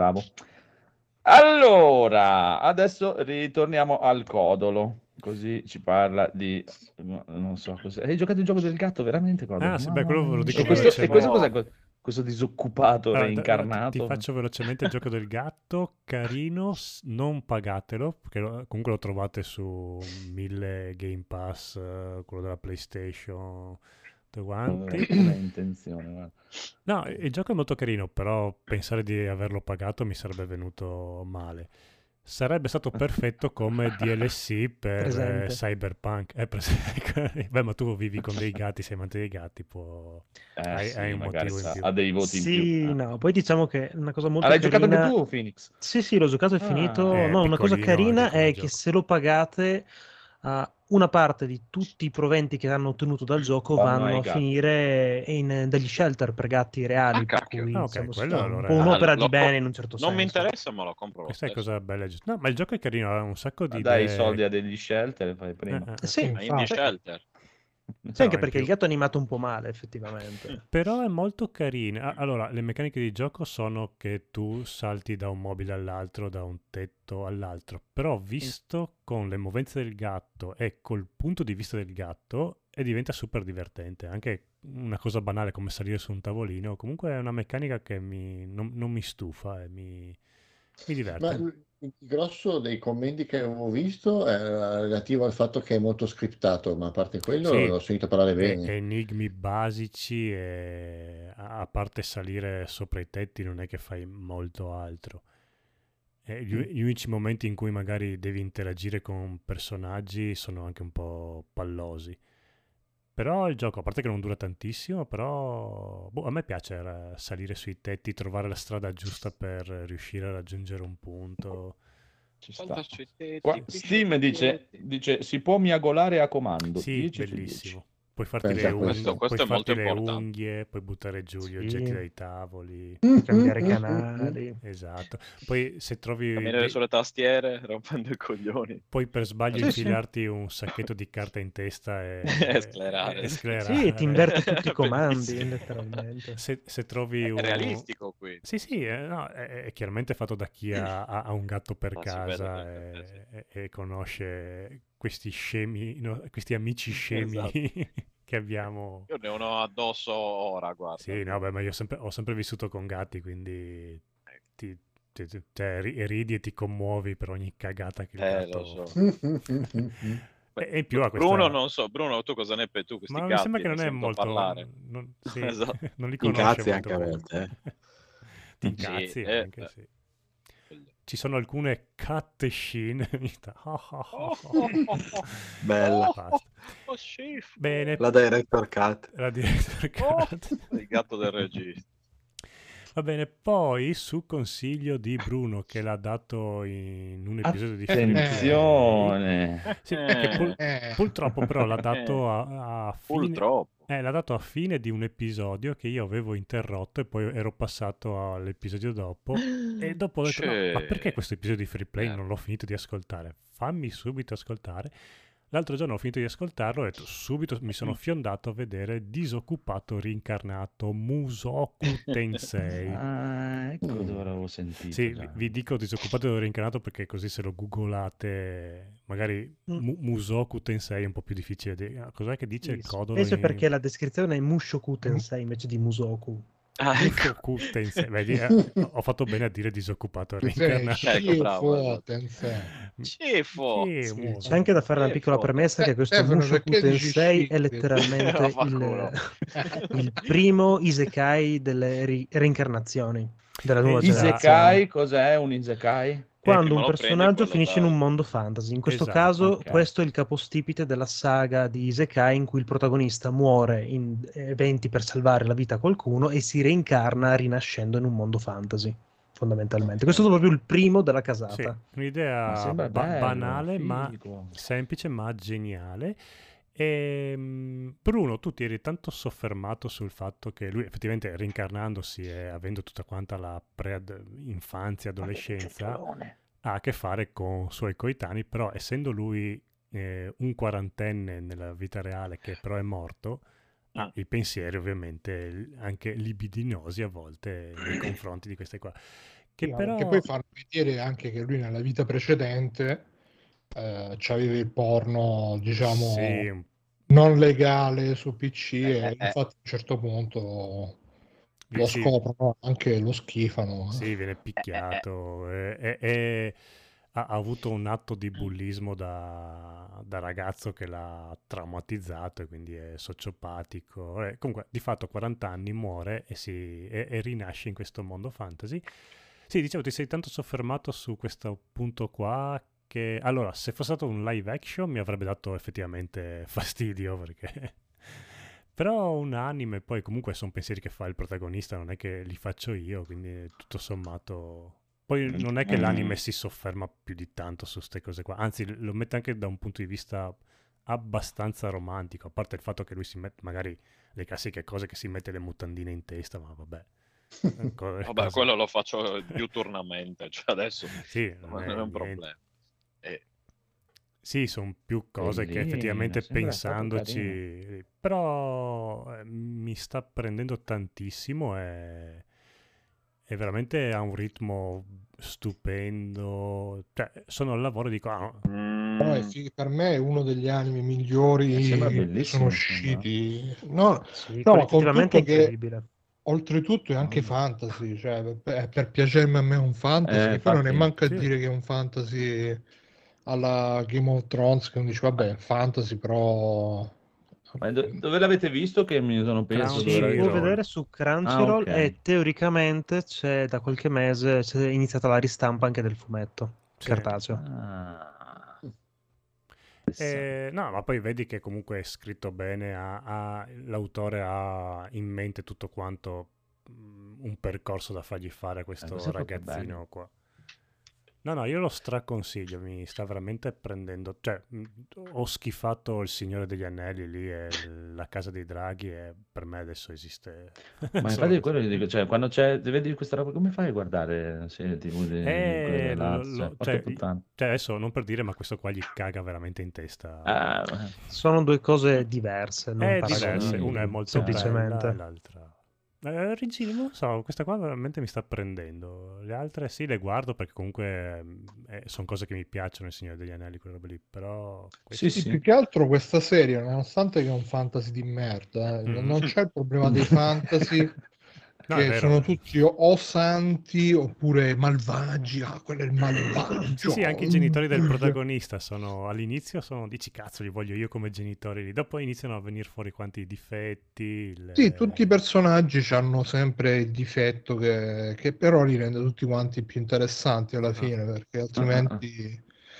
Allora, adesso ritorniamo al codolo, così ci parla di, non so cos'è. Hai giocato il gioco del gatto veramente, Codolo? Ah, sì, beh, quello ve lo dico E questo velocemente. cos'è? Questo disoccupato Allora, reincarnato? ti faccio velocemente il gioco del gatto, carino, non pagatelo, perché comunque lo trovate su 1000 Game Pass, quello della PlayStation, tutti quanti. Una intenzione, guarda. No, il gioco è molto carino, però pensare di averlo pagato mi sarebbe venuto male. Sarebbe stato perfetto come DLC per Presente. Cyberpunk. Beh, ma tu vivi con dei gatti, sei amante dei gatti, hai un magari motivo in più. ha dei voti in più. Sì, no, poi diciamo che una cosa molto L'hai carina... giocato anche tu, Phoenix? Sì, l'ho giocato e finito. è No, una cosa piccolino carina anche come è che gioco. se lo pagate, una parte di tutti i proventi che hanno ottenuto dal gioco Vanno ai vanno a gatti. finire in degli shelter per gatti reali, per cacchio. cui Ah, ok, insomma, quello un allora po' è- un'opera Lo di bene in un certo non mi senso. interessa, ma lo compro lo Questa è stesso. cosa bella. No, ma il gioco è carino, ha un sacco di Dai i idee. soldi a degli shelter e fai prima. Sì, Ma indie infatti. shelter. Sì, anche in perché il più. gatto è animato un po' male, effettivamente. Però è molto carino. Allora, le meccaniche di gioco sono che tu salti da un mobile all'altro, da un tetto all'altro. Però visto con le movenze del gatto e col punto di vista del gatto, diventa super divertente. Anche una cosa banale come salire su un tavolino, comunque è una meccanica che non mi stufa e mi diverte. Ma il grosso dei commenti che avevo visto era relativo al fatto che è molto scriptato, ma a parte quello Sì, ho sentito parlare bene. enigmi basici e a parte salire sopra i tetti non è che fai molto altro. Gli unici momenti in cui magari devi interagire con personaggi sono anche un po' pallosi. Però il gioco, a parte che non dura tantissimo, però a me piace salire sui tetti, trovare la strada giusta per riuscire a raggiungere un punto. Ci Salta sta. sui tetti, Qua piscia Steam sui dice tetti. si può miagolare a comando. Sì, 10 su 10. bellissimo. Puoi farti Pensa le, a Questo puoi è molto farti le importante. unghie, puoi buttare giù gli Sì. oggetti dai tavoli. Cambiare canali. Esatto. Poi se trovi Camminare sulle tastiere, rompendo i coglioni. poi per sbaglio Sì, sì. infilarti un sacchetto di carta in testa E sclerare. e Sì, sclerare. ti inverte tutti i comandi, Bellissimo. letteralmente. Se trovi È un... realistico qui. Sì, no, è chiaramente fatto da chi ha un gatto per Ma si vede casa perfettamente, e conosce questi scemi, no, questi amici scemi Esatto. che abbiamo. Io ne ho uno addosso ora, guarda. Sì, no, beh, ma io ho sempre vissuto con gatti, quindi cioè, ridi e ti commuovi per ogni cagata che il gatto... Lo so. E in più ha questa... Bruno, non so, Bruno, tu cosa ne pensi? Tu questi Ma mi gatti sembra che ne non è sento molto... parlare. Sì, Esatto. non li Ti conosce incazzi molto anche a bene. volte, Ti incazzi Sì, anche, sì. Ci sono alcune cat scene. Bella. Basta. Oh, schifo. Bene. La director cut. La director cut. Il gatto del regista. Va bene, poi su consiglio di Bruno che l'ha dato in un episodio di Free Play. Attenzione. Sì, che purtroppo però l'ha dato a fine... Purtroppo. L'ha dato a fine di un episodio che io avevo interrotto e poi ero passato all'episodio dopo e dopo ho detto no, ma perché questo episodio di Free Play non l'ho finito di ascoltare? Fammi subito ascoltare. L'altro giorno ho finito di ascoltarlo e ho detto, subito mi sono fiondato a vedere Disoccupato Rincarnato Musoku Tensei. Ecco dove l'avevo sentito. Sì, già. vi dico Disoccupato Rincarnato perché così se lo googolate, magari Musoku Tensei è un po' più difficile. Cos'è che dice Sì, Codolo? specie perché la descrizione è Mushoku Tensei invece di Musoku. Mushoku Tensei. Vedi, ho fatto bene a dire Disoccupato Rincarnato. Ecco, bravo. Schifo. Sì, c'è anche da fare una piccola premessa che questo Stefano, Mushoku perché dici Tensei è schifo? letteralmente il primo isekai delle reincarnazioni della nuova generazione. Isekai, cos'è un Isekai? Quando ma un lo prendi personaggio quello finisce in da- un mondo fantasy. In questo Esatto, caso, ok. questo è il capostipite della saga di Isekai in cui il protagonista muore in eventi per salvare la vita a qualcuno e si reincarna rinascendo in un mondo fantasy, fondamentalmente. Questo è proprio il primo della Sì, casata. Ma un'idea sembra bello, banale, ma figo. semplice, ma geniale. E Bruno, tu ti eri tanto soffermato sul fatto che lui effettivamente reincarnandosi e avendo tutta quanta la infanzia, adolescenza, ha a che fare con suoi coetanei, però essendo lui un quarantenne nella vita reale che però è morto, ha i pensieri ovviamente anche libidinosi a volte nei confronti di queste qua. Che però... Che poi fanno vedere anche che lui nella vita precedente c'aveva il porno, diciamo, Sì, non legale su PC e infatti a un certo punto lo sì. scoprono, anche lo schifano. Sì, viene picchiato ha avuto un atto di bullismo da ragazzo che l'ha traumatizzato e quindi è sociopatico. Comunque, di fatto, 40 anni muore e rinasce in questo mondo fantasy. Sì, dicevo, ti sei tanto soffermato su questo punto qua che... Allora, se fosse stato un live action mi avrebbe dato effettivamente fastidio perché... Però un anime, poi comunque sono pensieri che fa il protagonista, non è che li faccio io, quindi tutto sommato... Poi non è che l'anime si sofferma più di tanto su queste cose qua, anzi lo mette anche da un punto di vista abbastanza romantico, a parte il fatto che lui si mette magari le classiche cose che si mette le mutandine in testa, ma vabbè. Vabbè, quello lo faccio diuturnamente, cioè adesso sì, non è un problema. Sì, sono più cose che Bellino, effettivamente sembra proprio pensandoci, però mi sta prendendo tantissimo e veramente ha un ritmo stupendo. Cioè, sono al lavoro e dico, Però per me è uno degli anime migliori Sembra che bellissimo, sono usciti. No, Sì, no, ma con qualitativamente è tutto che incredibile. oltretutto è anche fantasy, cioè per piacermi a me è un fantasy, poi non è infatti, manca a sì. dire che è un fantasy alla Game of Thrones, che uno dice vabbè, è fantasy, però Ma dove l'avete visto che mi sono perso? Crunchyroll. Dove Si può l'avete- vedere su Crunchyroll ok. e teoricamente c'è da qualche mese c'è iniziata la ristampa anche del fumetto Sì. cartaceo. Ah. No, ma poi vedi che comunque è scritto bene, l'autore ha in mente tutto quanto un percorso da fargli fare a questo questo è proprio ragazzino bello. qua. No, io lo straconsiglio, mi sta veramente prendendo, cioè ho schifato Il Signore degli Anelli lì e La Casa dei Draghi e per me adesso esiste Ma solo infatti questo. quello gli dico, cioè, quando c'è, vedi questa roba, come fai a guardare serie TV di quella là? Cioè, porca Cioè puttana. adesso non per dire, ma questo qua gli caga veramente in testa. Ah, Sono due cose diverse, non È paragonabili, diverse, una è molto bella semplicemente. e l'altra... Regina, non so, questa qua veramente mi sta prendendo. Le altre sì, le guardo perché comunque sono cose che mi piacciono, Il Signore degli Anelli, quelle robe lì, però... Sì, Sì, sì. più che altro questa serie, nonostante che è un fantasy di merda, non c'è il problema dei fantasy No, è che vero. sono tutti o santi oppure malvagi. quello è il malvagio. Sì, anche i genitori del protagonista all'inizio dici cazzo, li voglio io come genitori lì, dopo iniziano a venire fuori quanti difetti. Sì, tutti i personaggi hanno sempre il difetto che però li rende tutti quanti più interessanti alla fine, perché altrimenti...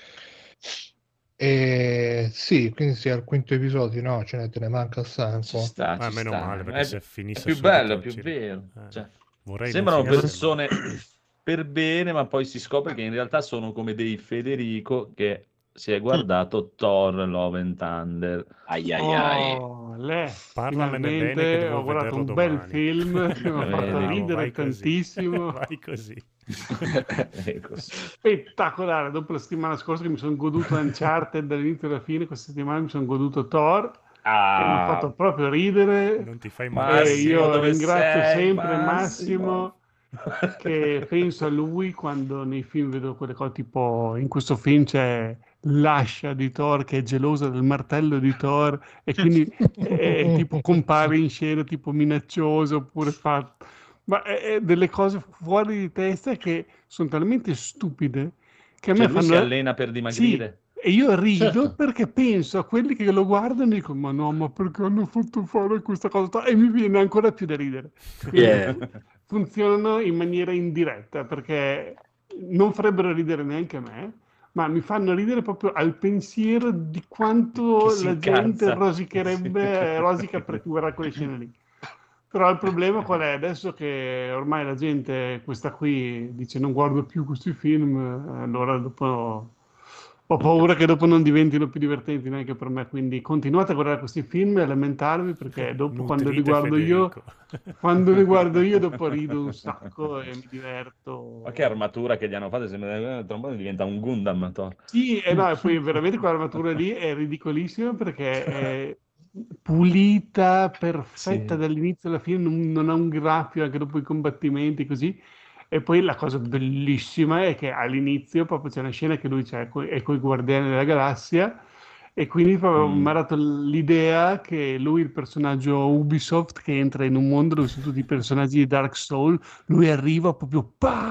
sì, quindi sì, al quinto episodio no, te ne manca assai un Ci po'. sta, ci meno sta. male, perché se È finisse più subito bello, più ci- vero. Cioè, vorrei sembrano non finisse, persone per bene, ma poi si scopre che in realtà sono come dei Federico che si è guardato Thor Love and Thunder. Ai ai ai. Parlamene bene che finalmente devo ho guardato vederlo un bel domani. film che mi ha fatto Bravo, ridere vai così. tantissimo. Vai così. Ecco. Spettacolare. Dopo la settimana scorsa che mi sono goduto Uncharted dall'inizio alla fine, questa settimana mi sono goduto Thor e mi ha fatto proprio ridere. Non ti fai E male. Massimo, io dove ringrazio sei, sempre Massimo? Massimo che penso a lui quando nei film vedo quelle cose, tipo in questo film c'è l'ascia di Thor che è gelosa del martello di Thor e quindi tipo compare in scena tipo minaccioso oppure fa ma è delle cose fuori di testa che sono talmente stupide che a Cioè me lui si fanno allena per sì, dimagrire. e io rido Certo. perché penso a quelli che lo guardano e dico ma no, ma perché hanno fatto fare questa cosa e mi viene ancora più da ridere. Quindi funzionano in maniera indiretta perché non farebbero ridere neanche a me, ma mi fanno ridere proprio al pensiero di quanto Che si la gente incazza. rosica per guardare quelle scene lì. Però il problema qual è? Adesso che ormai la gente, questa qui, dice non guardo più questi film, allora dopo ho paura che dopo non diventino più divertenti neanche per me, quindi continuate a guardare questi film e lamentarvi perché dopo quando li Nutrite guardo io, Federico. quando li guardo io dopo rido un sacco e mi diverto. Ma che armatura che gli hanno fatto, sembra tra un po' diventa un Gundam Thor. Sì, e no, e poi veramente quell'armatura lì è ridicolissima perché è pulita, perfetta Sì. dall'inizio alla fine, non ha un graffio anche dopo i combattimenti così. E poi la cosa bellissima è che all'inizio proprio c'è una scena che lui è con i Guardiani della Galassia e quindi proprio mi ha dato l'idea che lui, il personaggio Ubisoft che entra in un mondo dove sono tutti i personaggi di Dark Souls, lui arriva proprio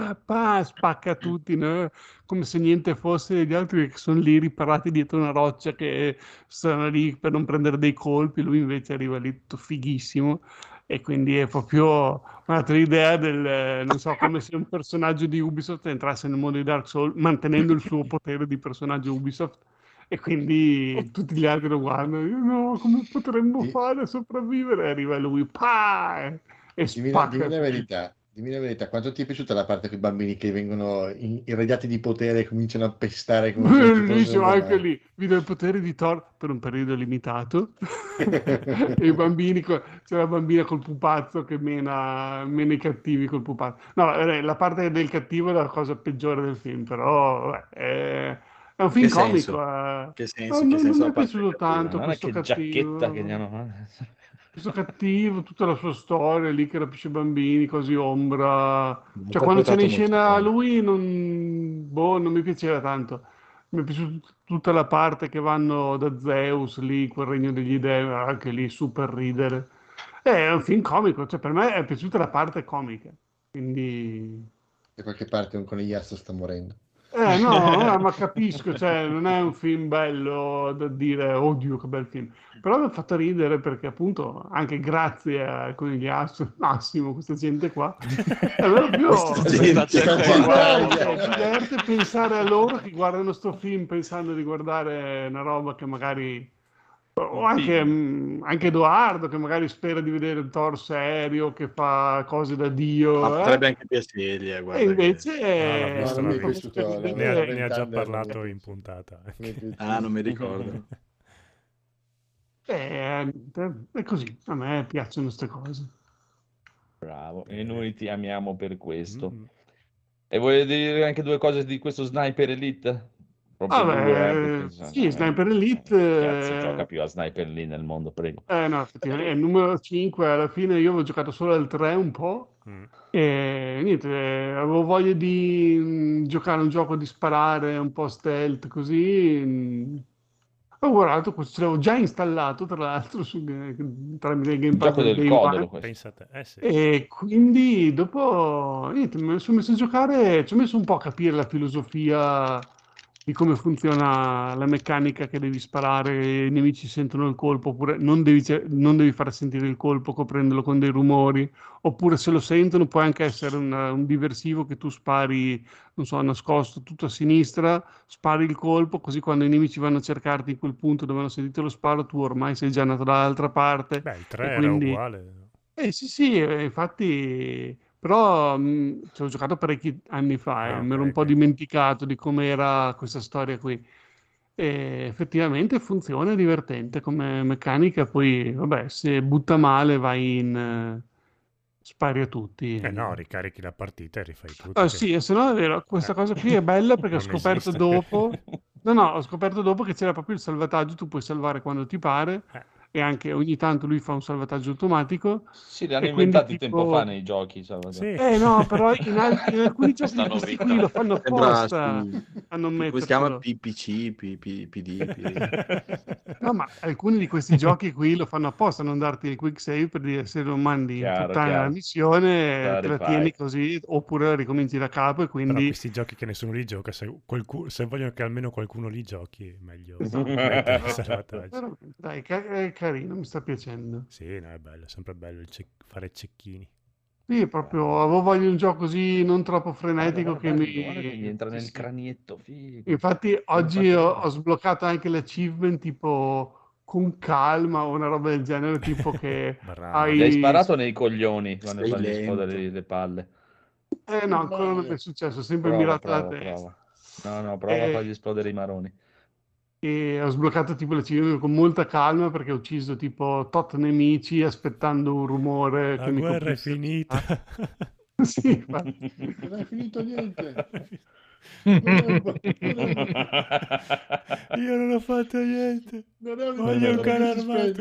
spacca tutti, no? Come se niente fosse, gli altri che sono lì riparati dietro una roccia che stanno lì per non prendere dei colpi, lui invece arriva lì tutto fighissimo e quindi è proprio un'altra idea del, non so, come se un personaggio di Ubisoft entrasse nel mondo di Dark Souls mantenendo il suo potere di personaggio Ubisoft e quindi tutti gli altri lo guardano, io, no, come potremmo fare a sopravvivere? E arriva lui, e spacca. Dimmi la verità, quanto ti è piaciuta la parte con i bambini che vengono irradiati di potere e cominciano a pestare come se non ci Bellissimo, fossero anche domani? lì, vide il potere di Thor per un periodo limitato e i bambini, c'è la bambina col pupazzo che mena i cattivi col pupazzo. No, la parte del cattivo è la cosa peggiore del film, però vabbè, è un film Che comico. senso? Che senso? Non Che senso mi la è parte piaciuto cattiva? tanto Guarda questo che giacchetta che gli cattivo. hanno Questo cattivo, tutta la sua storia lì che rapisce bambini, così ombra. Cioè, quando c'è interpretato in molto scena bene. lui, non mi piaceva tanto. Mi è piaciuta tutta la parte che vanno da Zeus lì, quel regno degli dei, anche lì super ridere. È un film comico, cioè per me è piaciuta la parte comica. Quindi Da qualche parte un conigliastro sta morendo. no, ma capisco, cioè, non è un film bello da dire, oddio, che bel film. Però mi ha fatto ridere perché, appunto, anche grazie a Conigliastro, Massimo, questa gente qua, è proprio Questa gente qua. ci diverte pensare a loro che guardano sto film pensando di guardare una roba che magari O anche Edoardo che magari spera di vedere il Thor serio che fa cose da Dio. Ma potrebbe anche piacergli, E guarda. invece non mi è piaciuto. Ne ha già parlato in puntata. Non mi ricordo. È così, a me piacciono queste cose. Bravo, e noi ti amiamo per questo. E voglio dire anche due cose di questo Sniper Elite? Proprio due, sì, Sniper Elite. Cazzo, gioca più a Sniper Elite nel mondo, prego. No, effettivamente è il numero 5. Alla fine io avevo giocato solo al 3 un po'. E niente, avevo voglia di giocare un gioco di sparare un po' stealth così. Ho guardato, ce l'avevo già installato tra l'altro tramite il Game Pass gioco del Day Codolo One. questo. Pensa a te. Sì. E quindi dopo niente, mi sono messo a giocare, ci ho messo un po' a capire la filosofia di come funziona la meccanica che devi sparare, i nemici sentono il colpo, oppure non devi far sentire il colpo coprendolo con dei rumori, oppure se lo sentono può anche essere un diversivo che tu spari, non so, nascosto tutto a sinistra, spari il colpo, così quando i nemici vanno a cercarti in quel punto dove hanno sentito lo sparo, tu ormai sei già andato dall'altra parte. Beh, il 3 e era quindi... uguale. sì, infatti, però ci ho giocato parecchi anni fa e mi ero un po' dimenticato di com'era questa storia qui. E effettivamente funziona, è divertente come meccanica, poi vabbè, se butta male vai in spari a tutti. No, ricarichi la partita e rifai tutto. Sì, e se no è vero, questa cosa qui è bella perché ho Non scoperto esiste. dopo. No, ho scoperto dopo che c'era proprio il salvataggio, tu puoi salvare quando ti pare e anche ogni tanto lui fa un salvataggio automatico. Sì, li hanno e quindi inventati tempo fa nei giochi. no, però in alcuni giochi di questi qui lo fanno apposta a non Come si chiama? mettercelo. PPC, PD. No, ma alcuni di questi giochi qui lo fanno apposta a non darti il quick save per dire se non mandi in puttana la missione te la tieni così oppure la ricominci da capo e Però quindi questi giochi che nessuno li gioca, se vogliono che almeno qualcuno li giochi, è meglio mettere il salvataggio. Però, dai, è carino, mi sta piacendo. Sì, no, è bello, è sempre bello fare cecchini. Sì, proprio avevo voglia di un gioco così non troppo frenetico Guarda che gli entra nel cranietto, figo. Infatti oggi ho sbloccato anche l'achievement tipo con calma o una roba del genere, tipo che Gli hai sparato nei coglioni quando fai esplodere le palle. No, ancora non mi è successo, ho sempre Prova, mirato la prova. testa. No, prova a fargli esplodere i maroni. E ho sbloccato tipo l'achievement con molta calma perché ho ucciso tipo tot nemici aspettando un rumore La che mi guerra è coprisse. finita. Sì, infatti. Non è finito niente. Io non ho fatto niente. Voglio un cane armato.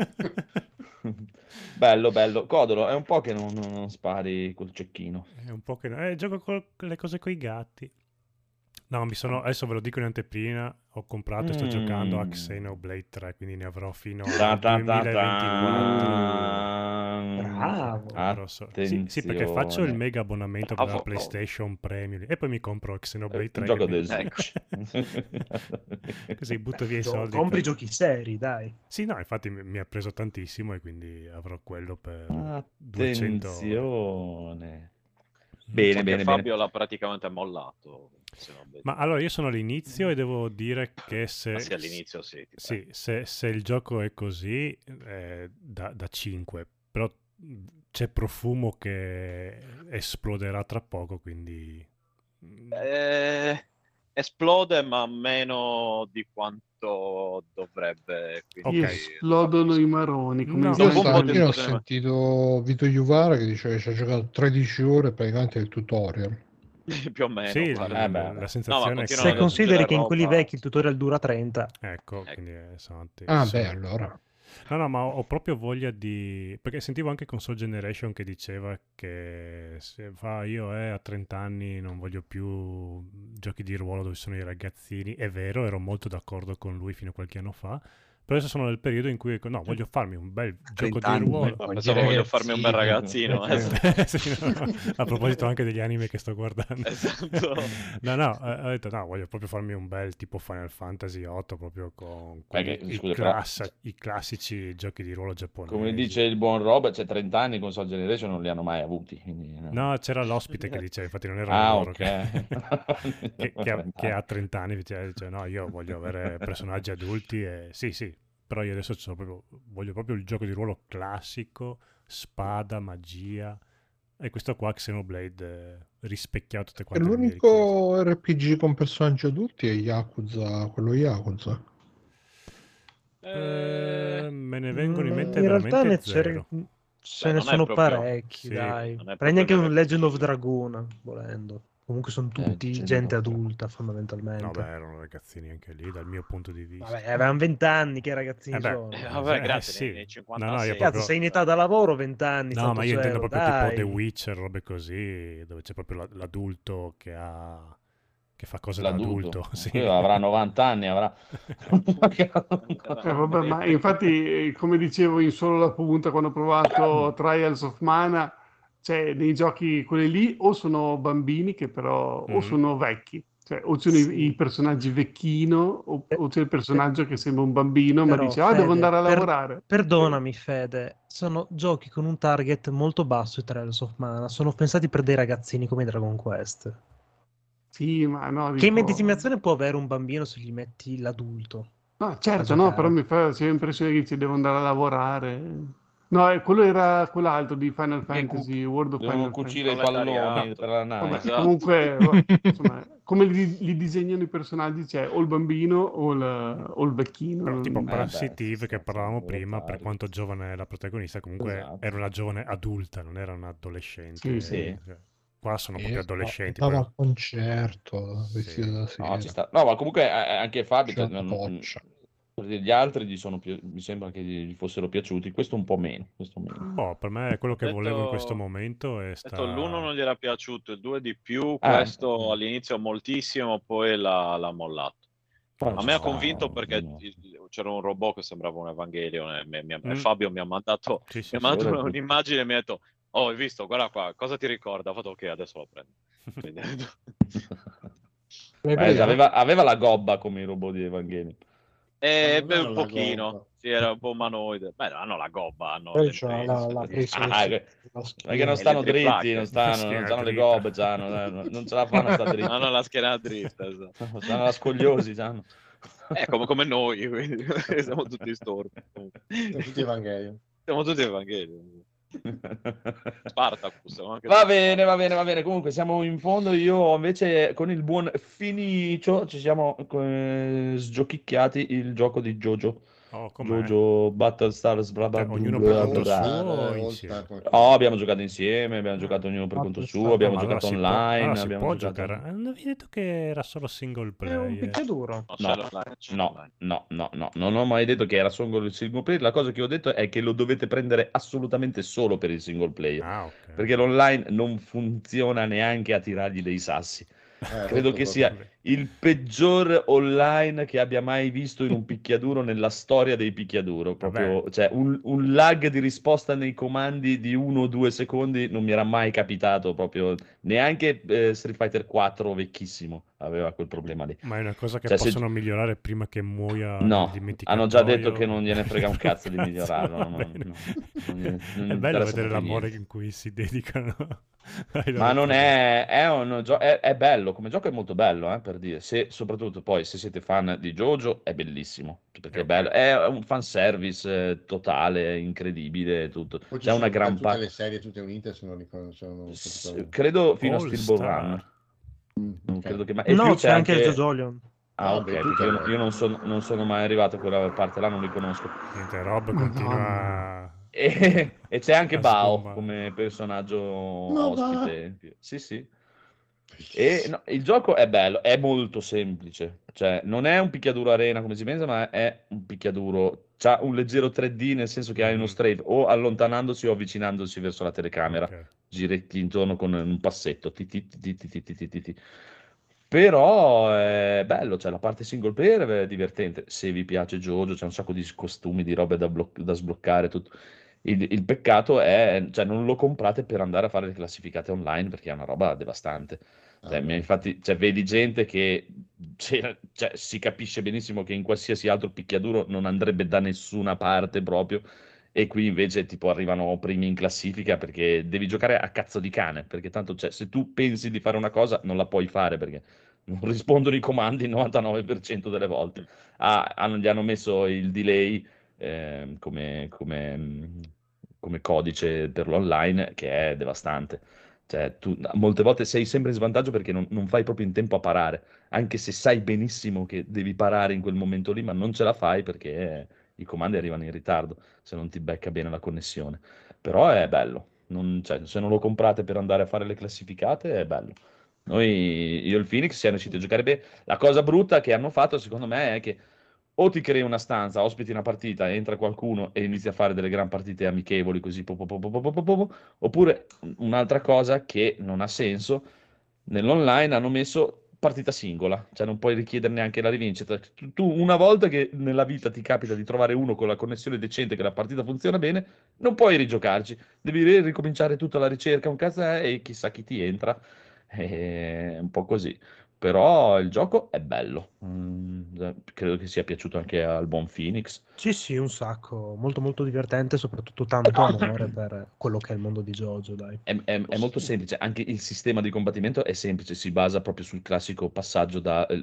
Bello. Codolo, è un po' che non spari col cecchino. È un po' che gioco con le cose coi gatti. No, adesso ve lo dico in anteprima, ho comprato e sto giocando a Xenoblade 3, quindi ne avrò fino al 2024. Bravo. Sì, perché faccio il mega abbonamento per la PlayStation Premium e poi mi compro Xenoblade 3. Gioco del Switch. Così butto via i soldi. Compri giochi seri, dai. Sì, no, infatti mi ha preso tantissimo e quindi avrò quello per 200 Attenzione. Bene. Fabio l'ha praticamente mollato. Ma allora io sono all'inizio e devo dire che se all'inizio sì. Se il gioco è così da 5, però c'è Profumo che esploderà tra poco, quindi esplode ma meno di quanto dovrebbe, quindi... Esplodono i maroni come io ho sentito Vito Iuvara che diceva che ci ha giocato 13 ore praticamente il tutorial. Più o meno. Sì, la sensazione è che se consideri che in quelli vecchi il tutorial dura 30. Ecco. Quindi esatto. Allora no, ma ho proprio voglia di... Perché sentivo anche con Soul Generation che diceva che se io a 30 anni non voglio più giochi di ruolo dove sono i ragazzini. È vero, ero molto d'accordo con lui fino a qualche anno fa. Però adesso sono nel periodo in cui voglio farmi un bel gioco di ruolo. Pensavo voglio farmi un bel ragazzino. Sì, no. A proposito anche degli anime che sto guardando. Esatto. Ho detto voglio proprio farmi un bel tipo Final Fantasy 8 proprio con i classici giochi di ruolo giapponesi. Come dice il buon Robert, 30 anni con Soul Generation non li hanno mai avuti. Quindi, no, c'era l'ospite che diceva, infatti non era loro okay. che ha 30 anni dice no, io voglio avere personaggi adulti e sì. però io adesso voglio proprio il gioco di ruolo classico, spada, magia, e questo qua Xenoblade rispecchiato tutte E quante le mie richieste. l'unico RPG con personaggi adulti è Yakuza, quello Yakuza. Me ne vengono in mente In realtà veramente ce zero. ne non è sono proprio- parecchi, sì, dai. non è Prendi anche proprio un un Legend of RPG. Dragoon, volendo. Comunque sono tutti ce ne gente posso. adulta, fondamentalmente. No, beh, erano ragazzini anche lì, dal mio punto di vista. Vabbè, avevano 20 anni, che ragazzini beh, sono. Vabbè, grazie, sì. nei No, 56. no, io Cazzo, proprio... sei in età da lavoro, 20 anni. No, ma io intendo cielo, proprio tipo The dai. Witcher, robe così, dove c'è proprio l'adulto che fa cose da L'adulto. adulto. Sì. Quello avrà 90 anni, avrà... Vabbè, ma infatti, come dicevo in solo la punta quando ho provato Trials of Mana, cioè nei giochi quelli lì o sono bambini che però o sono vecchi, cioè o ci sono i personaggi vecchino o c'è il personaggio che sembra un bambino ma Però, dice devo Fede, andare a lavorare. Perdonami, Fede, sono giochi con un target molto basso, i Trials of Mana. Sono pensati per dei ragazzini come Dragon Quest. Sì, ma no, Che dico... immedesimazione può avere un bambino se gli metti l'adulto? No, certo, a no, giocare? però mi fa sempre l'impressione che ci devo andare a lavorare. No, quello era quell'altro di Final Fantasy, World of Devono Final cucire i Fantasy. palloni per la nave. Vabbè, Esatto. comunque, insomma, come li disegnano i personaggi c'è o il bambino o il vecchino. Però tipo beh, Parasite Eve che senza parlavamo nuovo prima, per target. quanto giovane è la protagonista, comunque Esatto. era una giovane adulta, non era un'adolescente. Sì, sì. Cioè, qua sono proprio adolescenti. Andava Però... al concerto, Sì. vestito da No, sera. ci sta. No, ma comunque anche Fabio, C'è cioè, una boccia. gli altri mi sembra che gli fossero piaciuti, questo un po' meno. Questo meno. Boh, per me è quello che Detto- volevo in questo momento è detto, l'uno non gli era piaciuto, il 2 di più, Ah. questo all'inizio moltissimo, poi l'ha mollato. Però A ci me ha sta, convinto perché no. c'era un robot che sembrava un Evangelion e Mm. Fabio mi ha mandato, Sì, sì, mi ha mandato ora è tutto. un'immagine e mi ha detto oh, hai visto, guarda qua, cosa ti ricorda? Ho fatto ok, adesso lo prendo. Quindi- Aveva la gobba come i robot di Evangelion. beh, Avevano un la pochino, gobba. sì, era un po' umanoide. Beh, hanno la gobba, hanno Poi le c'ha brace, la le- presa Ah, sulla ma che schiena. non E stanno le dritti, triplacche. non stanno Schiena le dritta. gobbe, non ce la fanno a stare dritti. hanno la schiena dritta, esatto. Stanno la scogliosi, c'hanno. Come noi, quindi siamo tutti storpi. Sono tutti Evangelion. Siamo tutti Evangelion. Spartacus. siamo anche Va tutti bene, va bene, va bene. Comunque siamo in fondo. Io invece con il buon Finicio ci siamo sgiochicchiati il gioco di JoJo. Oh, com'è? JoJo Battlestars bla bla Ognuno bla per bla conto bla. suo o All insieme? Star, come- Oh, abbiamo giocato insieme, abbiamo giocato ognuno per conto suo, abbiamo Ma allora giocato si può- online, allora si abbiamo può giocato... giocare. Non avevi detto che era solo single È un player. picchiaduro. No, non ho mai detto che era solo il single player. La cosa che ho detto è che lo dovete prendere assolutamente solo per il single player, Ah, ok. perché l'online non funziona neanche a tirargli dei sassi. Credo che sia il peggior online che abbia mai visto in un picchiaduro nella storia dei picchiaduro. Proprio, cioè, un lag di risposta nei comandi di 1 o 2 secondi non mi era mai capitato, proprio neanche Street Fighter 4 vecchissimo aveva quel problema lì. Ma è una cosa che Cioè, se- possono migliorare prima che muoia No, nel dimenticatoio. hanno già detto che non gliene frega un cazzo di Cazzo, migliorarlo. va no, bene. no, non gliene È bello interessa vedere proprio l'amore niente. in cui si dedicano ai loro Ma non progetti. è bello, come gioco è molto bello, per dire. Soprattutto poi se siete fan di JoJo è bellissimo, perché è bello, è un fanservice totale, incredibile, tutto. Poi ci C'è una sono gran tutte parte. le serie tutte unite, se non ricordo, Credo fino a All Steel Ball Star. Run. Non ok. credo che mai... E No, più c'è anche il Jojolion. Ah, No, ok, beh, perché tutte io, le- io non sono mai arrivato a quella parte là, non li conosco. Niente, Rob Madonna. continua E c'è anche a Bao sgommare. come personaggio Ma ospite. Sì, sì. E no, il gioco è bello, è molto semplice. Cioè, non è un picchiaduro arena come si pensa, ma è un picchiaduro. C'ha un leggero 3D, nel senso che hai uno Mhm. strafe o allontanandosi o avvicinandosi verso la telecamera. Ok. Giretti intorno con un passetto. Ti, ti, ti, ti, ti, ti, ti, ti, ti. Però è bello, cioè la parte single player è divertente. Se vi piace JoJo, c'è un sacco di costumi, di robe da sbloccare, tutto. Il peccato è, cioè, non lo comprate per andare a fare le classificate online perché è una roba devastante. Cioè, beh. infatti, cioè, vedi gente che cioè, si capisce benissimo che in qualsiasi altro picchiaduro non andrebbe da nessuna parte proprio. E qui invece tipo arrivano primi in classifica perché devi giocare a cazzo di cane, perché tanto cioè, se tu pensi di fare una cosa non la puoi fare perché non rispondono i comandi il 99% delle volte. Gli hanno messo il delay come codice per l'online, che è devastante. Cioè, tu molte volte sei sempre in svantaggio perché non fai proprio in tempo a parare, anche se sai benissimo che devi parare in quel momento lì, ma non ce la fai perché i comandi arrivano in ritardo, se non ti becca bene la connessione. Però è bello, cioè, se non lo comprate per andare a fare le classificate, è bello. Io e il Phoenix siamo riusciti a giocare bene. La cosa brutta che hanno fatto, secondo me, è che o ti crei una stanza, ospiti una partita, entra qualcuno e inizi a fare delle gran partite amichevoli così, oppure un'altra cosa che non ha senso, nell'online hanno messo partita singola, cioè non puoi richiedere neanche la rivincita. Tu una volta che nella vita ti capita di trovare uno con la connessione decente, che la partita funziona bene, non puoi rigiocarci, devi ricominciare tutta la ricerca, un cazzo e chissà chi ti entra, è un po' così. Però il gioco è bello. Credo che sia piaciuto anche al buon Phoenix. Sì, un sacco, molto molto divertente, soprattutto tanto amore per quello che è il mondo di JoJo, dai. È molto semplice, anche il sistema di combattimento è semplice, si basa proprio sul classico passaggio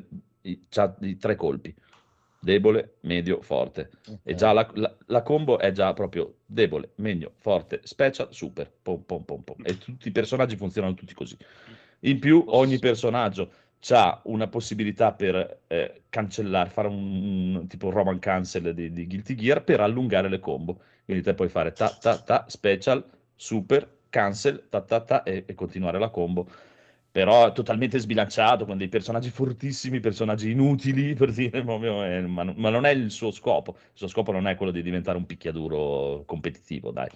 di 3 colpi: debole, medio, forte. E già la combo è già proprio debole, medio, forte, special, super. Pom, pom, pom, pom. E tutti i personaggi funzionano tutti così. In più, ogni personaggio c'ha una possibilità per cancellare, fare un tipo Roman cancel di Guilty Gear per allungare le combo. Quindi te puoi fare ta ta ta, special, super, cancel, ta ta ta e continuare la combo. Però è totalmente sbilanciato, con dei personaggi fortissimi, personaggi inutili, per dire, ma non è il suo scopo. Il suo scopo non è quello di diventare un picchiaduro competitivo, dai.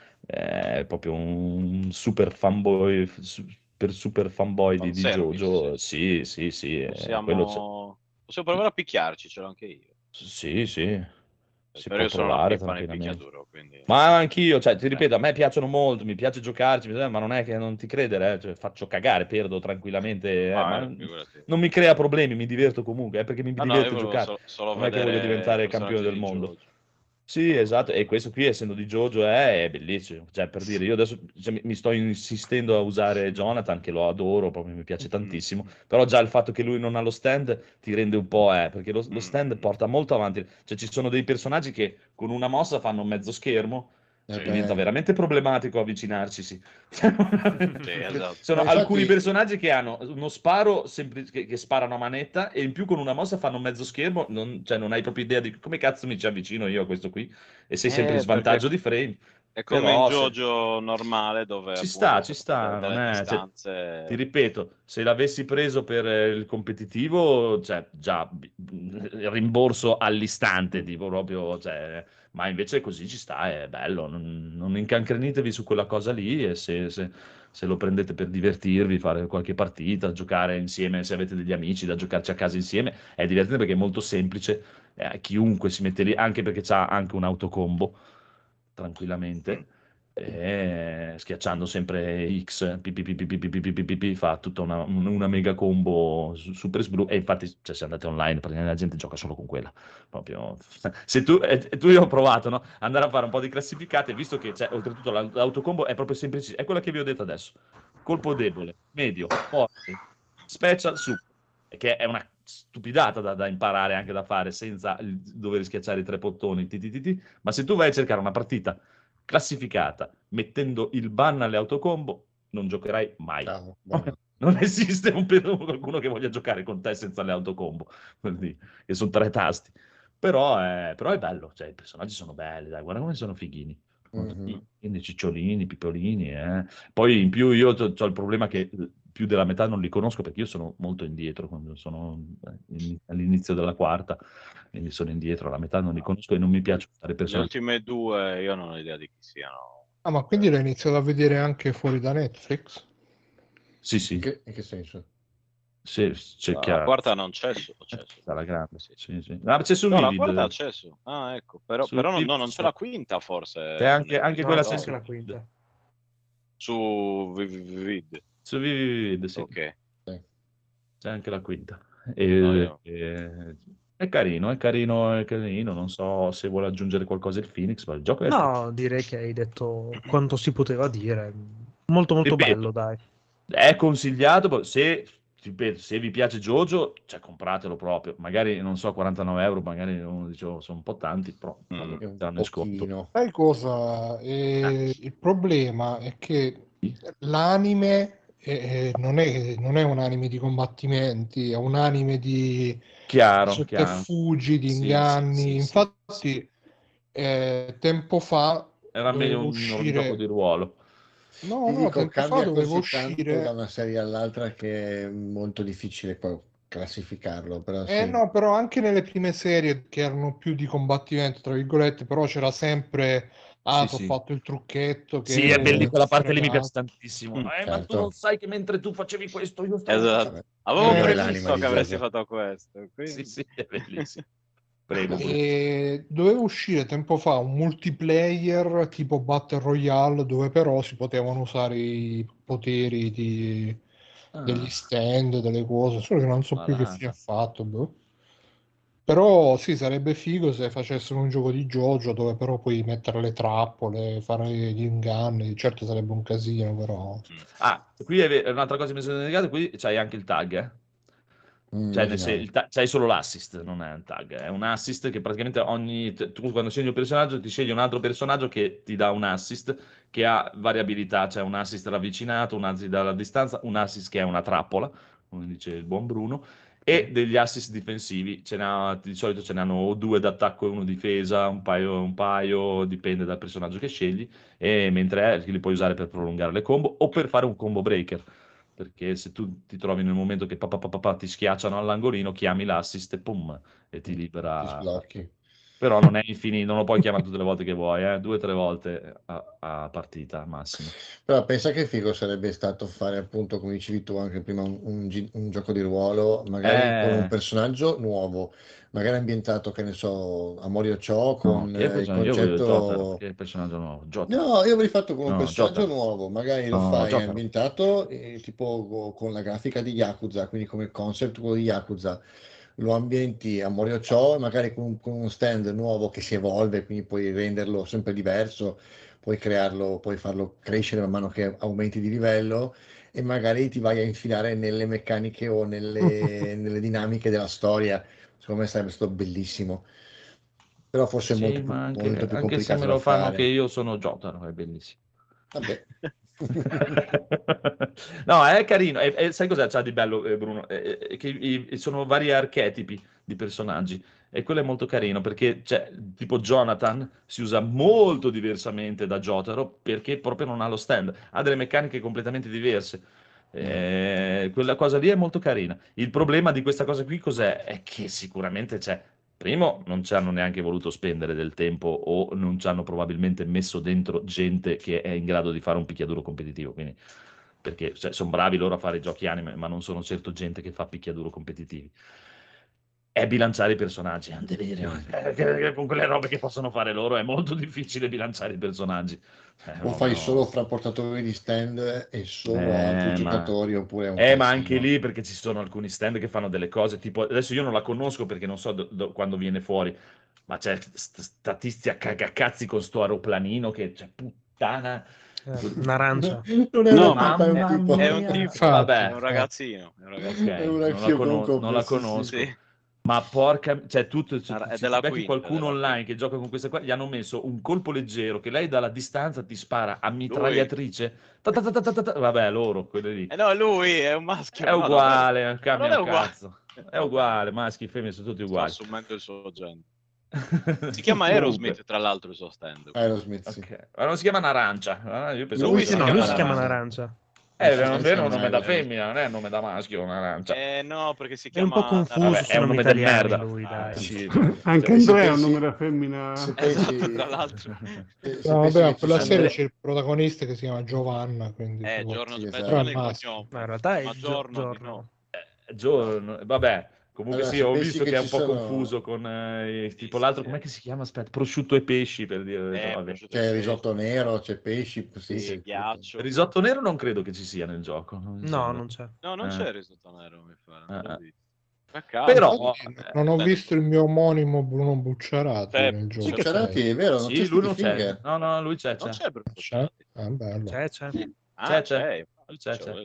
È proprio un super fanboy, super fanboy di JoJo. Sì. Possiamo provare a picchiarci, ce l'ho anche io. Sì. Si Però può io sono una provare pippa nel tranquillamente. picchiaduro, quindi... Ma anch'io, cioè, ti ripeto, a me piacciono molto, mi piace giocarci, ma non è che non ti credere, cioè, faccio cagare, perdo tranquillamente, ma figurati. non mi crea problemi, mi diverto comunque, perché mi io diverte volevo giocare. solo Non è che voglio vedere diventare i campione del personaggi di mondo. JoJo. Sì, esatto, e questo qui, essendo di JoJo, è bellissimo. Cioè, per dire, io adesso mi sto insistendo a usare Jonathan, che lo adoro, proprio mi piace tantissimo, però già il fatto che lui non ha lo stand ti rende un po', perché lo stand porta molto avanti. Cioè, ci sono dei personaggi che con una mossa fanno mezzo schermo, diventa veramente problematico avvicinarci, sì. Esatto. Sono Ma infatti- alcuni personaggi che hanno uno sparo che sparano a manetta e in più con una mossa fanno mezzo schermo, cioè non hai proprio idea di come cazzo mi ci avvicino io a questo qui e sei sempre in svantaggio di frame. È come Però in JoJo normale dove ci appunto sta, delle non è, cioè, distanze... ti ripeto, se l'avessi preso per il competitivo, cioè già rimborso all'istante, tipo proprio, cioè, ma invece così ci sta, è bello, non incancrenitevi su quella cosa lì e se lo prendete per divertirvi, fare qualche partita, giocare insieme, se avete degli amici da giocarci a casa insieme, è divertente perché è molto semplice, chiunque si mette lì, anche perché c'ha anche un autocombo, tranquillamente, e schiacciando sempre X, fa tutta una mega combo super sbru, e infatti cioè, se andate online praticamente la gente gioca solo con quella proprio. Se tu io ho provato, no? Andare a fare un po' di classificate, visto che cioè, oltretutto l'autocombo è proprio semplice, è quella che vi ho detto adesso: colpo debole, medio, forte, special, super, che è una stupidata da imparare, anche da fare senza dover schiacciare i 3 bottoni, ma se tu vai a cercare una partita classificata mettendo il ban alle autocombo, non giocherai mai. Non esiste qualcuno che voglia giocare con te senza le autocombo, quindi, che sono 3 tasti. Però è bello, cioè i personaggi sono belli, dai, guarda come sono fighini. Quindi cicciolini, pipolini. Poi in più io ho il problema che più della metà non li conosco perché io sono molto indietro, quando sono all'inizio della quarta, quindi sono indietro, la metà non li conosco e non mi piace fare Le personaggi. ultime 2 io non ho idea di chi siano. Ah, ma quindi l'hai iniziato a vedere anche fuori da Netflix? Sì. In che senso? Sì, c'è La quarta non c'è su. La grande, sì. Ah, c'è su No, la Vivid. quarta c'è su. Ah, ecco. Però non c'è la quinta, forse. C'è anche quella c'è anche la quinta. Su Vivid. Su Vivid, sì. Ok. C'è anche la quinta. È carino. Non so se vuole aggiungere qualcosa il Phoenix, ma il gioco è... No, direi che hai detto quanto si poteva dire. Molto molto Ripeto, bello, dai. è consigliato se ripeto, se vi piace JoJo, cioè compratelo proprio. Magari, non so, 49 euro, magari uno dice, "Oh, sono un po' tanti, però saranno in sconto." Sai cosa? Il problema è che l'anime non è un anime di combattimenti, è un anime di Chiaro, sotterfugi, di Sì, inganni. sì. Infatti, tempo fa Era meglio doveva un gioco uscire. di ruolo. No, Ti dico, tempo fa cambia doveva così tanto da uscire. una serie all'altra che è molto difficile poi classificarlo, però sì. No, però anche nelle prime serie che erano più di combattimento, tra virgolette, però c'era sempre Sì, ho fatto il trucchetto che Sì, è bellissima, quella parte lì mi piace fregato. tantissimo. Ma tu certo. non sai che mentre tu facevi questo, io stavo... Esatto. Vabbè. Avevo Migliore previsto l'anima di che avresti JoJo. fatto questo. Quindi... Sì, è bellissimo. Prego. E doveva uscire tempo fa un multiplayer tipo Battle Royale dove però si potevano usare i poteri degli stand, delle cose, solo che non so più che fine ha fatto. Boh. Però sì, sarebbe figo se facessero un gioco di JoJo dove però puoi mettere le trappole, fare gli inganni, certo sarebbe un casino, però... Qui è un'altra cosa che mi sono dimenticato, qui c'hai anche il tag, Cioè, c'hai solo l'assist, non è un tag, è un assist che praticamente tu quando scegli un personaggio ti scegli un altro personaggio che ti dà un assist che ha variabilità, cioè un assist ravvicinato, un assist dalla distanza, un assist che è una trappola, come dice il buon Bruno, e degli assist difensivi, di solito ce ne hanno o 2 d'attacco e 1 difesa, un paio, dipende dal personaggio che scegli, e mentre li puoi usare per prolungare le combo o per fare un combo breaker. Perché se tu ti trovi nel momento che ti schiacciano all'angolino, chiami l'assist e pum, e ti libera. Ti sblocchi. Però non è infinito, non lo puoi chiamare tutte le volte che vuoi, 2 o 3 volte a partita al massimo. Però pensa che figo sarebbe stato fare, appunto, come dicevi tu anche prima, un gioco di ruolo, magari con un personaggio nuovo, magari ambientato, che ne so, a Morio Ciò, con il Io voglio Jotaro, concetto... che è il personaggio nuovo. Jotaro. No, io avrei fatto con un No, personaggio Jotaro. nuovo, magari lo No, fai Jotaro. ambientato tipo con la grafica di Yakuza, quindi come concept quello di Yakuza, lo ambienti a Morio Ciò, magari con un stand nuovo che si evolve, quindi puoi renderlo sempre diverso, puoi crearlo, puoi farlo crescere man mano che aumenti di livello e magari ti vai a infilare nelle meccaniche o nelle dinamiche della storia. Secondo me sarebbe stato bellissimo. Però forse è Sì, molto ma più anche se complicato me da lo fanno fare. che io sono Jotaro, è bellissimo. Vabbè. No, è carino. Sai cosa c'ha di bello, Bruno? Sono vari archetipi di personaggi e quello è molto carino perché tipo Jonathan si usa molto diversamente da Jotaro perché proprio non ha lo stand, ha delle meccaniche completamente diverse. Quella cosa lì è molto carina. Il problema di questa cosa qui cos'è? È che sicuramente primo, non ci hanno neanche voluto spendere del tempo o non ci hanno probabilmente messo dentro gente che è in grado di fare un picchiaduro competitivo. Quindi, perché sono bravi loro a fare giochi anime, ma non sono certo gente che fa picchiaduro competitivi. È bilanciare i personaggi, è un delirio. Con quelle robe che possono fare loro è molto difficile bilanciare i personaggi. O fai solo fra portatori di stand e solo altri giocatori, oppure è un ma casino. anche lì perché ci sono alcuni stand che fanno delle cose tipo adesso io non la conosco perché non so quando viene fuori, ma c'è sta tizia cagacazzi con sto aeroplanino che puttana. Un'arancia. Non è No, una ma è un tipo. è un tipo, Vabbè, è un ragazzino. È un ragazzino. ok, È un non anch'io comunque ho non la preso, sì, conosco. sì. Sì. Ma porca, tutto, È se della ti becchi quinta, qualcuno della online quinta. che gioca con queste qua, gli hanno messo un colpo leggero che lei dalla distanza ti spara a mitragliatrice. Vabbè, loro, quelli lì. No, lui è un maschio. È No, uguale, davvero. cambia Non è un uguale. cazzo. È uguale, maschi e femmine sono tutti Sto uguali. assumendo il suo genere. Si chiama Aerosmith, tra l'altro, il suo stand. Aerosmith, sì. Ok. Ma non si chiama un'arancia? Io pensavo Lui che si No, chiama lui si chiama un'arancia. un'arancia. non è un nome da Aerosmith. femmina, non è un nome da maschio, un'arancia. No, perché si È un chiama... po' confuso Vabbè, è sui un nomi nome del italiani merda. lui, dai. Sì. Anche Se Andrea è un pensi- nome da femmina. Se Esatto, pensi, tra l'altro. se No, pensi vabbè, che a quella ci serie sono... c'è il protagonista che si chiama Giovanna, quindi Giorno, Sì, esatto. però è di maschio. cognome. Ma in realtà è Ma giorno di giorno. no. Giorno, vabbè, comunque Allora, sì, se ho pensi visto che che è ci un po' sono- confuso con tipo sì, l'altro, sì. com'è che si chiama? Aspetta, prosciutto e pesci per dire. Vabbè. Prosciutto C'è e il pesce, risotto nero, c'è pesci, sì, sì, c'è tutto. ghiaccio. Risotto nero non credo che ci sia nel gioco. Non mi No, sembra. non c'è. No, non c'è il risotto nero, mi pare. Non l'ho visto. Peccato. Però Non ho beh. visto il mio omonimo Bruno Bucciarati C'è- nel gioco. c'è- Bucciarati, è vero, non c'è sì, lui non Sticky c'è. No, lui c'è. Non c'è C'è? Bruciati. Bello. C'è. Ah, C'è. c'è. Lui c'è. Quello.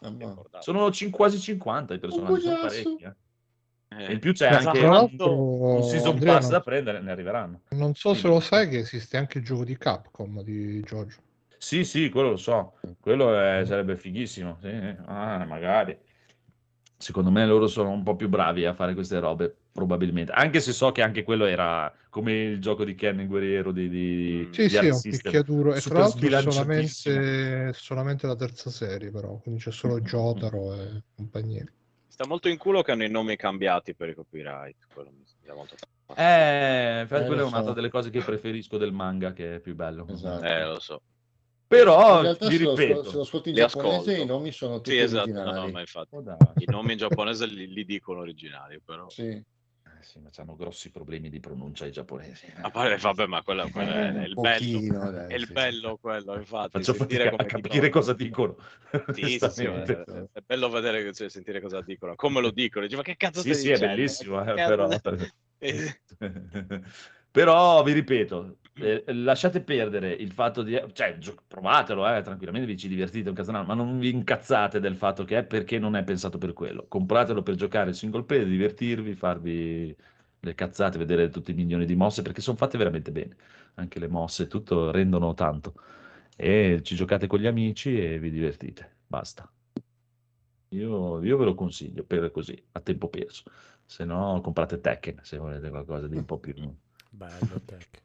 Sono quasi 50 i personaggi, sono parecchi. E in più c'è Beh, anche tra l'altro, un season Andrea, pass da prendere, ne arriveranno. Non so se lo sai che esiste anche il gioco di Capcom di Giorgio. Sì, quello lo so. Quello sarebbe fighissimo. Sì. Magari. Secondo me loro sono un po' più bravi a fare queste robe, probabilmente. Anche se so che anche quello era come il gioco di Ken il guerriero di Sì, Arc è un System. picchiaduro. E tra Super l'altro sbilanciatissimo. solamente la terza serie, però. Quindi c'è solo Jotaro e compagnia. Sta molto in culo che hanno i nomi cambiati per i copyright. Quello mi dà molto Infatti quella è lo un'altra so. delle cose che preferisco del manga, che è più bello. Esatto. Lo so. Però, in realtà vi se lo ripeto, ascolti in li giapponese ascolto. i nomi sono tutti Sì, esatto, originali. no, ma infatti Oh, dai. i nomi in giapponese li dicono originali, però. Sì. Sì, ma hanno grossi problemi di pronuncia i giapponesi. Vabbè, ma quello è il pochino, bello. dai, È il sì, bello quello, infatti. Faccio sentire fatica a come capire dicono. cosa dicono. Sì, onestamente. è bello vedere, cioè, sentire cosa dicono, come lo dicono. Dici, ma che cazzo Sì, stai sì, è dicendo? bellissimo, Ma che però... cazzo- Però vi ripeto, lasciate perdere il fatto di... Cioè, provatelo, tranquillamente vi ci divertite un cazzonaro, ma non vi incazzate del fatto che è perché non è pensato per quello. Compratelo per giocare il single player, divertirvi, farvi le cazzate, vedere tutti i milioni di mosse, perché sono fatte veramente bene. Anche le mosse, tutto rendono tanto. E ci giocate con gli amici e vi divertite. Basta. Io ve lo consiglio per così, a tempo perso. Se no, comprate Tekken se volete qualcosa di un po' più... Bello Tekken.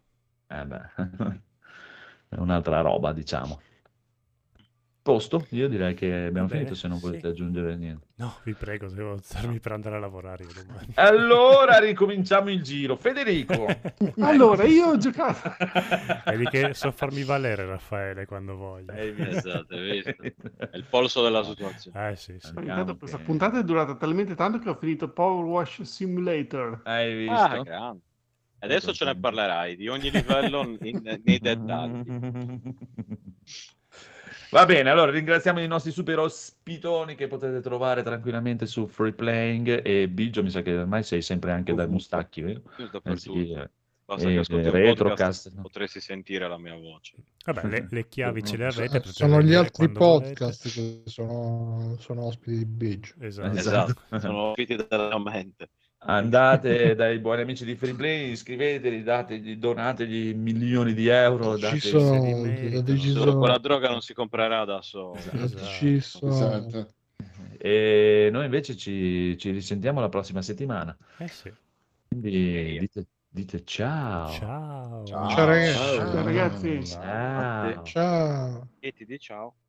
È un'altra roba, diciamo. Posto? Io direi che abbiamo finito, se non volete aggiungere niente. No, vi prego, devo alzarmi per andare a lavorare io domani. Allora ricominciamo il giro. Federico. Allora, io ho giocato... Vedi che so farmi valere, Raffaele, quando voglio. Esatto, hai visto? È il polso della situazione. Sì. Intanto questa puntata è durata talmente tanto che ho finito Power Wash Simulator. Hai visto? Grande. Adesso ce ne parlerai di ogni livello nei dettagli. Va bene, allora ringraziamo i nostri super ospitoni che potete trovare tranquillamente su Free Playing e Biggio, mi sa che ormai sei sempre anche dai Mustacchi, vero? Dappertutto. Basta che ascolti il Retrocast, podcast, potresti sentire la mia voce. Vabbè, le chiavi ce le avete. Sono gli altri quando podcast che sono ospiti di Biggio. Esatto. Sono ospiti della mente. Andate dai buoni amici di Free Play, iscrivetevi, donategli milioni di euro. Solo quella droga non si comprerà da solo. Esatto. E noi invece ci risentiamo la prossima settimana. Sì. Quindi dite ciao. Ciao. Ciao ragazzi. Ciao ragazzi. Ciao. Ciao. E ti dico ciao.